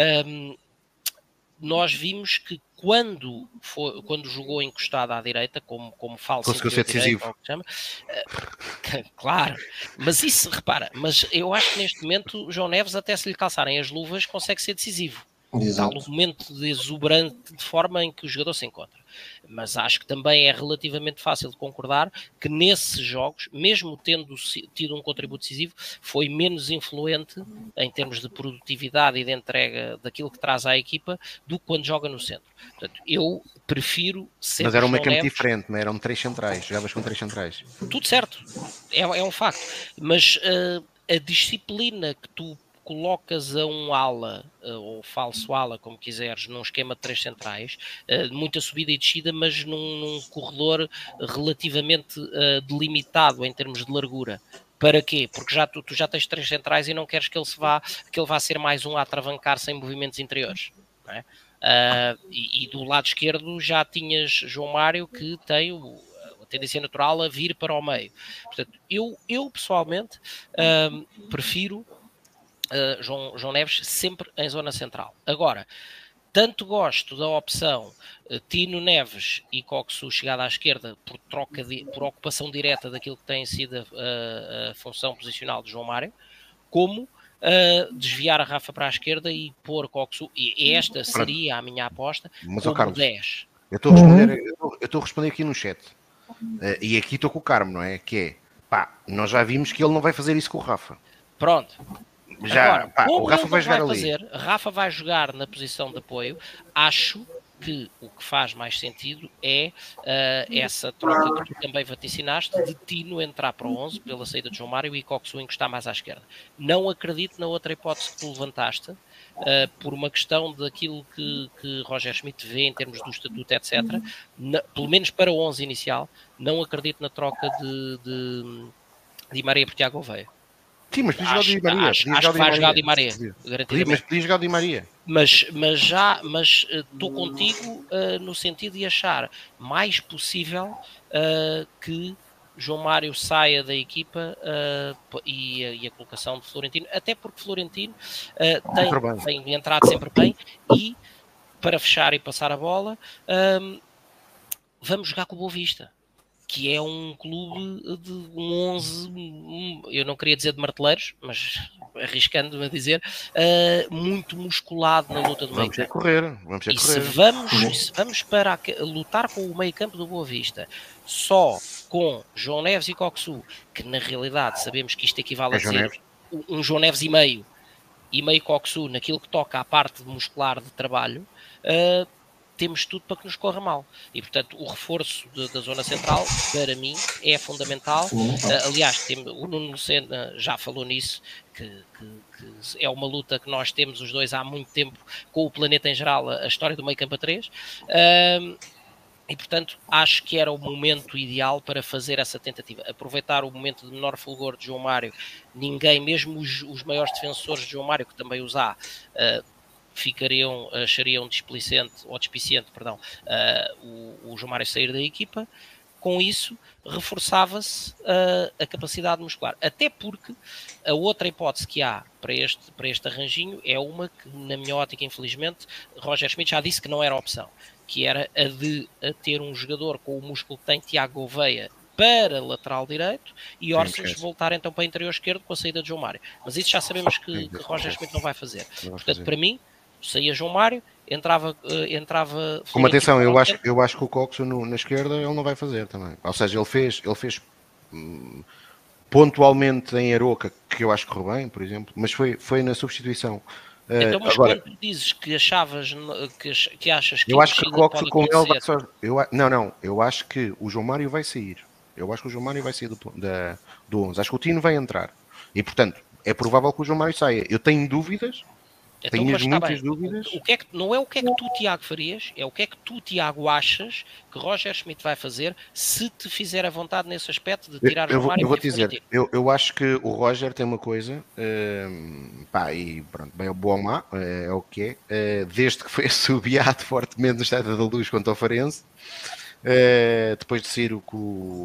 Nós vimos que quando jogou encostado à direita, como falso conseguiu ser decisivo. Chama, claro, mas isso, repara, mas eu acho que neste momento João Neves, até se lhe calçarem as luvas, consegue ser decisivo. Está no momento de exuberante de forma em que o jogador se encontra. Mas acho que também é relativamente fácil de concordar que nesses jogos, mesmo tendo tido um contributo decisivo, foi menos influente em termos de produtividade e de entrega daquilo que traz à equipa do que quando joga no centro. Portanto, eu prefiro sempre. Mas era um meio campo diferente, não eram 3 centrais, jogavas com 3 centrais. Tudo certo, é um facto. Mas a disciplina que tu colocas a um ala, ou falso ala, como quiseres, num esquema de 3 centrais, muita subida e descida, mas num corredor relativamente delimitado em termos de largura. Para quê? Porque tu já tens 3 centrais e não queres que ele vá ser mais um a atravancar sem movimentos interiores. Não é? E do lado esquerdo já tinhas João Mário, que tem a tendência natural a vir para o meio. Portanto, eu pessoalmente prefiro João Neves sempre em zona central. Agora, tanto gosto da opção Tino Neves e Coxu chegada à esquerda por ocupação direta daquilo que tem sido a função posicional de João Mário, como desviar a Rafa para a esquerda e pôr Coxu, e esta seria a minha aposta, mas, como Carlos, 10. Eu estou a responder aqui no chat, e aqui estou com o Carmo, não é? Que é, nós já vimos que ele não vai fazer isso com o Rafa. Pronto. Agora, como o Rafa vai jogar ali. Rafa vai jogar na posição de apoio. Acho que o que faz mais sentido é essa troca que tu também vaticinaste de Tino entrar para o 11 pela saída de João Mário e Coxu encostar mais à esquerda. Não acredito na outra hipótese que tu levantaste, por uma questão daquilo que Roger Schmidt vê em termos do estatuto, etc. Pelo menos para o 11 inicial, não acredito na troca de Di Maria por Tiago Gouveia. Sim, mas podia jogar o Di Maria. Acho que vai jogar o Di Maria. Mas podia jogar o Di Maria. Mas estou contigo no sentido de achar mais possível que João Mário saia da equipa e a colocação de Florentino, até porque Florentino tem entrado sempre bem, e para fechar e passar a bola, vamos jogar com o Boa Vista, que é um clube de um 11, eu não queria dizer de marteleiros, mas arriscando-me a dizer, muito musculado na luta do meio campo. Vamos correr. Se vamos para lutar com o meio campo do Boa Vista, só com João Neves e Coxu, que na realidade sabemos que isto equivale a ser um João Neves e meio Coxu naquilo que toca à parte muscular de trabalho, temos tudo para que nos corra mal. E, portanto, o reforço da zona central, para mim, é fundamental. Aliás, o Nuno Lucena já falou nisso, que é uma luta que nós temos os dois há muito tempo com o planeta em geral, a história do meio campo a 3. E, portanto, acho que era o momento ideal para fazer essa tentativa. Aproveitar o momento de menor fulgor de João Mário. Ninguém, mesmo os maiores defensores de João Mário, que também os há, achariam despiciente, o João Mário sair da equipa. Com isso, reforçava-se a capacidade muscular. Até porque a outra hipótese que há para este arranjinho é uma que, na minha ótica, infelizmente, Roger Schmidt já disse que não era opção, que era a de ter um jogador com o músculo que tem Tiago Gouveia para lateral direito e Orços voltar então para interior esquerdo com a saída de João Mário. Mas isso já sabemos que Roger Schmidt não vai fazer. Portanto, para mim, saía João Mário, entrava como atenção, eu acho que o Coxo na esquerda ele não vai fazer também. Ou seja, ele fez pontualmente em Aroca, que eu acho que correu bem, por exemplo, mas foi na substituição. Então, mas agora, quando dizes que achas que eu acho que o Coxo com ele vai só, eu acho que o João Mário vai sair. Eu acho que o João Mário vai sair do 11. Acho que o Tino vai entrar. E, portanto, é provável que o João Mário saia. Eu tenho dúvidas. Então, tenho muitas dúvidas. Não é o que é que tu, Tiago, farias, é o que é que tu, Tiago, achas que Roger Schmidt vai fazer se te fizer a vontade nesse aspecto de tirar o João Mário. Eu vou te dizer, eu acho que o Roger tem uma coisa, e pronto, bem, o bom ou má, é o que é, desde que foi assobiado fortemente no Estádio da Luz contra o Farense, depois de sair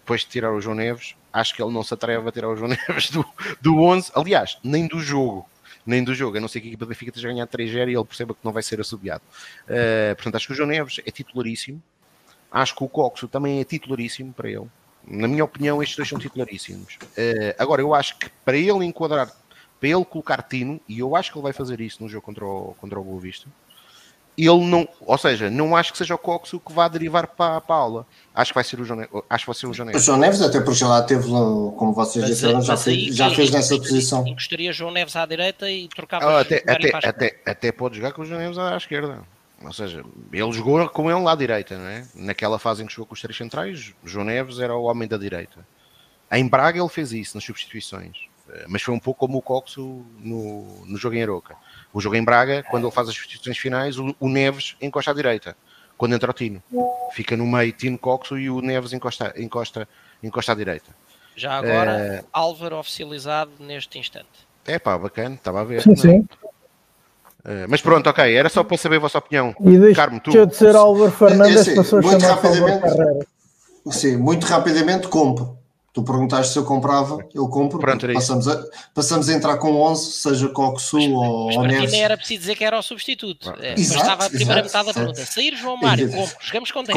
depois de tirar o João Neves, acho que ele não se atreve a tirar o João Neves do 11, aliás, nem do jogo, a não ser que a equipa do Benfica esteja a ganhar 3-0 e ele perceba que não vai ser assobiado. Portanto, acho que o João Neves é titularíssimo, acho que o Coxo também é titularíssimo para ele. Na minha opinião, estes dois são titularíssimos. Agora, eu acho que para ele enquadrar, para ele colocar Tino, e eu acho que ele vai fazer isso no jogo contra o Boa Vista, ele não, ou seja, não acho que seja o Coxo que vá derivar para a aula. Acho que vai ser o João Neves. O João Neves, até porque já lá teve, como vocês disseram, já fez nessa posição. Encostaria João Neves à direita e trocava até pode jogar com o João Neves à esquerda. Ou seja, ele jogou com ele lá à direita, não é? Naquela fase em que jogou com os três centrais, João Neves era o homem da direita. Em Braga ele fez isso nas substituições, mas foi um pouco como o Coxo no jogo em Aroca. O jogo em Braga, quando ele faz as substituições finais, o Neves encosta à direita. Quando entra o Tino, fica no meio Tino Coxo e o Neves encosta à direita. Já agora, Álvaro oficializado neste instante. Bacana, estava a ver. Sim. Mas pronto, ok, era só para saber a vossa opinião. E Carmo, tu. deixa de ser Álvaro Fernandes, passou a muito chamar rapidamente. Carreira. Sim, muito rapidamente compro. Tu perguntaste se eu comprava, eu compro. Pronto, passamos a entrar com 11, seja Coxo ou Neves. Mas nem era preciso dizer que era o substituto. Exato, estava a primeira metade da pergunta. Sair João Mário, compro. Jogamos com 10.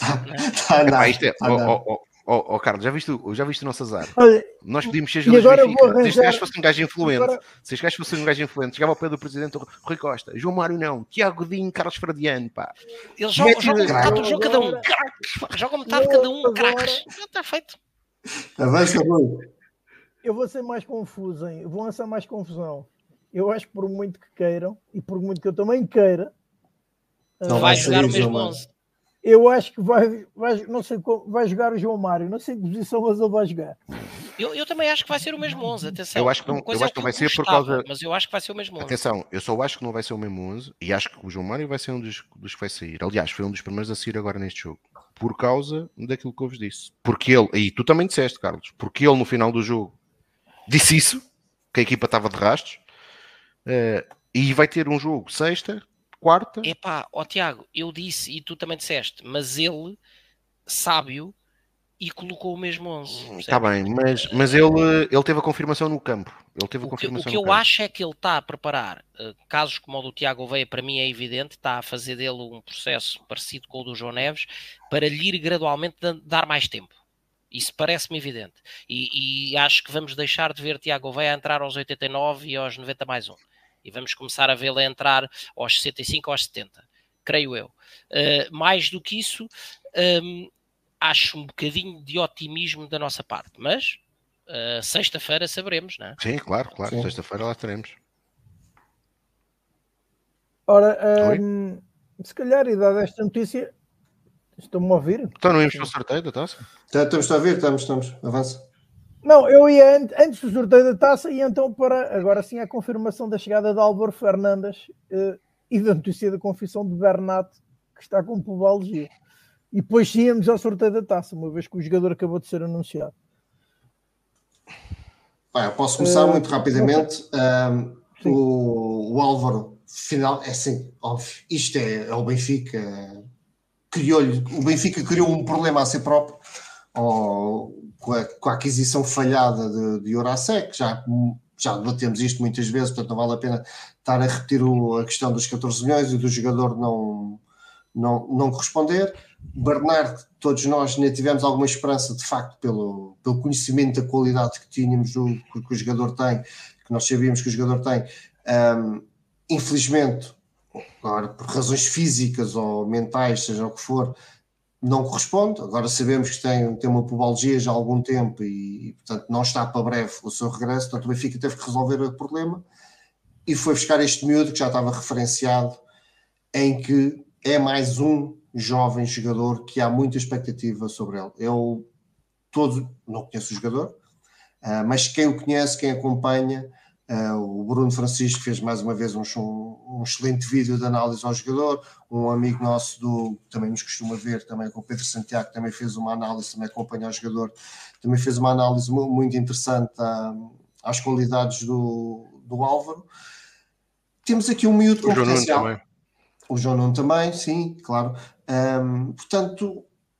Carlos, já viste o nosso azar? Olha, nós podíamos ser e agora Benfica. arranjar... Se este gajo fosse um gajo influente, chegava ao pé do presidente Rui Costa. João Mário não, Tiago Dinho, Carlos Fradiano, pá. Eles jogam metade do jogo cada um. Jogam metade cada um, craques. Está feito. Avança, Rui. Eu vou ser mais confuso, hein? Vou lançar mais confusão. Eu acho que por muito que queiram, e por muito que eu também queira, não vai jogar o mesmo 11. Eu acho que não sei como, vai jogar o João Mário. Não sei que posição, mas ele vai jogar. Eu também acho que vai ser o mesmo 11. Atenção. Eu acho que não vai ser por causa... Mas eu acho que vai ser o mesmo 11. Atenção, eu só acho que não vai ser o mesmo 11 e acho que o João Mário vai ser um dos que vai sair. Aliás, foi um dos primeiros a sair agora neste jogo. Por causa daquilo que eu vos disse. Porque ele, e tu também disseste, Carlos, porque ele no final do jogo disse isso, que a equipa estava de rastros, e vai ter um jogo sexta, quarta. Tiago, eu disse e tu também disseste, mas ele, sábio, e colocou o mesmo 11. Está bem, mas ele teve a confirmação no campo. O que eu acho é que ele está a preparar, casos como o do Tiago Veia, para mim é evidente, está a fazer dele um processo parecido com o do João Neves, para lhe ir gradualmente dar mais tempo. Isso parece-me evidente. E acho que vamos deixar de ver Tiago Veia entrar aos 89 e aos 90 mais 1. E vamos começar a vê-lo entrar aos 65 ou aos 70, creio eu. Mais do que isso, acho um bocadinho de otimismo da nossa parte, mas sexta-feira saberemos, não é? Sim, claro, sim. Sexta-feira lá estaremos. Ora, se calhar, e dada esta notícia, estão-me a ouvir? Então não íamos para o sorteio da taça? Estamos a ouvir, estamos, avança. Não, eu ia antes do sorteio da taça e então para agora sim a confirmação da chegada de Álvaro Fernandes e da notícia da confissão de Bernat, que está com pubalgia. E depois sim íamos ao sorteio da taça, uma vez que o jogador acabou de ser anunciado. Eu posso começar muito rapidamente. O Álvaro, final, é assim, óbvio, isto é o Benfica. O Benfica criou um problema a si próprio, com a aquisição falhada de Jurasek, já debatemos isto muitas vezes, portanto não vale a pena estar a repetir a questão dos 14 milhões e do jogador não corresponder. Bernardo, todos nós ainda tivemos alguma esperança, de facto, pelo conhecimento da qualidade que tínhamos, que o jogador tem, que nós sabíamos que o jogador tem. Infelizmente, agora, por razões físicas ou mentais, seja o que for, não corresponde. Agora sabemos que tem uma pubalgia já há algum tempo e, portanto, não está para breve o seu regresso. Portanto, o Benfica teve que resolver o problema e foi buscar este miúdo que já estava referenciado, em que é mais um jovem jogador que há muita expectativa sobre ele. Eu não conheço o jogador, mas quem o conhece, quem acompanha, o Bruno Francisco fez mais uma vez um excelente vídeo de análise ao jogador. Um amigo nosso também nos costuma ver, também com o Pedro Santiago, também fez uma análise, também acompanha o jogador, também fez uma análise muito interessante às qualidades do Álvaro. Temos aqui um miúdo com potencial. O João Nuno também, sim, claro. Portanto,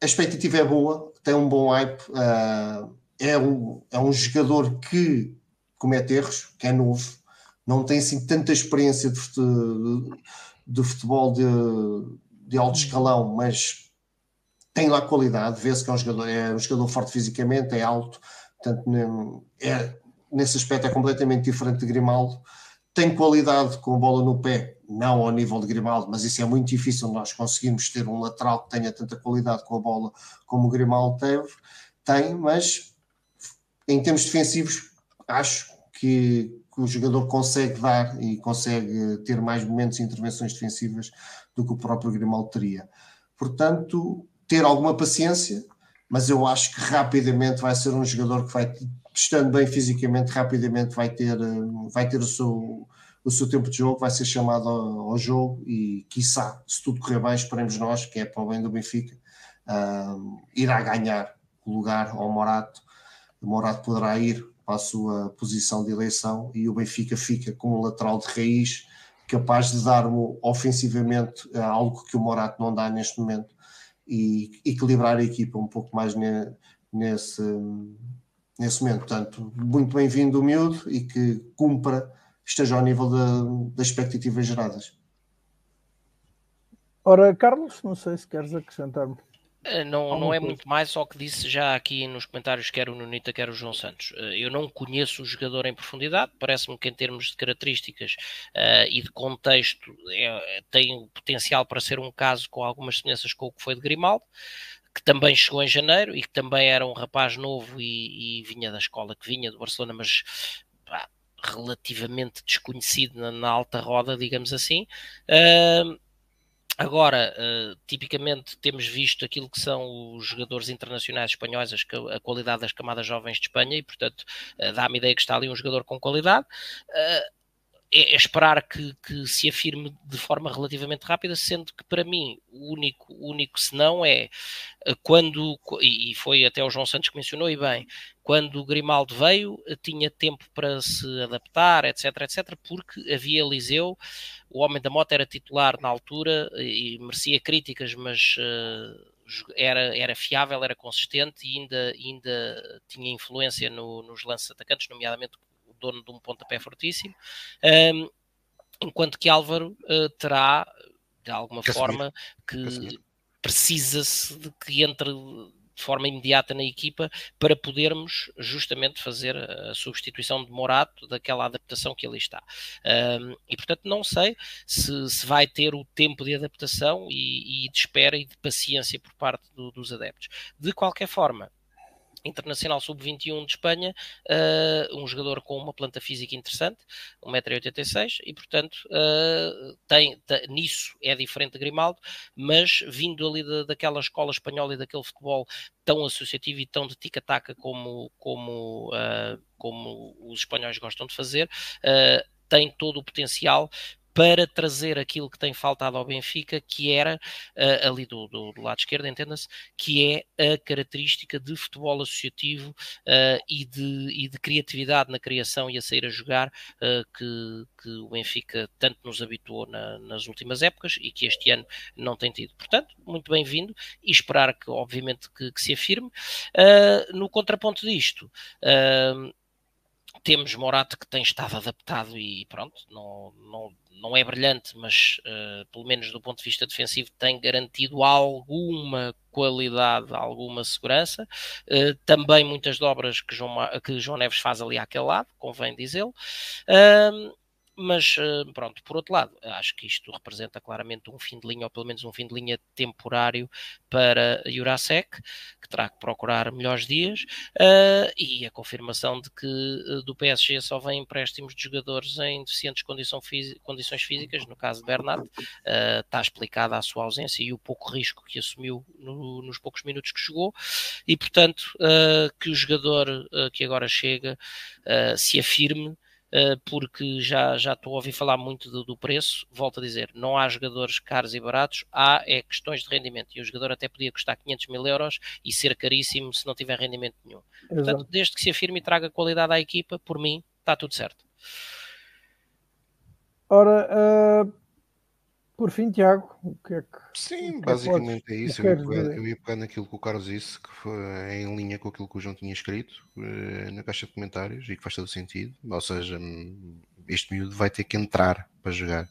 a expectativa é boa, tem um bom hype, é um jogador que comete erros, que é novo, não tem assim tanta experiência de futebol de alto escalão, mas tem lá qualidade, vê-se que é um jogador forte fisicamente, é alto, portanto, nesse aspecto é completamente diferente de Grimaldo. Tem qualidade com a bola no pé, não ao nível de Grimaldo, mas isso é muito difícil nós conseguirmos ter um lateral que tenha tanta qualidade com a bola como o Grimaldo tem, mas em termos defensivos acho que o jogador consegue dar e consegue ter mais momentos e intervenções defensivas do que o próprio Grimaldo teria. Portanto, ter alguma paciência, mas eu acho que rapidamente vai ser um jogador que vai, estando bem fisicamente, rapidamente vai ter o seu tempo de jogo, vai ser chamado ao jogo e, quiçá, se tudo correr bem, esperemos nós, que é para o bem do Benfica, irá ganhar o lugar ao Morato. O Morato poderá ir para a sua posição de eleição e o Benfica fica com um lateral de raiz capaz de dar ofensivamente algo que o Morato não dá neste momento e equilibrar a equipa um pouco mais nesse momento. Portanto, muito bem-vindo o miúdo e que esteja ao nível das expectativas geradas. Ora, Carlos, não sei se queres acrescentar-me. Não é muito mais, só que disse já aqui nos comentários, quer o Nunita, quer o João Santos. Eu não conheço o jogador em profundidade, parece-me que em termos de características e de contexto tem potencial para ser um caso com algumas semelhanças com o que foi de Grimaldo, que também chegou em janeiro e que também era um rapaz novo e vinha da escola que vinha do Barcelona, mas relativamente desconhecido na alta roda, digamos assim. Agora, tipicamente temos visto aquilo que são os jogadores internacionais espanhóis, a qualidade das camadas jovens de Espanha e, portanto, dá-me a ideia que está ali um jogador com qualidade. É esperar que se afirme de forma relativamente rápida, sendo que para mim o único senão é quando, e foi até o João Santos que mencionou, e bem, quando o Grimaldo veio, tinha tempo para se adaptar, etc, porque havia Eliseu, o homem da moto era titular na altura e merecia críticas, mas era fiável, era consistente e ainda tinha influência nos lances atacantes, nomeadamente o dono de um pontapé fortíssimo, enquanto que Álvaro terá, de alguma forma, que precisa-se de que entre de forma imediata na equipa para podermos justamente fazer a substituição de Morato daquela adaptação que ali está. E portanto não sei se vai ter o tempo de adaptação e de espera e de paciência por parte dos adeptos. De qualquer forma, Internacional Sub-21 de Espanha, um jogador com uma planta física interessante, 1,86 m, e portanto nisso é diferente de Grimaldo, mas vindo ali daquela escola espanhola e daquele futebol tão associativo e tão de tic-tac como os espanhóis gostam de fazer, tem todo o potencial para trazer aquilo que tem faltado ao Benfica, que era, ali do lado esquerdo, entenda-se, que é a característica de futebol associativo e de criatividade na criação e a sair a jogar, que o Benfica tanto nos habituou nas últimas épocas e que este ano não tem tido. Portanto, muito bem-vindo e esperar que, obviamente, que se afirme. No contraponto disto, temos Morato que tem estado adaptado e pronto, não é brilhante, mas pelo menos do ponto de vista defensivo tem garantido alguma qualidade, alguma segurança. Também muitas dobras que João Neves faz ali àquele lado, convém dizê-lo. Mas pronto, por outro lado, acho que isto representa claramente um fim de linha, ou pelo menos um fim de linha temporário para Jurasek, que terá que procurar melhores dias, e a confirmação de que do PSG só vem empréstimos de jogadores em deficientes condições físicas, no caso de Bernat, está explicada a sua ausência e o pouco risco que assumiu nos poucos minutos que jogou, e portanto que o jogador que agora chega se afirme, porque já estou a ouvir falar muito do preço. Volto a dizer, não há jogadores caros e baratos, há questões de rendimento, e o jogador até podia custar 500 mil euros e ser caríssimo se não tiver rendimento nenhum. Exato. Portanto, desde que se afirme e traga qualidade à equipa, por mim, está tudo certo. Ora, por fim, Tiago, o que é que... Sim, que basicamente é isso. queres Eu ia pegar naquilo que o Carlos disse, que foi em linha com aquilo que o João tinha escrito na caixa de comentários e que faz todo sentido. Ou seja, este miúdo vai ter que entrar para jogar.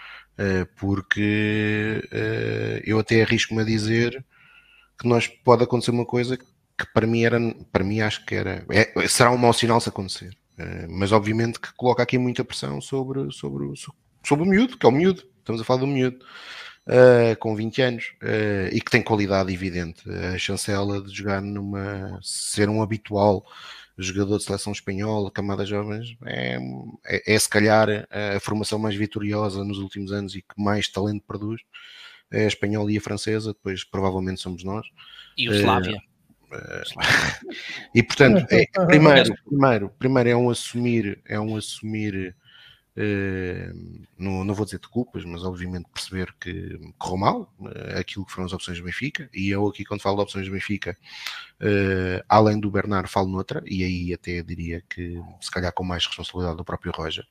Porque eu até arrisco-me a dizer que pode acontecer uma coisa que para mim acho que será um mau sinal se acontecer. Mas obviamente que coloca aqui muita pressão sobre o miúdo, que é o miúdo. Estamos a falar do miúdo. Com 20 anos e que tem qualidade evidente. A chancela de jogar ser um habitual jogador de seleção espanhola, camadas jovens, é se calhar a formação mais vitoriosa nos últimos anos e que mais talento produz. É a espanhola e a francesa, depois provavelmente somos nós. E o Slavia. E portanto, primeiro é um assumir não vou dizer de culpas, mas obviamente perceber que correu mal aquilo que foram as opções do Benfica, e eu aqui quando falo de opções do Benfica, além do Bernard falo noutra, e aí até diria que se calhar com mais responsabilidade do próprio Roger.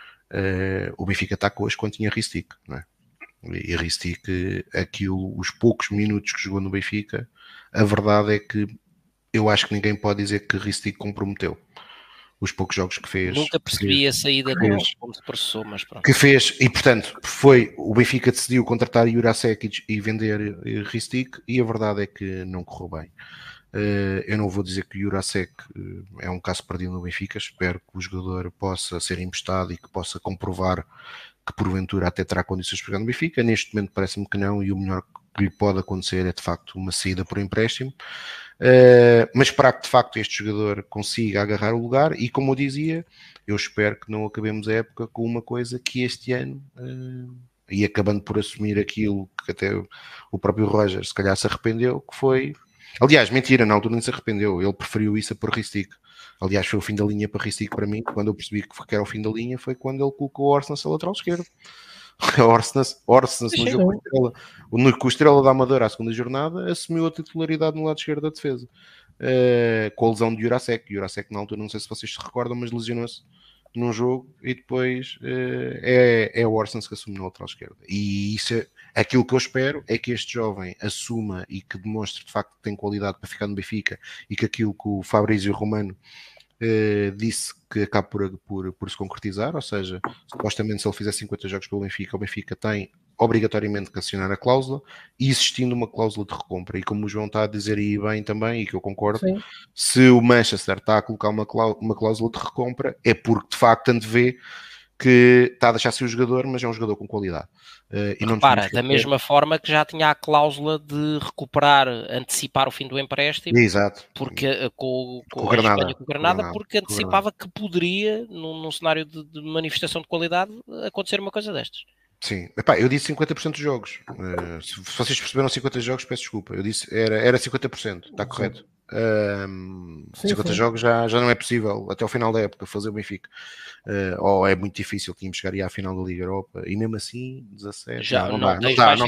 O Benfica atacou hoje quando tinha Ristic, não é? E Ristic, os poucos minutos que jogou no Benfica, a verdade é que eu acho que ninguém pode dizer que Ristic comprometeu. Os poucos jogos que fez. Nunca percebi a saída dele, como se processou, mas pronto. Que fez, e portanto, o Benfica decidiu contratar Jurasek e vender Ristic, e a verdade é que não correu bem. Eu não vou dizer que o Jurasek é um caso perdido no Benfica, espero que o jogador possa ser emprestado e que possa comprovar que porventura até terá condições de jogar no Benfica. Neste momento parece-me que não, e o melhor que lhe pode acontecer é de facto uma saída por empréstimo. Mas para que de facto este jogador consiga agarrar o lugar, e como eu dizia, eu espero que não acabemos a época com uma coisa que este ano, e acabando por assumir aquilo que até o próprio Roger se calhar se arrependeu, que foi, aliás, mentira, na altura nem se arrependeu, ele preferiu isso a por Ristic. Aliás, foi o fim da linha para Ristic para mim. Quando eu percebi que era o fim da linha foi quando ele colocou o Orsnes a lateral esquerdo. Orsnes no jogo com o Estrela da Amadora à segunda jornada assumiu a titularidade no lado esquerdo da defesa, com a lesão de Jurasek. Jurasek na altura, não sei se vocês se recordam, mas lesionou-se num jogo e depois é o Orsnes que assume na lateral esquerda. E isso aquilo que eu espero é que este jovem assuma e que demonstre de facto que tem qualidade para ficar no Benfica, e que aquilo que o Fabrício Romano disse que acaba por se concretizar, ou seja, supostamente se ele fizer 50 jogos pelo Benfica, o Benfica tem obrigatoriamente que acionar a cláusula, e existindo uma cláusula de recompra. E como o João está a dizer aí bem também, e que eu concordo, sim, se o Manchester está a colocar uma cláusula de recompra, é porque de facto antevê que está a deixar-se o jogador, mas é um jogador com qualidade. E não repara, da mesma forma que já tinha a cláusula de recuperar, antecipar o fim do empréstimo. Exato. Porque com o Granada, porque antecipava que poderia, num cenário de manifestação de qualidade, acontecer uma coisa destas. Sim, epá, eu disse 50% dos jogos. Se vocês perceberam 50 jogos, peço desculpa. Eu disse era 50%, está correto. 50 jogos já não é possível até ao final da época fazer o Benfica, ou é muito difícil. Tínhamos chegar à final da Liga Europa e mesmo assim 17 já não dá,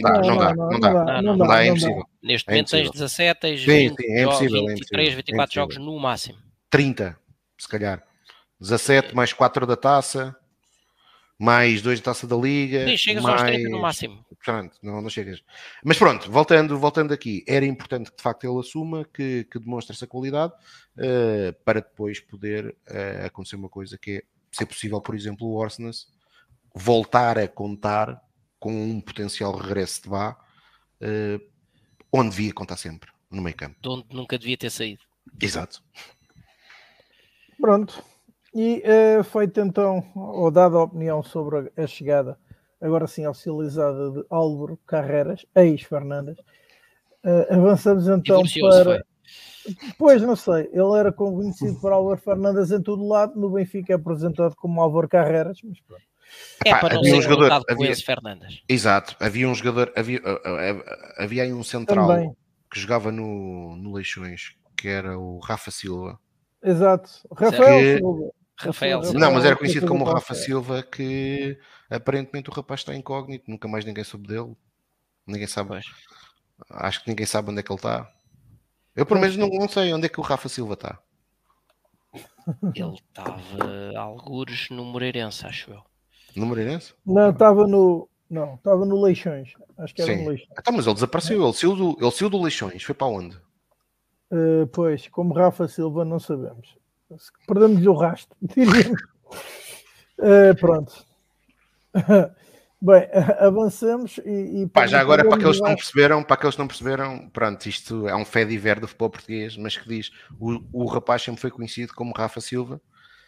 é impossível. Neste momento tens 17, tens 20, 23, 24 jogos no máximo, 30 se calhar, 17 mais 4 da taça, mais 2 da taça da Liga. Sim, chegas aos 30 no máximo. Portanto, não chegas. Mas pronto, voltando aqui, era importante que de facto ele assuma, que demonstre essa qualidade, para depois poder acontecer uma coisa que é, se é possível, por exemplo, o Orsnes voltar a contar com um potencial regresso de Bá, onde devia contar sempre, no meio campo. De onde nunca devia ter saído. Exato. Pronto. E feito então, ou dada a opinião sobre a chegada, agora sim oficializada, de Álvaro Carreras, ex-Fernandes, avançamos então para... Pois, não sei, ele era conhecido por Álvaro Fernandes em todo lado, no Benfica é apresentado como Álvaro Carreras, mas pronto. Para não ser jogador com esse Fernandes. Exato, havia um jogador, havia aí um central também que jogava no Leixões, que era o Rafa Silva. Exato, Rafael Silva. Não, mas era conhecido como o Rafa Silva, que aparentemente o rapaz está incógnito, nunca mais ninguém soube dele. Ninguém sabe. Pois. Acho que ninguém sabe onde é que ele está. Eu, pelo menos, não sei onde é que o Rafa Silva está. Ele estava algures no Moreirense, acho eu. No Moreirense? Não, estava no Não, estava no Leixões. Acho que era Sim. no Leixões. Então, mas ele desapareceu, ele saiu do Leixões, foi para onde? Pois, como Rafa Silva, não sabemos. Perdemos o rastro, diríamos. Pronto. Bem, avancemos e Já agora, para aqueles que não não perceberam, pronto, isto é um fé diver do futebol português, mas que diz, o rapaz sempre foi conhecido como Rafa Silva,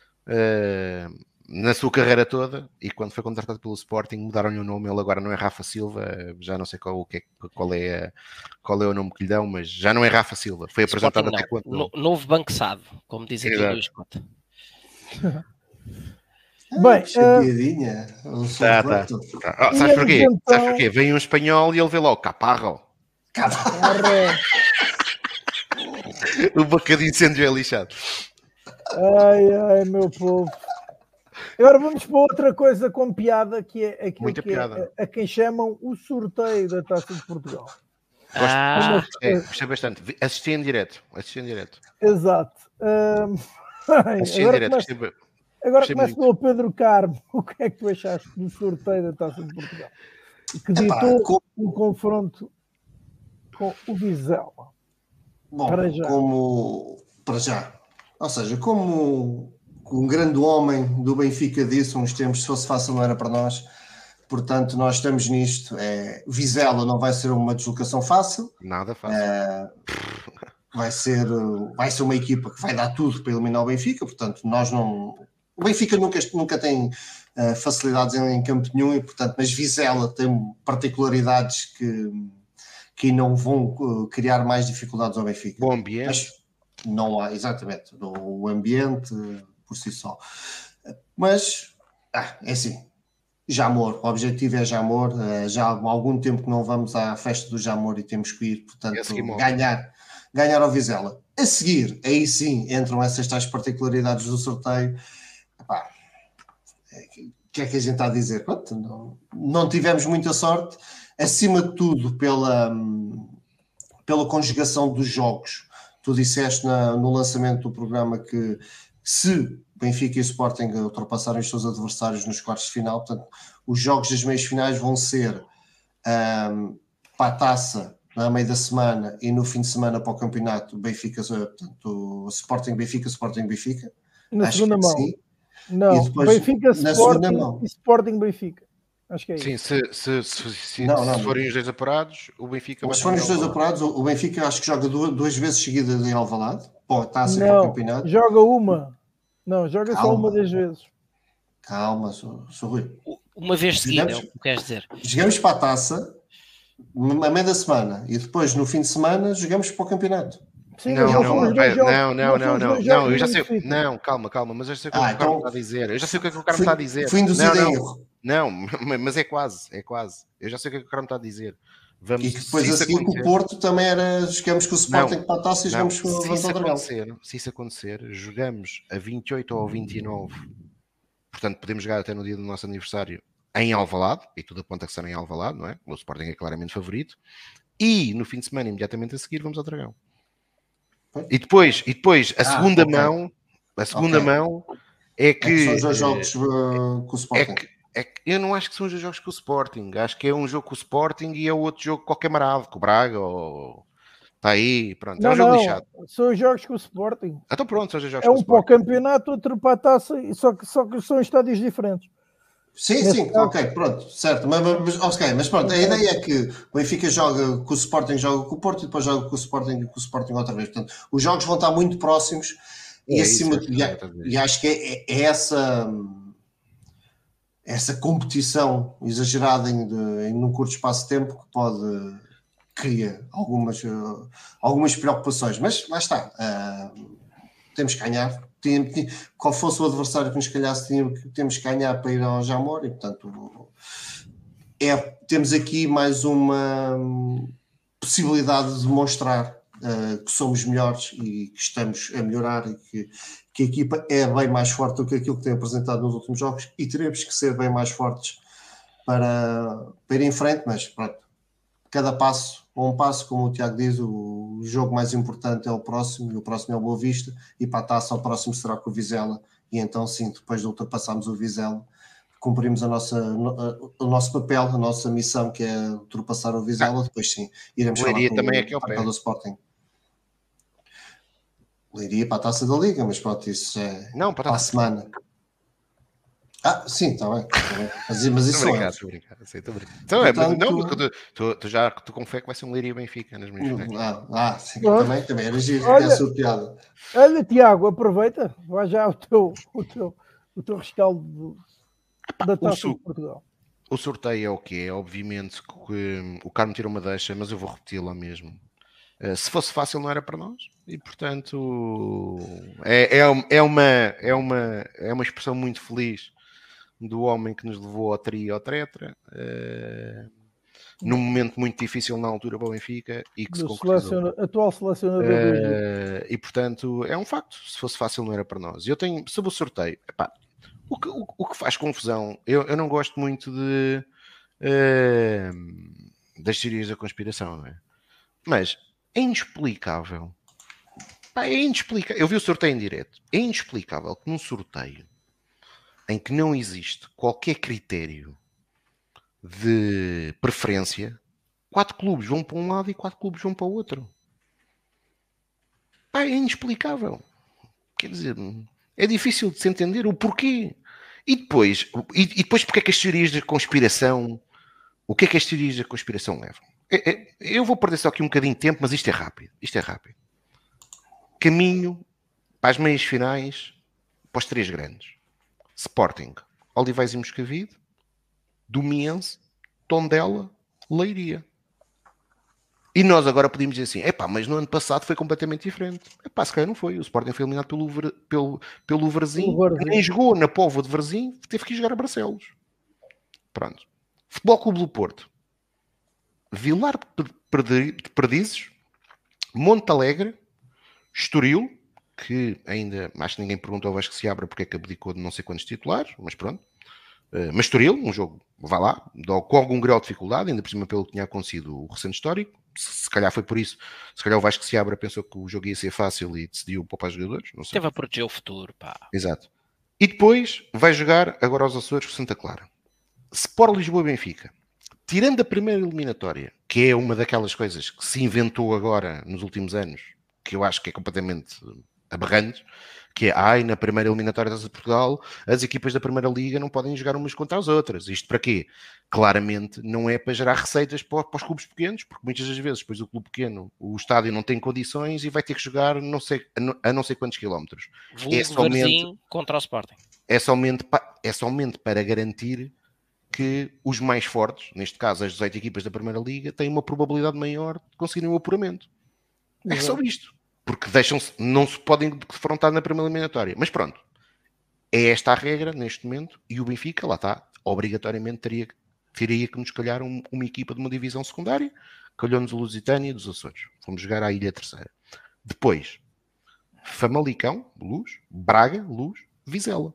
na sua carreira toda, e quando foi contratado pelo Sporting mudaram-lhe o nome, ele agora não é Rafa Silva, já não sei qual é o nome que lhe dão, mas já não é Rafa Silva, foi apresentado até quando... Novo banqueçado, como diz aqui o Luís Cota. Bem, piadinha. Sabes porquê? Então... Sabes porquê? Vem um espanhol e ele vê logo Caparro. O bocadinho incêndio é lixado. Ai, meu povo. Agora vamos para outra coisa com piada, que é aquilo Muita que piada. é a quem chamam o sorteio da Taça de Portugal. Gostei bastante. Assisti em direto. Exato. Assisti em direto. Agora começa pelo Pedro Carmo. O que é que tu achaste do sorteio da Taça de Portugal? Que ditou um confronto com o Vizela. Bom, para já. Ou seja, como um grande homem do Benfica disse uns tempos, se fosse fácil não era para nós. Portanto, nós estamos nisto. Vizela não vai ser uma deslocação fácil. Nada fácil. Vai ser uma equipa que vai dar tudo para eliminar o Benfica. Portanto, nós não... O Benfica nunca tem facilidades em campo nenhum, e, portanto, mas Vizela tem particularidades que não vão criar mais dificuldades ao Benfica. Bom ambiente. Mas não há, exatamente, o ambiente por si só. Mas, é assim, Jamor, o objetivo é Jamor, já há algum tempo que não vamos à festa do Jamor e temos que ir, portanto, ganhar ao Vizela. A seguir, aí sim, entram essas tais particularidades do sorteio. O que é que a gente está a dizer? Pronto, não tivemos muita sorte, acima de tudo pela conjugação dos jogos. Tu disseste no lançamento do programa que se Benfica e Sporting ultrapassarem os seus adversários nos quartos de final, portanto, os jogos das meias finais vão ser para a taça na meio da semana e no fim de semana para o campeonato Benfica, portanto, Sporting Benfica. Na segunda mão. Sim. Não, depois, Benfica Sporting e Sporting Benfica. Acho que é isso. Sim, se forem os dois apurados, o Benfica vai... Se forem os dois apurados, o Benfica acho que joga duas vezes seguidas em Alvalade, para a taça e para o campeonato. Joga uma. Não, joga só uma das vezes. Calma, sou Rui. Uma vez seguida, é o que queres dizer. Jogamos para a taça a meio da semana e depois no fim de semana jogamos para o campeonato. Sim, não, eu já sei. Não, calma, mas eu já sei o que o Carmo está a dizer. Eu já sei o que o Carmo está a dizer. Fui induzido em erro. Não, mas é quase. Eu já sei o que o Carmo está a dizer. E que depois a seguir com o Porto também era, jogamos com o Sporting para a taça e jogamos com o Dragão. Se isso acontecer, jogamos a 28 ou 29. Portanto, podemos jogar até no dia do nosso aniversário em Alvalade, e tudo aponta que será em Alvalade, não é? O Sporting é claramente favorito. E no fim de semana, imediatamente a seguir, vamos ao Dragão. E depois a segunda mão é que são os dois jogos com o Sporting. Eu não acho que são os dois jogos com o Sporting, acho que é um jogo com o Sporting e é outro jogo qualquer marado, com o Braga ou está aí, pronto, é um jogo lixado. São os jogos com o Sporting. Então pronto, são os jogos com o Sporting. É um para o campeonato, outro para a taça, só que são estádios diferentes. Sim, ok, pronto, certo, mas pronto, a ideia é que o Benfica joga com o Sporting, joga com o Porto e depois joga com o Sporting e com o Sporting outra vez, portanto, os jogos vão estar muito próximos e acima e acho que é essa competição exagerada em um curto espaço de tempo que pode criar algumas preocupações, mas lá está, temos que ganhar. Qual fosse o adversário que nos calhasse, temos que ganhar para ir ao Jamor e, portanto, temos aqui mais uma possibilidade de demonstrar que somos melhores e que estamos a melhorar e que a equipa é bem mais forte do que aquilo que tem apresentado nos últimos jogos e teremos que ser bem mais fortes para ir em frente, mas pronto, cada passo ou um passo, como o Tiago diz, o jogo mais importante é o próximo, e o próximo é o Boa Vista, e para a taça o próximo será com o Vizela, e então sim, depois de ultrapassarmos o Vizela, cumprimos o nosso papel, a nossa missão, que é ultrapassar o Vizela. Depois sim, iremos falar com também é que é o pé do Sporting. Leiria para a Taça da Liga, mas pronto, isso é não, para a semana. Sim, está bem. Mas isso são eles. Estou a brincar. Então, portanto, tu com fé que vai ser um Leiria Benfica nas minhas finais. Sim, também era giro, é surpreado. Olha, Tiago, aproveita, vai já o teu rescaldo da Taça de Portugal. O sorteio é o quê? É obviamente que o Carmo tira uma deixa, mas eu vou repeti-la mesmo. Se fosse fácil não era para nós e portanto é uma expressão muito feliz do homem que nos levou ao tri e ao tetra num momento muito difícil na altura para o Benfica e que se concretizou. Atual selecionador e portanto é um facto, se fosse fácil não era para nós. Eu tenho sobre o sorteio, o que faz confusão, eu não gosto muito das teorias da conspiração, não é? Mas é inexplicável. É inexplicável. Eu vi o sorteio em direto. É inexplicável que num sorteio em que não existe qualquer critério de preferência, 4 clubes vão para um lado e 4 clubes vão para o outro. É inexplicável. Quer dizer, é difícil de se entender o porquê. E depois porque é que as teorias da conspiração... O que é que as teorias da conspiração levam? Eu vou perder só aqui um bocadinho de tempo, mas isto é rápido. Caminho para as meias finais, para os 3 grandes. Sporting, Olivais e Moscavide, Domiense, Tondela, Leiria. E nós agora podíamos dizer assim, mas no ano passado foi completamente diferente. Se calhar não foi. O Sporting foi eliminado pelo Varzim, nem jogou na Póvoa de Varzim, teve que ir jogar a Barcelos. Pronto. Futebol Clube do Porto, Vilar de Perdizes, Monte Alegre, Estoril, que ainda acho que ninguém perguntou ao Vasco Seabra porque é que abdicou de não sei quantos titulares, mas pronto. Mas Estoril, um jogo, vá lá, com algum grau de dificuldade, ainda por cima pelo que tinha acontecido o recente histórico. Se calhar foi por isso, se calhar o Vasco Seabra pensou que o jogo ia ser fácil e decidiu poupar jogadores. Não sei. Teve a proteger o futuro, pá. Exato. E depois vai jogar agora aos Açores com Santa Clara. Sport Lisboa e Benfica. Tirando a primeira eliminatória, que é uma daquelas coisas que se inventou agora nos últimos anos, que eu acho que é completamente aberrante, que é, na primeira eliminatória da Portugal, as equipas da Primeira Liga não podem jogar umas contra as outras. Isto para quê? Claramente não é para gerar receitas para os clubes pequenos, porque muitas das vezes depois o clube pequeno, o estádio não tem condições e vai ter que jogar a não sei quantos quilómetros. É somente contra o Sporting. É somente para garantir que os mais fortes, neste caso as 18 equipas da Primeira Liga, têm uma probabilidade maior de conseguirem o apuramento. É só isto. Porque não se podem defrontar na primeira eliminatória. Mas pronto, é esta a regra neste momento e o Benfica, lá está, obrigatoriamente teria que nos calhar uma equipa de uma divisão secundária, calhou-nos a Lusitânia dos Açores. Fomos jogar à Ilha Terceira. Depois, Famalicão, Luz, Braga, Luz, Vizela.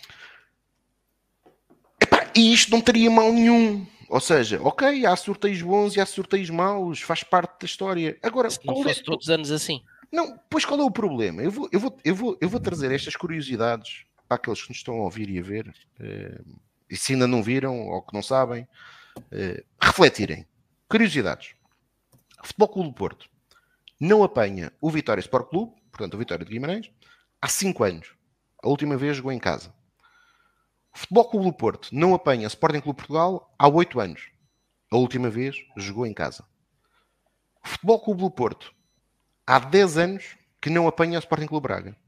E isto não teria mal nenhum. Ou seja, ok, há sorteios bons e há sorteios maus, faz parte da história. Agora, se não fosse todos os anos assim. Não, pois qual é o problema? Eu vou trazer estas curiosidades para aqueles que nos estão a ouvir e a ver, e se ainda não viram ou que não sabem, refletirem. Curiosidades. Futebol Clube do Porto não apanha o Vitória Sport Clube, portanto o Vitória de Guimarães, há 5 anos. A última vez jogou em casa. Futebol Clube do Porto não apanha Sporting Clube Portugal há 8 anos. A última vez jogou em casa. Futebol Clube do Porto há 10 anos que não apanha o Sporting Clube Braga.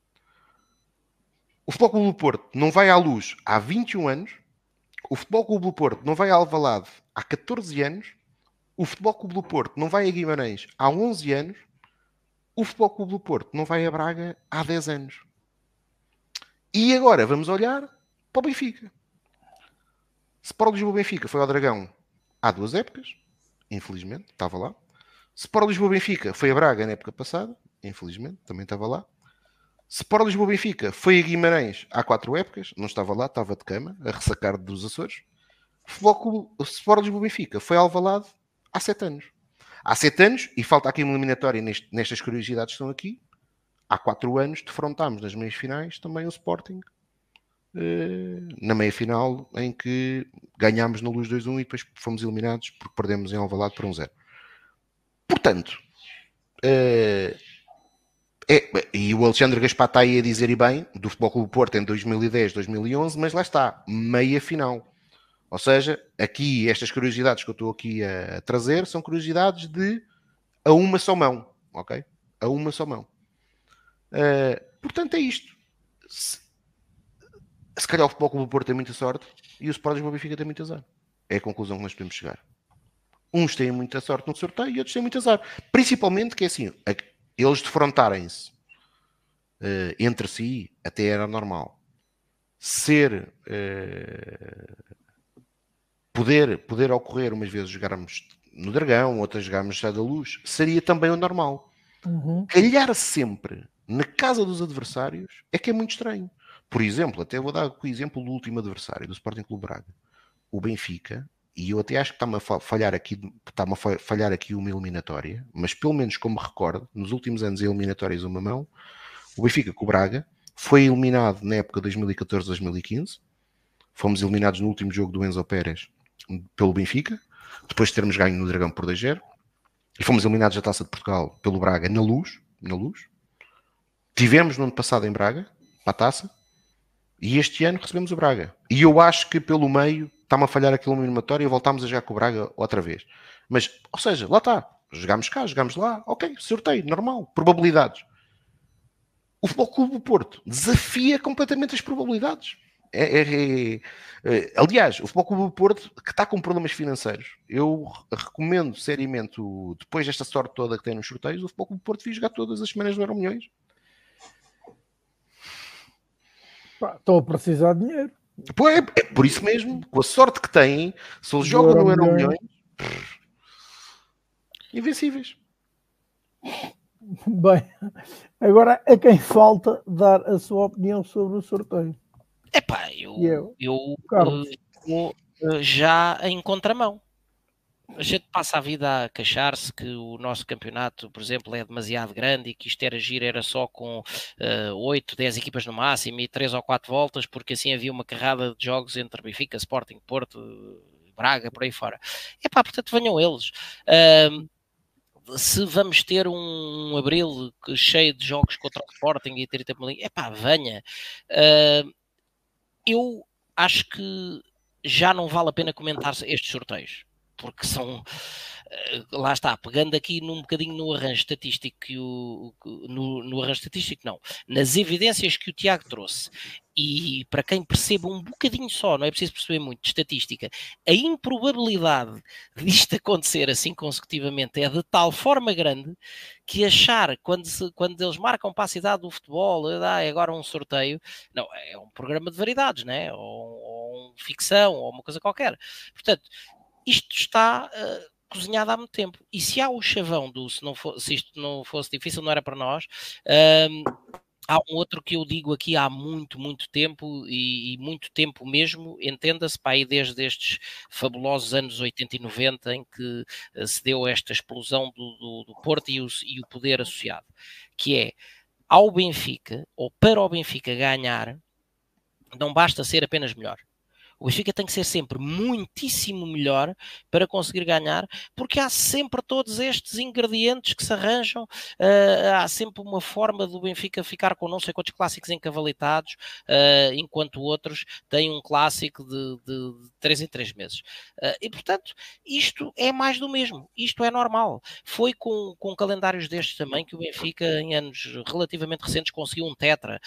O Futebol Clube do Porto não vai à Luz há 21 anos. O Futebol Clube do Porto não vai a Alvalade há 14 anos. O Futebol Clube do Porto não vai a Guimarães há 11 anos. O Futebol Clube do Porto não vai a Braga há 10 anos. E agora vamos olhar para o Benfica. Sport Lisboa Benfica foi ao Dragão há 2 épocas. Infelizmente, estava lá. Sport Lisboa Benfica foi a Braga na época passada. Infelizmente, também estava lá. Sport Lisboa Benfica foi a Guimarães há 4 épocas. Não estava lá, estava de cama, a ressacar dos Açores. Sport Lisboa Benfica foi a Alvalade há 7 anos. Há 7 anos, e falta aqui uma eliminatória nestas curiosidades que estão aqui, há 4 anos defrontámos nas meias finais também o Sporting na meia-final, em que ganhámos na Luz 2-1 e depois fomos eliminados porque perdemos em Alvalade por 1-0. Portanto, e o Alexandre Gaspar está aí a dizer, e bem, do Futebol Clube do Porto em 2010, 2011, mas lá está, meia-final. Ou seja, aqui, estas curiosidades que eu estou aqui a trazer são curiosidades de a uma só mão, ok? A uma só mão. Portanto, é isto. Se calhar o Futebol Clube do Porto tem muita sorte e o Sporting do Benfica tem muito azar. É a conclusão que nós podemos chegar. Uns têm muita sorte no sorteio e outros têm muito azar. Principalmente que é assim, eles defrontarem-se entre si até era normal. Poder ocorrer umas vezes jogarmos no Dragão, outras jogarmos no Estado da Luz, seria também o normal. Calhar sempre na casa dos adversários é que é muito estranho. Por exemplo, até vou dar o exemplo do último adversário do Sporting Clube Braga, o Benfica, e eu até acho que está-me a falhar aqui uma eliminatória, mas pelo menos como recordo, nos últimos anos eliminatórias uma mão, o Benfica com o Braga foi eliminado na época 2014-2015, fomos eliminados no último jogo do Enzo Pérez pelo Benfica, depois de termos ganho no Dragão por 2-0, e fomos eliminados da Taça de Portugal pelo Braga na Luz. Tivemos no ano passado em Braga, para a Taça, e este ano recebemos o Braga. E eu acho que pelo meio está-me a falhar aquela eliminatória e voltámos a jogar com o Braga outra vez. Mas, ou seja, lá está. Jogámos cá, jogámos lá, ok, sorteio, normal, probabilidades. O Futebol Clube do Porto desafia completamente as probabilidades. Aliás, o Futebol Clube do Porto, que está com problemas financeiros, eu recomendo seriamente, depois desta sorte toda que tem nos sorteios, o Futebol Clube do Porto devia jogar todas as semanas no Euromilhões. Estão a precisar de dinheiro. É por isso mesmo, com a sorte que têm, se eles jogam no Euromilhões, invencíveis. Bem, agora a quem falta dar a sua opinião sobre o sorteio. Epá, eu vou já em contramão. A gente passa a vida a queixar-se que o nosso campeonato, por exemplo, é demasiado grande e que isto era só com 8, 10 equipas no máximo e 3 ou 4 voltas, porque assim havia uma carrada de jogos entre Benfica, Sporting, Porto, Braga, por aí fora. Epá, portanto, venham eles. Se vamos ter um abril cheio de jogos contra o Sporting e 30 mil, epá, venha. Eu acho que já não vale a pena comentar estes sorteios, porque são, lá está, pegando aqui num bocadinho no arranjo estatístico no arranjo estatístico não, nas evidências que o Tiago trouxe, e para quem perceba um bocadinho só, não é preciso perceber muito de estatística, a improbabilidade disto acontecer assim consecutivamente é de tal forma grande que achar, quando eles marcam para a cidade do futebol, agora um sorteio, não, é um programa de variedades, né? ou ficção, ou uma coisa qualquer. Portanto, isto está cozinhado há muito tempo. E se há o chavão se isto não fosse difícil, não era para nós, há um outro que eu digo aqui há muito, muito tempo, e muito tempo mesmo, entenda-se, para aí desde estes fabulosos anos 80 e 90, em que se deu esta explosão do Porto e o poder associado, que é, ao Benfica, ou para o Benfica ganhar, não basta ser apenas melhor. O Benfica tem que ser sempre muitíssimo melhor para conseguir ganhar, porque há sempre todos estes ingredientes que se arranjam, há sempre uma forma do Benfica ficar com não sei quantos clássicos encavalitados, enquanto outros têm um clássico de 3 em 3 meses. E, portanto, isto é mais do mesmo, isto é normal. Foi com calendários destes também que o Benfica, em anos relativamente recentes, conseguiu um tetra.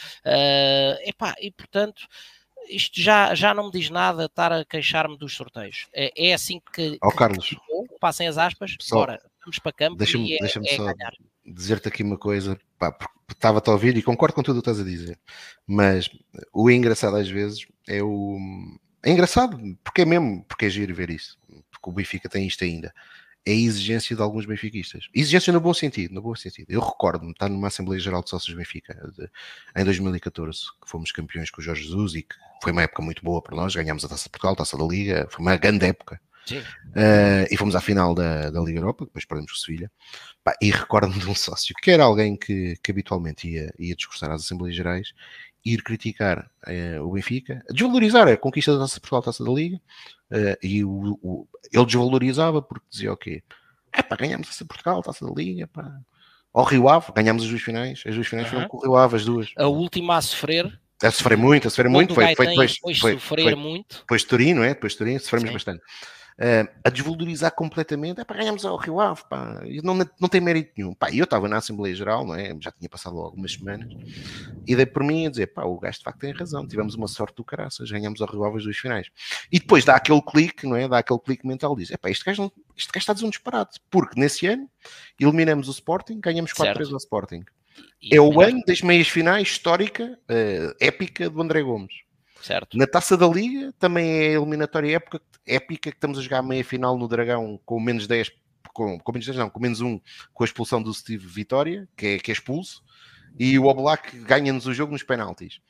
E, portanto, isto já não me diz nada estar a queixar-me dos sorteios. É assim que Carlos, passem as aspas, pessoal, bora, vamos para campo. Deixa-me só dizer-te aqui uma coisa, estava-te a ouvir e concordo com tudo o que estás a dizer, mas o engraçado às vezes é engraçado, porque é giro ver isso, porque o Benfica tem isto ainda. É a exigência de alguns benfiquistas. Exigência no bom sentido, Eu recordo-me, estar numa Assembleia Geral de Sócios Benfica em 2014, que fomos campeões com o Jorge Jesus e que foi uma época muito boa para nós, ganhámos a Taça de Portugal, a Taça da Liga, foi uma grande época. E fomos à final da Liga Europa, depois perdemos com o Sevilha. E recordo-me de um sócio, que era alguém que habitualmente ia discursar às Assembleias Gerais, ir criticar o Benfica, desvalorizar a conquista da Taça de Portugal, Taça da Liga, e ele desvalorizava porque dizia o quê? Ganhamos a Taça de Portugal, Taça da Liga, pá. Ao Rio Ave, ganhámos as duas finais foram com o Rio Ave, as duas. A última a sofrer. A sofrer muito, foi depois sofrer muito. Depois de Turim, não é? Depois de Turim sofremos bastante. A desvalorizar completamente, ganhamos ao Rio Ave, pá, e não tem mérito nenhum. Pá, eu estava na Assembleia Geral, não é? Já tinha passado algumas semanas, e dei por mim a dizer, pá, o gajo de facto tem razão, tivemos uma sorte do caraças, ganhamos ao Rio Ave as duas finais. E depois dá aquele clique, não é? Dá aquele clique mental, diz, este gajo está a dizer um disparate, porque nesse ano eliminamos o Sporting, ganhamos 4-3 ao Sporting. É o ano das meias finais histórica, épica do André Gomes. Certo. Na Taça da Liga também é a eliminatória épica que estamos a jogar a meia final no Dragão com menos 10, com menos 1, com a expulsão do Steve Vitória, que é expulso, e o Oblak ganha-nos o jogo nos penaltis.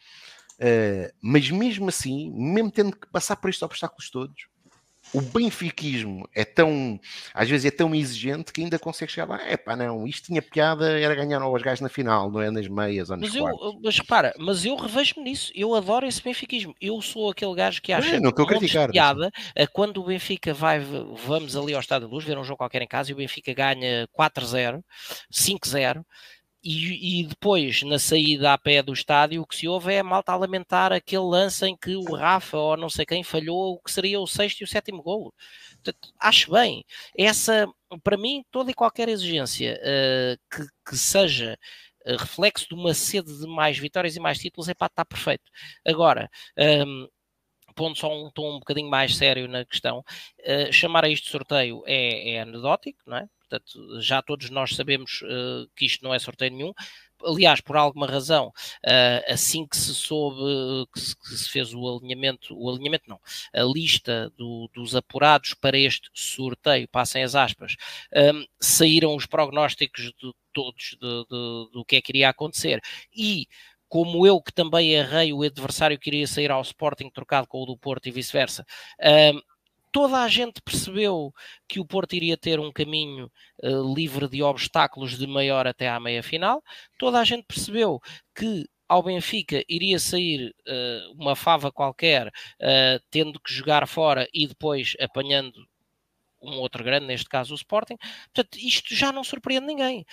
Mas mesmo assim, mesmo tendo que passar por estes obstáculos todos, o benfiquismo às vezes é tão exigente que ainda consegue chegar lá. Não, isto tinha piada, era ganhar aos gajos na final, não é nas meias ou nos quartos. Mas repara, eu revejo-me nisso, eu adoro esse benfiquismo. Eu sou aquele gajo que acha não estou a criticar, piada quando o Benfica vamos ali ao Estádio da Luz, ver um jogo qualquer em casa e o Benfica ganha 4-0, 5-0. E depois, na saída a pé do estádio, o que se ouve é a malta a lamentar aquele lance em que o Rafa ou não sei quem falhou o que seria o 6º e o 7º golo. Portanto, acho bem. Para mim, toda e qualquer exigência que seja reflexo de uma sede de mais vitórias e mais títulos, está perfeito. Agora, pondo só um tom um bocadinho mais sério na questão, chamar a isto de sorteio é anedótico, não é? Portanto, já todos nós sabemos que isto não é sorteio nenhum. Aliás, por alguma razão, assim que se soube que se fez o alinhamento não, a lista dos apurados para este sorteio, passem as aspas, saíram os prognósticos de todos do que é que iria acontecer. E como eu que também errei o adversário que iria sair ao Sporting trocado com o do Porto e vice-versa, toda a gente percebeu que o Porto iria ter um caminho livre de obstáculos de maior até à meia-final. Toda a gente percebeu que ao Benfica iria sair uma fava qualquer, tendo que jogar fora e depois apanhando um outro grande, neste caso o Sporting. Portanto, isto já não surpreende ninguém.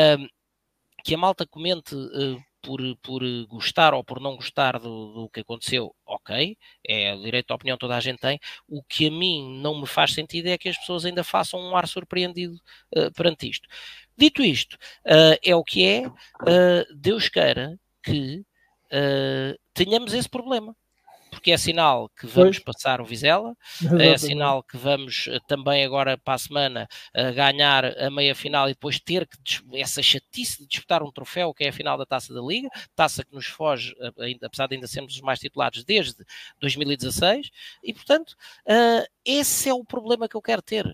Que a malta comente por gostar ou por não gostar do que aconteceu, ok, é o direito à opinião, toda a gente tem. O que a mim não me faz sentido é que as pessoas ainda façam um ar surpreendido perante isto. Dito isto, é o que é, Deus queira que tenhamos esse problema. Porque é sinal que vamos passar o Vizela, é sinal que vamos também agora para a semana ganhar a meia-final e depois ter essa chatice de disputar um troféu que é a final da Taça da Liga, taça que nos foge, apesar de ainda sermos os mais titulados desde 2016, e portanto esse é o problema que eu quero ter.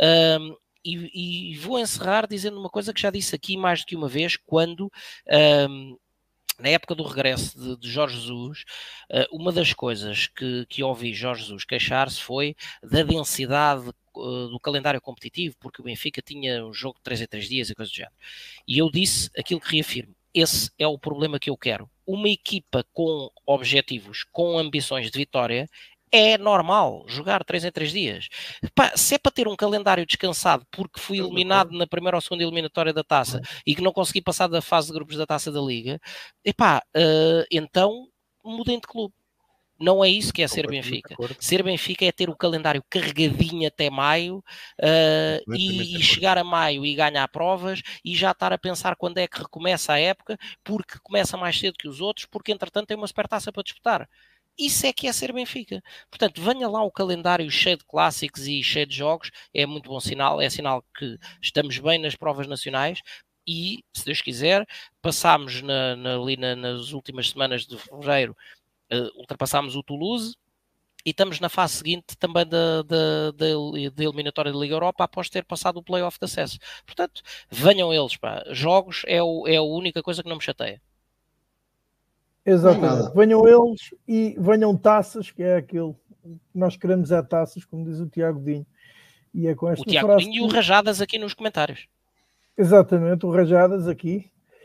E vou encerrar dizendo uma coisa que já disse aqui mais do que uma vez, quando... na época do regresso de Jorge Jesus, uma das coisas que ouvi Jorge Jesus queixar-se foi da densidade do calendário competitivo, porque o Benfica tinha um jogo de 3 em 3 dias e coisa do género. E eu disse aquilo que reafirmo. Esse é o problema que eu quero. Uma equipa com objetivos, com ambições de vitória, é normal jogar 3 em 3 dias. Se é para ter um calendário descansado porque fui eliminado na primeira ou segunda eliminatória da Taça e que não consegui passar da fase de grupos da Taça da Liga, então mudem de clube. Não é isso que é ser Benfica. Ser Benfica é ter o calendário carregadinho até maio e chegar a maio e ganhar provas e já estar a pensar quando é que recomeça a época, porque começa mais cedo que os outros, porque entretanto tem uma supertaça para disputar. Isso é que é ser Benfica. Portanto, venha lá o calendário cheio de clássicos e cheio de jogos, é muito bom sinal, é sinal que estamos bem nas provas nacionais e, se Deus quiser, passámos ali nas últimas semanas de fevereiro, ultrapassámos o Toulouse e estamos na fase seguinte também da eliminatória da Liga Europa após ter passado o play-off de acesso. Portanto, venham eles, pá. Jogos é a única coisa que não me chateia. Exatamente, venham eles e venham taças, que é aquilo que nós queremos, é taças, como diz o Tiago Dinho. E é com esta o Tiago Dinho e o Rajadas aqui nos comentários. Exatamente, o Rajadas aqui.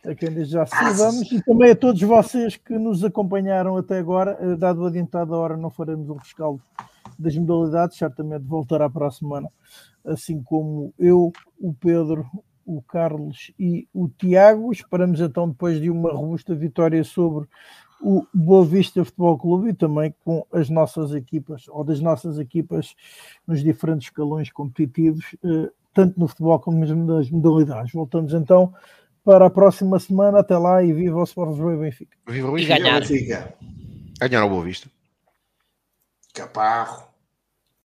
a quem desde já saudamos, e também a todos vocês que nos acompanharam até agora. Dado o adiantado da hora, não faremos o rescaldo das modalidades, certamente voltará para a semana, assim como eu, o Pedro, o Carlos e o Tiago. Esperamos então, depois de uma robusta vitória sobre o Boa Vista Futebol Clube, e também com as nossas equipas, ou das nossas equipas nos diferentes escalões competitivos, tanto no futebol como nas modalidades. Voltamos então para a próxima semana. Até lá e viva o Sport Lisboa e Benfica. Viva o E Benfica. ganhar. Benfica. Ganhar ao Boa Vista. Caparro.